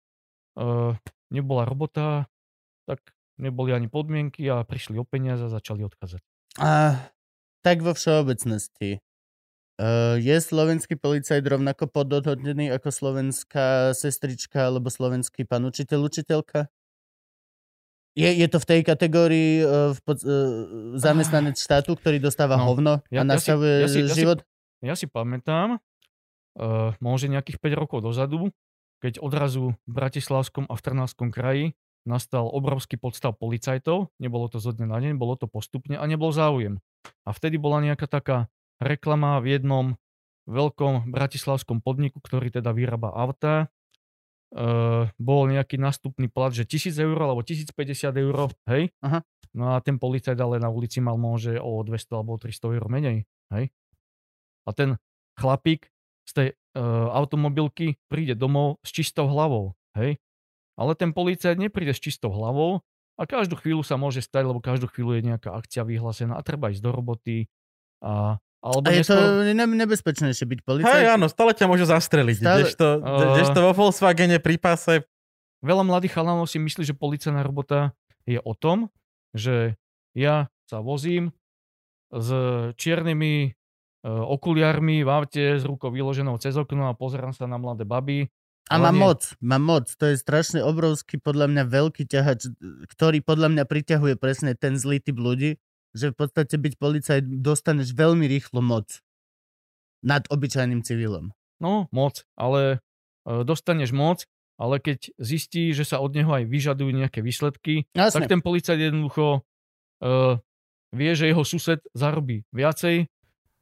nebola robota, tak neboli ani podmienky a prišli o peniaze a začali odchádzať. Tak vo všeobecnosti. Je slovenský policajt rovnako podhodnotený ako slovenská sestrička alebo slovenský pán učiteľ, učiteľka? Je to v tej kategórii zamestnanec štátu, ktorý dostáva hovno a nastavuje život? Ja si pamätám, môže nejakých 5 rokov dozadu, keď odrazu v Bratislavskom a v Trnavskom kraji nastal obrovský podstav policajtov, nebolo to zo dňa na deň, bolo to postupne a nebol záujem. A vtedy bola nejaká taká reklama v jednom veľkom bratislavskom podniku, ktorý teda vyrába autá. Bol nejaký nástupný plat, že 1,000 eur alebo 1,050 eur, hej? Aha. No a ten policajt ale na ulici mal môže o 200 alebo 300 eur menej, hej? A ten chlapík z tej automobilky príde domov s čistou hlavou, hej? Ale ten policajt nepríde s čistou hlavou a každú chvíľu sa môže stať, lebo každú chvíľu je nejaká akcia vyhlásená a treba ísť do roboty alebo je to nebezpečnejšie byť policajt? Hej, áno, stále ťa môže zastreliť. Kdežto vo Volkswagene pri páse. Veľa mladých chalanov si myslí, že policajná robota je o tom, že ja sa vozím s čiernymi okuliarmi v aute s rukou vyloženou cez okno a pozerám sa na mladé baby. A mám moc. To je strašne obrovský, podľa mňa veľký ťahač, ktorý podľa mňa priťahuje presne ten zlý typ ľudí, že v podstate byť policajt dostaneš veľmi rýchlo moc nad obyčajným civilom. No, moc, ale dostaneš moc, ale keď zistí, že sa od neho aj vyžadujú nejaké výsledky, tak ten policajt jednoducho vie, že jeho sused zarobí viacej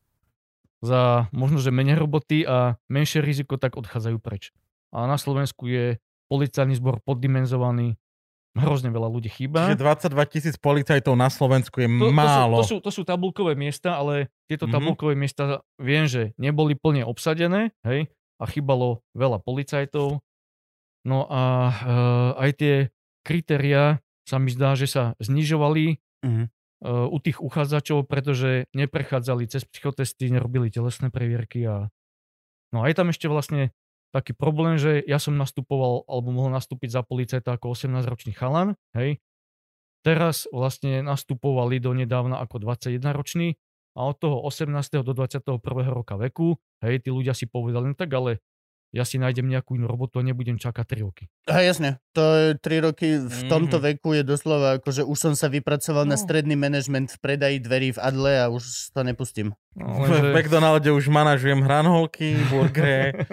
za možno, že menej roboty a menšie riziko, tak odchádzajú preč. A na Slovensku je policajný zbor poddimenzovaný, hrozne veľa ľudí chýba. Čiže 22 000 policajtov na Slovensku je málo. To sú tabulkové miesta, ale tieto tabulkové miesta viem, že neboli plne obsadené, hej, a chýbalo veľa policajtov. No a aj tie kritériá sa mi zdá, že sa znižovali u tých uchádzačov, pretože neprechádzali cez psychotesty, nerobili telesné previerky a no aj tam ešte vlastne taký problém, že ja som nastupoval, alebo mohol nastúpiť za policajta ako 18-ročný chalan, hej. Teraz vlastne nastupovali donedávna ako 21-ročný a od toho 18. do 21. roka veku, hej, tí ľudia si povedali, no tak ale ja si nájdem nejakú inú robotu a nebudem čakať 3 roky. A jasne, to je 3 roky v tomto veku je doslova ako, že už som sa vypracoval na stredný manažment v predaji dverí v Adle a už to nepustím. No, v McDonalde už manažujem hranolky, burgery.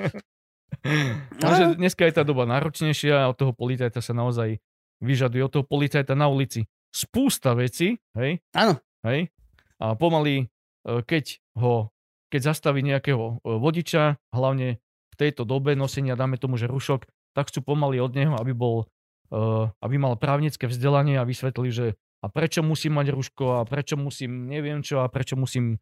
Takže dneska je tá doba náročnejšia a od toho policajta sa naozaj vyžaduje, od toho policajta na ulici spústa vecí, hej? Áno. Hej? A pomaly, keď zastaví nejakého vodiča, hlavne v tejto dobe nosenia, dáme tomu, že rušok, tak chcú pomaly od neho, aby mal právnické vzdelanie a vysvetlili, že a prečo musím mať ruško a prečo musím neviem čo a prečo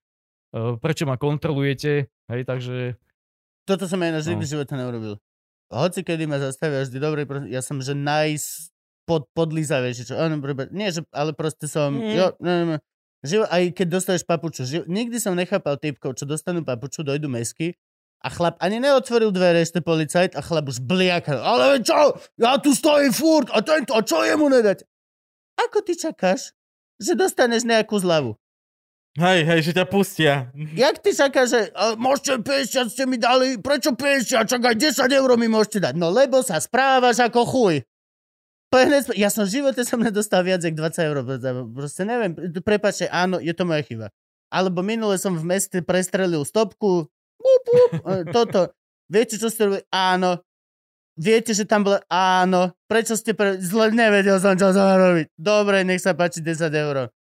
ma kontrolujete, hej, takže toto som aj na v živote neurobil. Hoci kedy ma zastavia vždy dobre, ja som že podlízavejší, čo nie, že, ale proste som aj keď dostaneš papuču, nikdy som nechápal typkov, čo dostanú papuču, dojdu mesky a chlap ani neotvoril dvere, ešte policajt a chlap už bliaka, ale čo, ja tu stojím furt a čo jemu nedať? Ako ty čakáš, že dostaneš nejakú zľavu? Hej, že ťa pustia. Jak ty čakáš, že môžete 50 ste mi dali, prečo 50, čak aj 10 eur mi môžete dať? No lebo sa správaš ako chuj. Ja som v živote nedostal viac jak 20 eur. Proste neviem, prepáčte, áno, je to moja chyba. Alebo minule som v meste prestrelil stopku. Toto. Viete, čo ste robili? Áno. Viete, že tam bolo? Áno. Prečo ste zle nevedel som, čo som robiť? Dobre, nech sa páči 10 eur.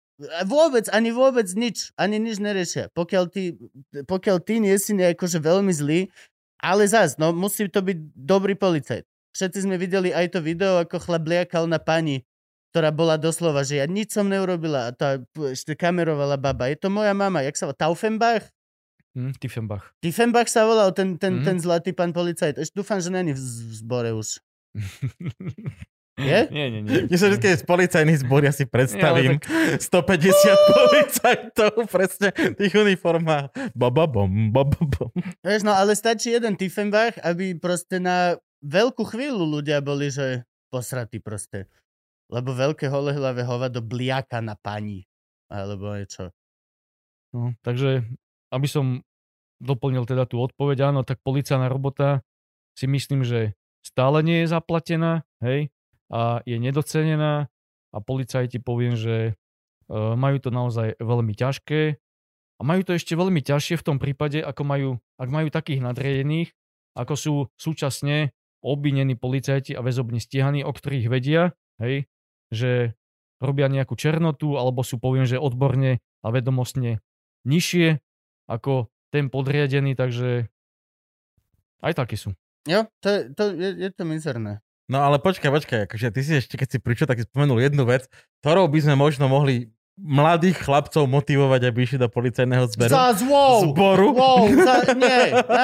Ani vôbec nič. Ani nič neriešia. Pokiaľ ty nie si nejako, že veľmi zlý, ale zás, no musí to byť dobrý policajt. Všetci sme videli aj to video, ako chlap bliakal na pani, ktorá bola doslova, že ja nič som neurobila a tá ešte kamerovala baba. Je to moja mama. Jak sa volá? Taufenbach? Tiefenbach sa volal ten zlatý pán policajt. Ešte dúfam, že není v zbore už. Je? Nie. Ja som vždy z policajných zbor, ja si predstavím 150 policajtov, presne, tých uniformách. Bababom. Vieš, no ale stačí jeden Tiefenbach, aby proste na veľkú chvíľu ľudia boli, že posratí proste. Lebo veľké holehlavé hovado bliaka na pani. Alebo niečo. No, takže, aby som doplnil teda tú odpoveď, áno, tak policajná robota si myslím, že stále nie je zaplatená, hej, a je nedocenená a policajti poviem, že majú to naozaj veľmi ťažké a majú to ešte veľmi ťažšie v tom prípade, ak majú takých nadriadených, ako sú súčasne obvinení policajti a väzobne stíhaní, o ktorých vedia, hej, že robia nejakú černotu alebo sú poviem, že odborne a vedomostne nižšie ako ten podriadený, takže aj takí sú. Jo, je to mizerné. No ale počkaj, akože ty si ešte, keď si pričo, tak si spomenul jednu vec, ktorou by sme možno mohli mladých chlapcov motivovať, aby išli do policajného zboru. Nie.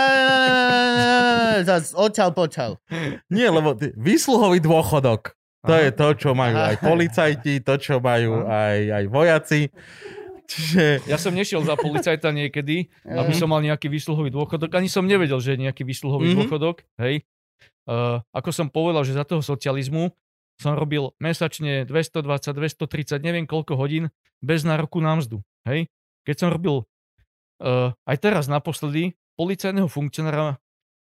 Odčal. Nie, lebo výsluhový dôchodok, to je to, čo majú aj policajti, to, čo majú aj vojaci. Čiže... Ja som nešiel za policajta niekedy, aby som mal nejaký výsluhový dôchodok. Ani som nevedel, že je nejaký výsluhový dôchodok. Hej. Ako som povedal, že za toho socializmu som robil mesačne 220, 230, neviem koľko hodín bez nároku na mzdu. Hej. Keď som robil aj teraz naposledy policajného funkcionára,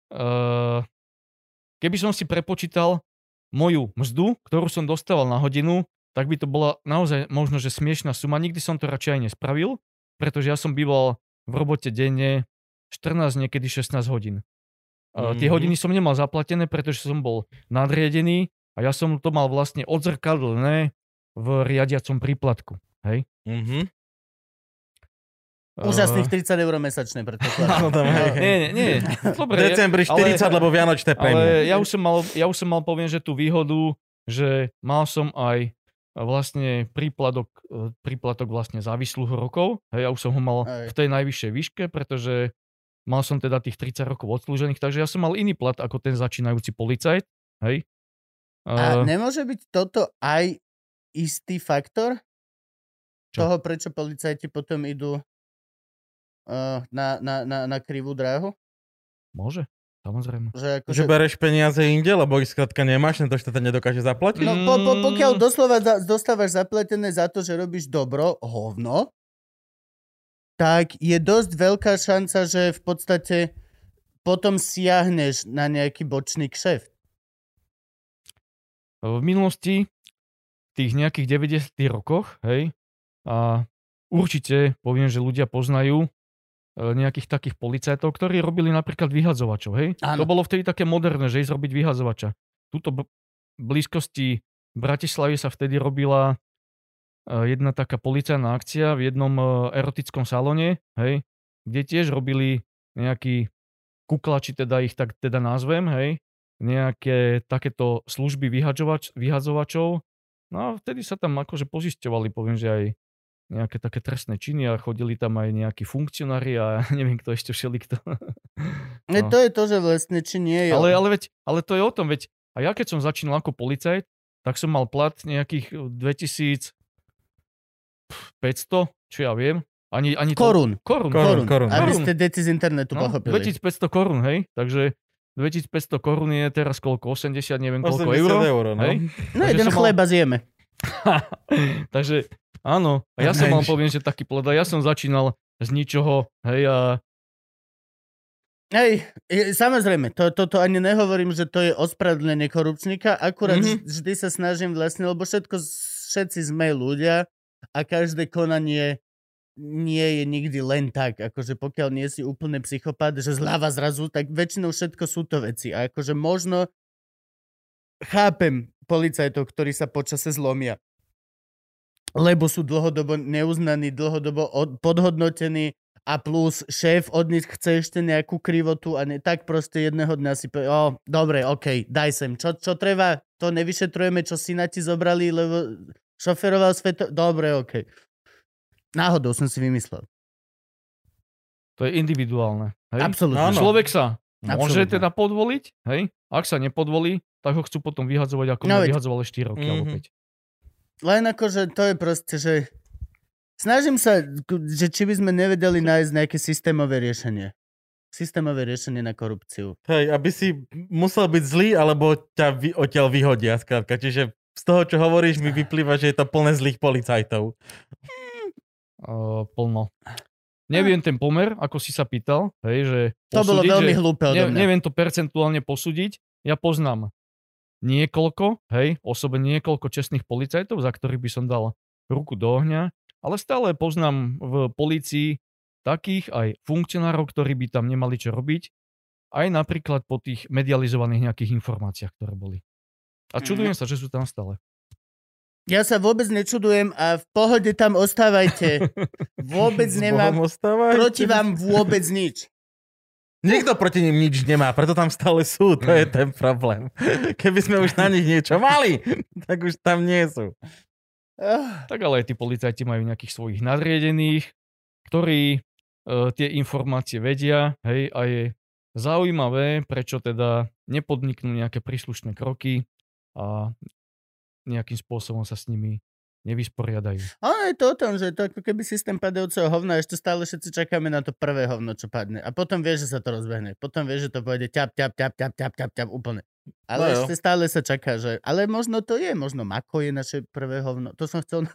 keby som si prepočítal moju mzdu, ktorú som dostával na hodinu, tak by to bola naozaj možno, že smiešná suma. Nikdy som to radšej aj nespravil, pretože ja som býval v robote denne 14, niekedy 16 hodín. Tie hodiny som nemal zaplatené, pretože som bol nadriadený a ja som to mal vlastne odzrkadlené v riadiacom príplatku. Hej? Úžasných 30 eur mesačne, predpokladám. Nie. Dobre, v decembri 40, lebo vianočné prémie. Ale ja už som mal, poviem, že tú výhodu, že mal som aj vlastne príplatok vlastne za výsluhu rokov. Hej, ja už som ho mal v tej najvyššej výške, pretože mal som teda tých 30 rokov odslúžených, takže ja som mal iný plat ako ten začínajúci policajt. Hej. A nemôže byť toto aj istý faktor toho, prečo policajti potom idú na krivú dráhu? Môže, samozrejme. Že bereš peniaze inde, lebo ich skrátka nemáš, to štát nedokáže zaplatiť? No pokiaľ doslova dostávaš zaplatené za to, že robíš dobro, hovno, tak je dosť veľká šanca, že v podstate potom siahneš na nejaký bočný kšeft. V minulosti, v tých nejakých 90. rokoch, hej, a určite poviem, že ľudia poznajú nejakých takých policajtov, ktorí robili napríklad vyhadzovačov, hej. Áno. To bolo vtedy také moderné, že ísť robiť vyhadzovača. Tuto v blízkosti Bratislavy sa vtedy robila jedna taká policajná akcia v jednom erotickom salóne, hej, kde tiež robili nejakí kuklači, teda ich tak teda nazvem, hej, nejaké takéto služby vyhadzovačov. No a vtedy sa tam akože pozisťovali, poviem, že aj nejaké také trestné činy a chodili tam aj nejakí funkcionári a neviem, kto ešte všelikto. No. To je to, že vlastne či nie je. Ale to je o tom, veď a ja keď som začínal ako policajt, tak som mal plat nejakých 2500, čo ja viem. Ani korún. Korún. Aby ste deti z internetu pochopili. 2500 korún, hej, takže 2500 korún je teraz koľko? 80, neviem koľko 80 eur, no. Hej? No jeden chleba zjeme. Takže áno, a ja som mal poviem, že taký plat, a ja som začínal z ničoho, hej, a hej, samozrejme, to ani nehovorím, že to je ospravedlnenie korupčníka, akurát vždy sa snažím vlastne, lebo všetci sme ľudia a každé konanie nie je nikdy len tak, akože pokiaľ nie si úplne psychopat, že zľava zrazu, tak väčšinou všetko sú to veci. A akože možno chápem policajtov, ktorí sa počase zlomia, lebo sú dlhodobo neuznaní, dlhodobo podhodnotení a plus šéf od nich chce ešte nejakú krivotu a tak proste jedného dňa si povie, dobre, okej, daj sem, čo treba, to nevyšetrujeme, čo syna ti zobrali, lebo šoferoval sveto, dobre, okej. Náhodou som si vymyslel. To je individuálne. Hej? Absolútne. Človek sa môže teda podvoliť, hej? Ak sa nepodvolí, tak ho chcú potom vyhadzovať, ako vyhadzovali 4 roky alebo 5. Len akože to je proste, že snažím sa, že či by sme nevedeli nájsť nejaké systémové riešenie. Systémové riešenie na korupciu. Hej, aby si musel byť zlý, alebo ťa odtiaľ vyhodia, skrátka. Čiže z toho, čo hovoríš, mi vyplýva, že je to plné zlých policajtov. Plno. Neviem ten pomer, ako si sa pýtal, hej, že to bolo veľmi hlúpe odo mňa. Neviem to percentuálne posúdiť. Ja poznám niekoľko čestných policajtov, za ktorých by som dal ruku do ohňa, ale stále poznám v polícii takých aj funkcionárov, ktorí by tam nemali čo robiť, aj napríklad po tých medializovaných nejakých informáciách, ktoré boli. A čudujem sa, že sú tam stále. Ja sa vôbec nečudujem a v pohode tam ostávajte. Vôbec nemám proti vám vôbec nič. Nikto proti nim nič nemá, preto tam stále sú, to je ten problém. Keby sme už na nich niečo mali, tak už tam nie sú. Tak ale aj tí policajti majú nejakých svojich nadriedených, ktorí tie informácie vedia, hej, a je zaujímavé, prečo teda nepodniknú nejaké príslušné kroky a nejakým spôsobom sa s nimi nevysporiadajú. Ale je to o tom, že to ako keby systém padajúceho hovna, ešte stále všetci čakáme na to prvé hovno, čo padne. A potom vieš, že sa to rozbehne. Potom vieš, že to pôjde ťap, úplne. Ale ešte stále sa čaká, že... Ale možno to je, možno Mako je naše prvé hovno. To som chcel...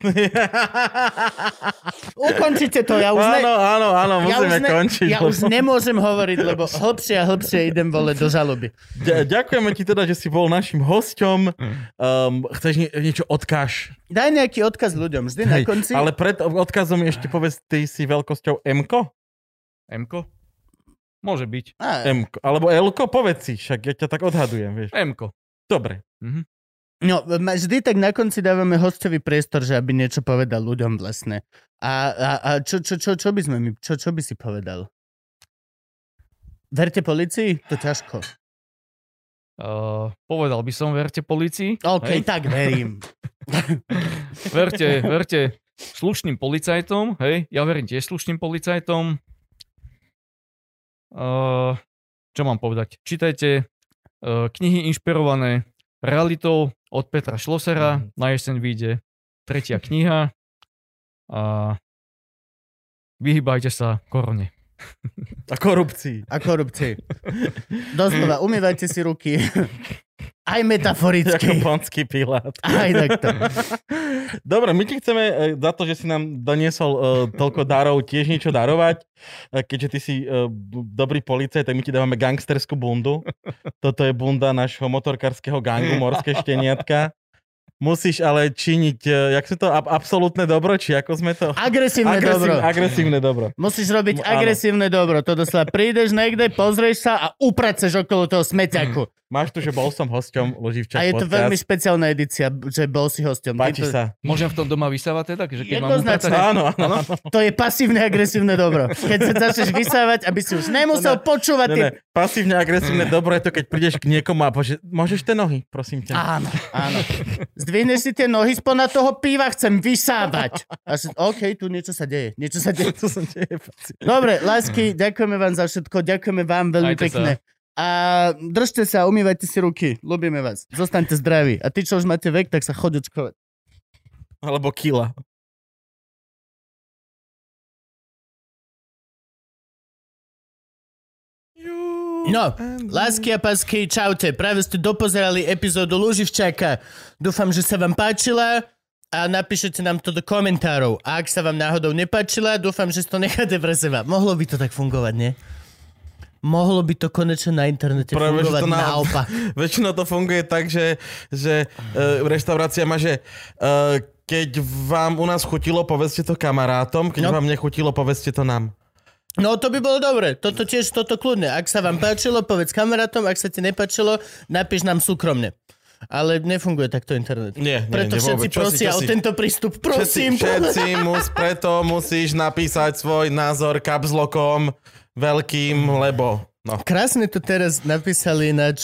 Ukončite to, ja už... Áno, musíme končiť. Ja už nemôžem hovoriť, lebo hlbšie a hlbšie idem vole do žaloby. Ďakujeme ti teda, že si bol našim hosťom. Chceš niečo odkáž? Daj nejaký odkaz ľuďom, vždy na konci. Ale pred odkazom ešte povedz, ty si veľkosťou M-ko? M-ko? Môže byť. M-ko. Alebo L-ko, povedz si, však ja ťa tak odhadujem, vieš. M-ko. Dobre. No, vždy tak na konci dávame hostovi priestor, že aby niečo povedal ľuďom vlastne. A čo by sme čo by si povedal? Verte polícii? To ťažko. povedal by som, verte polícii. OK, tak verím. Verte slušným policajtom, hej, ja verím tiež slušným policajtom. Čo mám povedať? Čítajte knihy inšpirované realitou od Petra Schlossera, na jeseň vyjde 3. kniha a vyhýbajte sa korone. A korupcii. Doslova, umývajte si ruky. Aj metaforicky. Ako Ponský Pilát. Aj takto. Dobre, my ti chceme za to, že si nám doniesol toľko darov, tiež niečo darovať. Keďže ty si dobrý policajt, tak my ti dávame gangsterskú bundu. Toto je bunda nášho motorkárskeho gangu Morské šteniatka. Musíš ale činiť, jak sa to, absolútne dobro, či ako sme to? Agresívne dobro. Musíš robiť agresívne dobro. To doslova prídeš niekde, pozrieš sa a upraceš okolo toho smeťaku. Máš tu, že bol som hosťom Luživčak podcast. A je to veľmi špeciálna edícia, že bol si hosťom. Páči sa. Môžem v tom doma vysávať teda? Že keď jednoznačne. Áno. To je pasívne agresívne dobro. Keď sa začneš vysávať, aby si už nemusel počúvať. Pasívne agresívne dobro je to, keď prídeš k niekomu a povieš, môžeš tie nohy, prosím ťa. Áno. Zdvihneš si tie nohy spod toho piva, chcem vysávať. OK, tu niečo sa deje. Dobre, lásky, ďakujeme vám za všetko, ďakujeme vám veľmi pekne. A držte sa, umývajte si ruky. Ľubíme vás. Zostaňte zdraví. A ty, čo už máte vek, tak sa choď očkovať. Alebo kila. No, lásky a pásky, čaute. Práve ste dopozerali epizódu Luživčaka. Dúfam, že sa vám páčila a napíšete nám to do komentárov. A ak sa vám náhodou nepáčila, dúfam, že si to necháte pre seba. Mohlo by to tak fungovať, nie? Mohlo by to konečne na internete fungovať naopak. Väčšinou to funguje tak, že reštaurácia má, že keď vám u nás chutilo, povedzte to kamarátom, keď vám nechutilo, povedzte to nám. No to by bolo dobre, toto kľudne. Ak sa vám páčilo, povedz kamarátom, ak sa ti nepáčilo, napíš nám súkromne. Ale nefunguje takto internet. Nie, preto všetci prosia o tento prístup. Prosím. Preto musíš napísať svoj názor kapslokom veľkým, lebo... No. Krásne to teraz napísali ináč.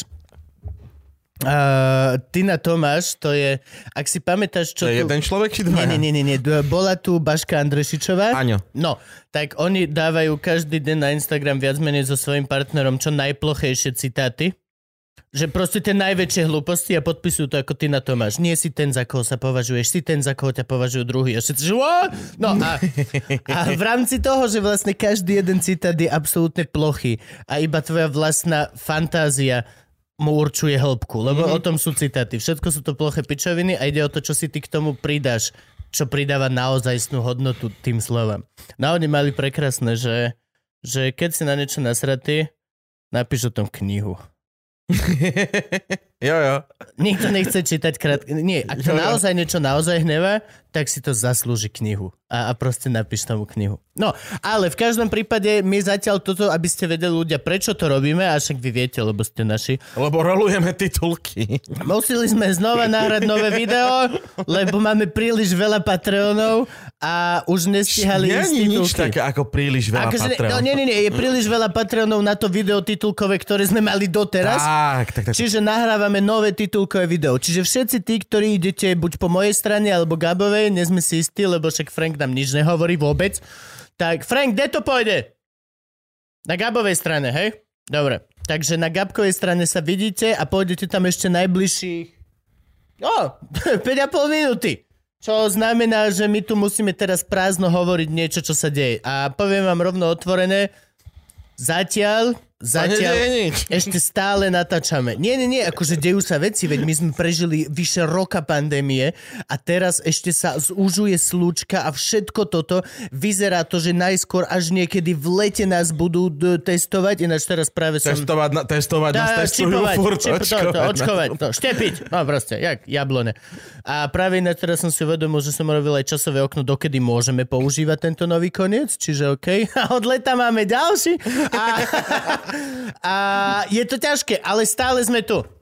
Tina Tomáš, to je, ak si pamätáš, čo to je jeden človek, či dva? Nie. Bola tu Baška Andrešičová. Áno. No, tak oni dávajú každý deň na Instagram viac menej so svojím partnerom čo najplochejšie citáty. Že proste tie najväčšie hlúposti a podpisujú to ako Tina Tomáš. Nie si ten, za koho sa považuješ, si ten, za koho ťa považujú druhý. A všetci, že no a v rámci toho, že vlastne každý jeden citát je absolútne plochý a iba tvoja vlastná fantázia mu určuje hĺbku, lebo o tom sú citáty. Všetko sú to ploché pičoviny a ide o to, čo si ty k tomu pridáš, čo pridáva naozajstnú hodnotu tým slovám. No oni mali prekrásne, že keď si na niečo nasratý, napíš o tom knihu. Jo. Nikto nechce čítať krátke. Nie, ak to naozaj niečo naozaj hnevá, tak si to zaslúži knihu. A proste napíš tomu knihu. No, ale v každom prípade my zatiaľ toto, aby ste vedeli ľudia, prečo to robíme, a však vy viete, lebo ste naši. Lebo rolujeme titulky. Museli sme znova nahrať nové video, lebo máme príliš veľa Patreonov a už nestihali ísť titulky. Nie nič také ako príliš veľa Patreonov. No, nie, je príliš veľa Patreonov na to video titulkové, ktoré sme mali doteraz. Tak. Čiže nahrávame nové titulkové video. Čiže všetci tí, ktorí idete buď po mojej strane alebo Gabovej, nie sme si istí, lebo však Frank nám nič nehovorí vôbec. Tak Frank, kde to pôjde? Na Gabovej strane, hej? Dobre. Takže na Gabkovej strane sa vidíte a pôjdete tam ešte najbližších 5,5 minúty. Čo znamená, že my tu musíme teraz prázdno hovoriť niečo, čo sa deje. A poviem vám rovno otvorené, zatiaľ ešte stále natáčame. Nie, akože dejú sa veci, veď my sme prežili vyše roka pandémie a teraz ešte sa zúžuje slúčka a všetko toto vyzerá to, že najskôr až niekedy v lete nás budú testovať, ináč teraz práve som... Testovať nás testujú furt. Očkovať, štepiť, no proste, jak jablone. A práve ináč teraz som si uvedomil, že som robil aj časové okno, dokedy môžeme používať tento nový koniec, čiže OK. A od leta máme ďalší. A je to ťažké, ale stále sme tu.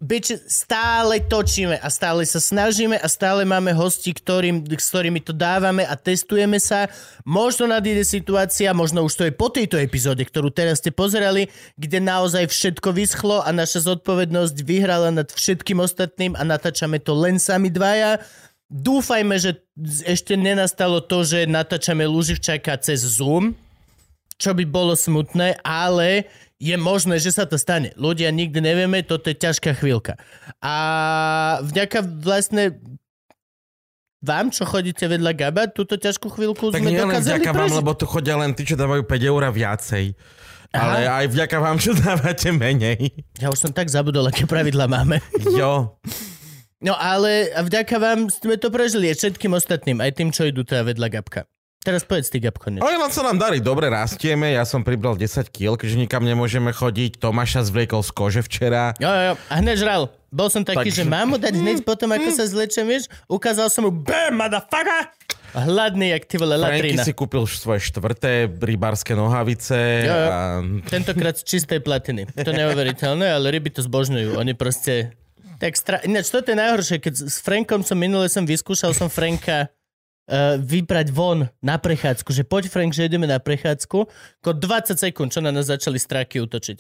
stále točíme a stále sa snažíme a stále máme hosti, s ktorými to dávame a testujeme sa. Možno nadíde situácia, možno už to je po tejto epizóde, ktorú teraz ste pozerali, kde naozaj všetko vyschlo a naša zodpovednosť vyhrala nad všetkým ostatným a natáčame to len sami dvaja. Dúfajme, že ešte nenastalo to, že natáčame Luživčaka cez Zoom, čo by bolo smutné, ale je možné, že sa to stane. Ľudia nikdy nevieme, toto je ťažká chvíľka. A vďaka vlastne vám, čo chodíte vedľa Gaba, túto ťažkú chvíľku tak sme dokázali prežiť. Tak nie len vďaka vám, lebo tu chodia len tí, čo dávajú 5 eur viacej. Aha. Ale aj vďaka vám, čo dávate menej. Ja už som tak zabudol, aké pravidlá máme. Jo. No ale vďaka vám sme to prežili aj všetkým ostatným, aj tým, čo idú teda vedľa Gabka. Teraz povedz ty, Gabko. Ale nám sa nám darí, dobre rastieme, ja som pribral 10 kg, keďže nikam nemôžeme chodiť, Tomáša zvliekol z kože včera. Jo, a hneď žral. Bol som taký, že mám mu dať hneď potom, ako sa zlečem, vieš, ukázal som mu, BAM, motherfucker! Hladný, jak ty vole latrina. Franky si kúpil svoje 4. rybárske nohavice. Jo. A... Tentokrát z čistej platiny. To je neuveriteľné, ale ryby to zbožňujú. Oni proste... Ináč, toto je najhoršie, keď s Frankom minule vyskúšal som Franka vybrať von na prechádzku, že poď Frank, že ideme na prechádzku, ako 20 sekúnd, čo na nás začali stráky útočiť.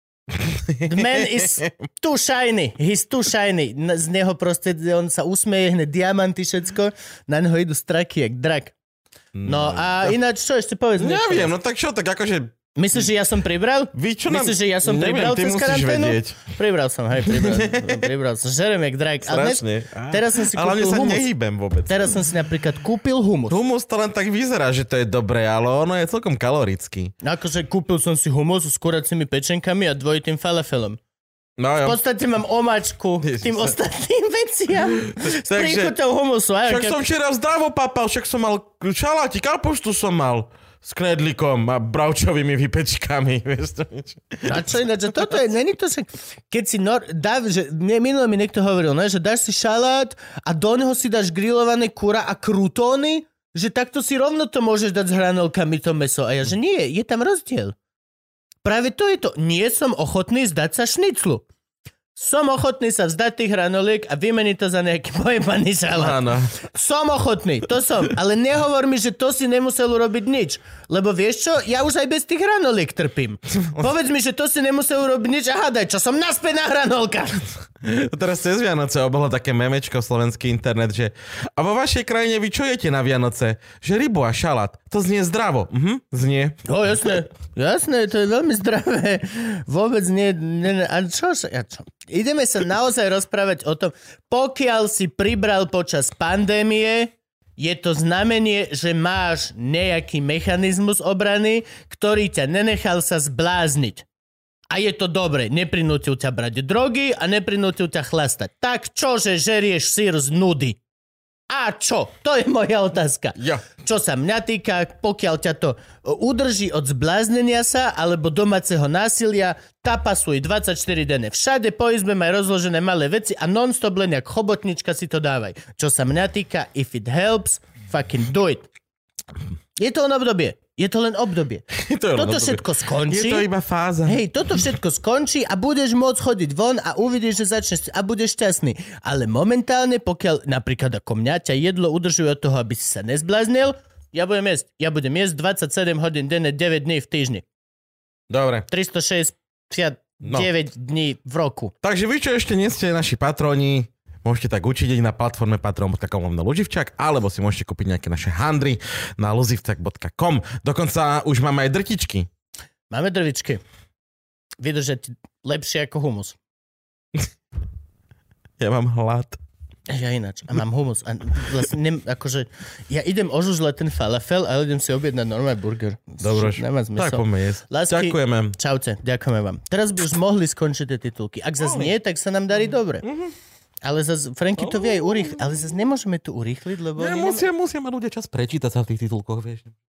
The man is too shiny. He's too shiny. Z neho proste, on sa usmeje, hneď diamanty, všetko. Na neho idú straky, jak drak. No a ináč, čo ešte povedz? Neviem, no tak čo, tak akože... Myslíš, že ja som pribral? Myslíš, že ja som pribral cez karanténu? Pribral som, pribral som. Žerem jak drak. Strašne. Teraz som si kúpil humus. Ale sa nehýbem vôbec. Teraz som si napríklad kúpil humus. Humus to len tak vyzerá, že to je dobré, ale ono je celkom kalorický. Akože kúpil som si humus s kuracími pečenkami a dvojitým falafelom. No, v podstate mám omáčku k tým ostatným veciam s príchutou humusu. Však som včera zdravo papal, však som mal šalátik, kapuštu som mal. S knedlikom a bravčovými vypečkami. A čo ináč, toto je, není to sa... Keď si minule mi niekto hovoril, ne, že dáš si šalát a do neho si dáš grillované kura a krutóny, že takto si rovno to môžeš dať s hranolkami to meso. A ja, že nie, je tam rozdiel. Práve to je to. Nie som ochotný zdať sa šniclu. Som ochotný sa vzdať tých hranoliek a vymeniť to za nejaký pojebaný šalát. Áno. Som ochotný, to som. Ale nehovor mi, že to si nemusel urobiť nič. Lebo vieš čo? Ja už aj bez tých hranoliek trpím. Povedz mi, že to si nemusel urobiť nič a hádaj, čo som naspäť na hranolkách. Teraz cez Vianoce bolo také memečko slovenský internet, že a vo vašej krajine vy čo jete na Vianoce? Že rybu a šalát. To znie zdravo. Znie. No jasné, to je veľmi zdravé. Vôbec nie. A čo? Ideme sa naozaj rozprávať o tom, pokiaľ si pribral počas pandémie, je to znamenie, že máš nejaký mechanizmus obrany, ktorý ťa nenechal sa zblázniť. A je to dobre, neprinútil ťa brať drogy a neprinútil ťa chlastať. Tak čože žerieš syr z nudy? A čo? To je moja otázka. Ja. Čo sa mňa týka, pokiaľ ťa to udrží od zbláznenia sa alebo domáceho násilia, tapasuj 24 denne. Všade po izbe maj rozložené malé veci a non-stop len jak chobotnička si to dávaj. Čo sa mňa týka, if it helps, fucking do it. Je to len obdobie. Toto všetko skončí. Je to iba fáza. Hej, toto všetko skončí a budeš môcť chodiť von a uvidíš, že začneš a budeš šťastný. Ale momentálne, pokiaľ napríklad ako mňa ťa jedlo udržuje od toho, aby si sa nezbláznil, ja budem jesť. Ja budem jesť 27 hodín denne, 9 dní v týždni. Dobre. 369 dní v roku. Takže vy, čo ešte nie ste naši patroni, môžete tak učiť na platforme patron.com na Luživčak, alebo si môžete kúpiť nejaké naše handry na luzivčak.com. Dokonca už máme aj drtičky. Máme drvičky. Vydržať lepšie ako humus. Ja mám hlad. Ja ináč. A mám humus. A vlastne ja idem ožužľať ten falafel, ale idem si objednať normálny burger. Dobroš. Tak poďme jesť. Lásky, ďakujeme. Čaute, ďakujeme vám. Teraz by už mohli skončiť tie titulky. Ak zase nie, tak sa nám darí dobre. Ale zase Franky to vie aj urýchliť. Ale zase nemôžeme to urýchliť, lebo... Musia mať ľudia čas prečítať sa v tých titulkoch, vieš.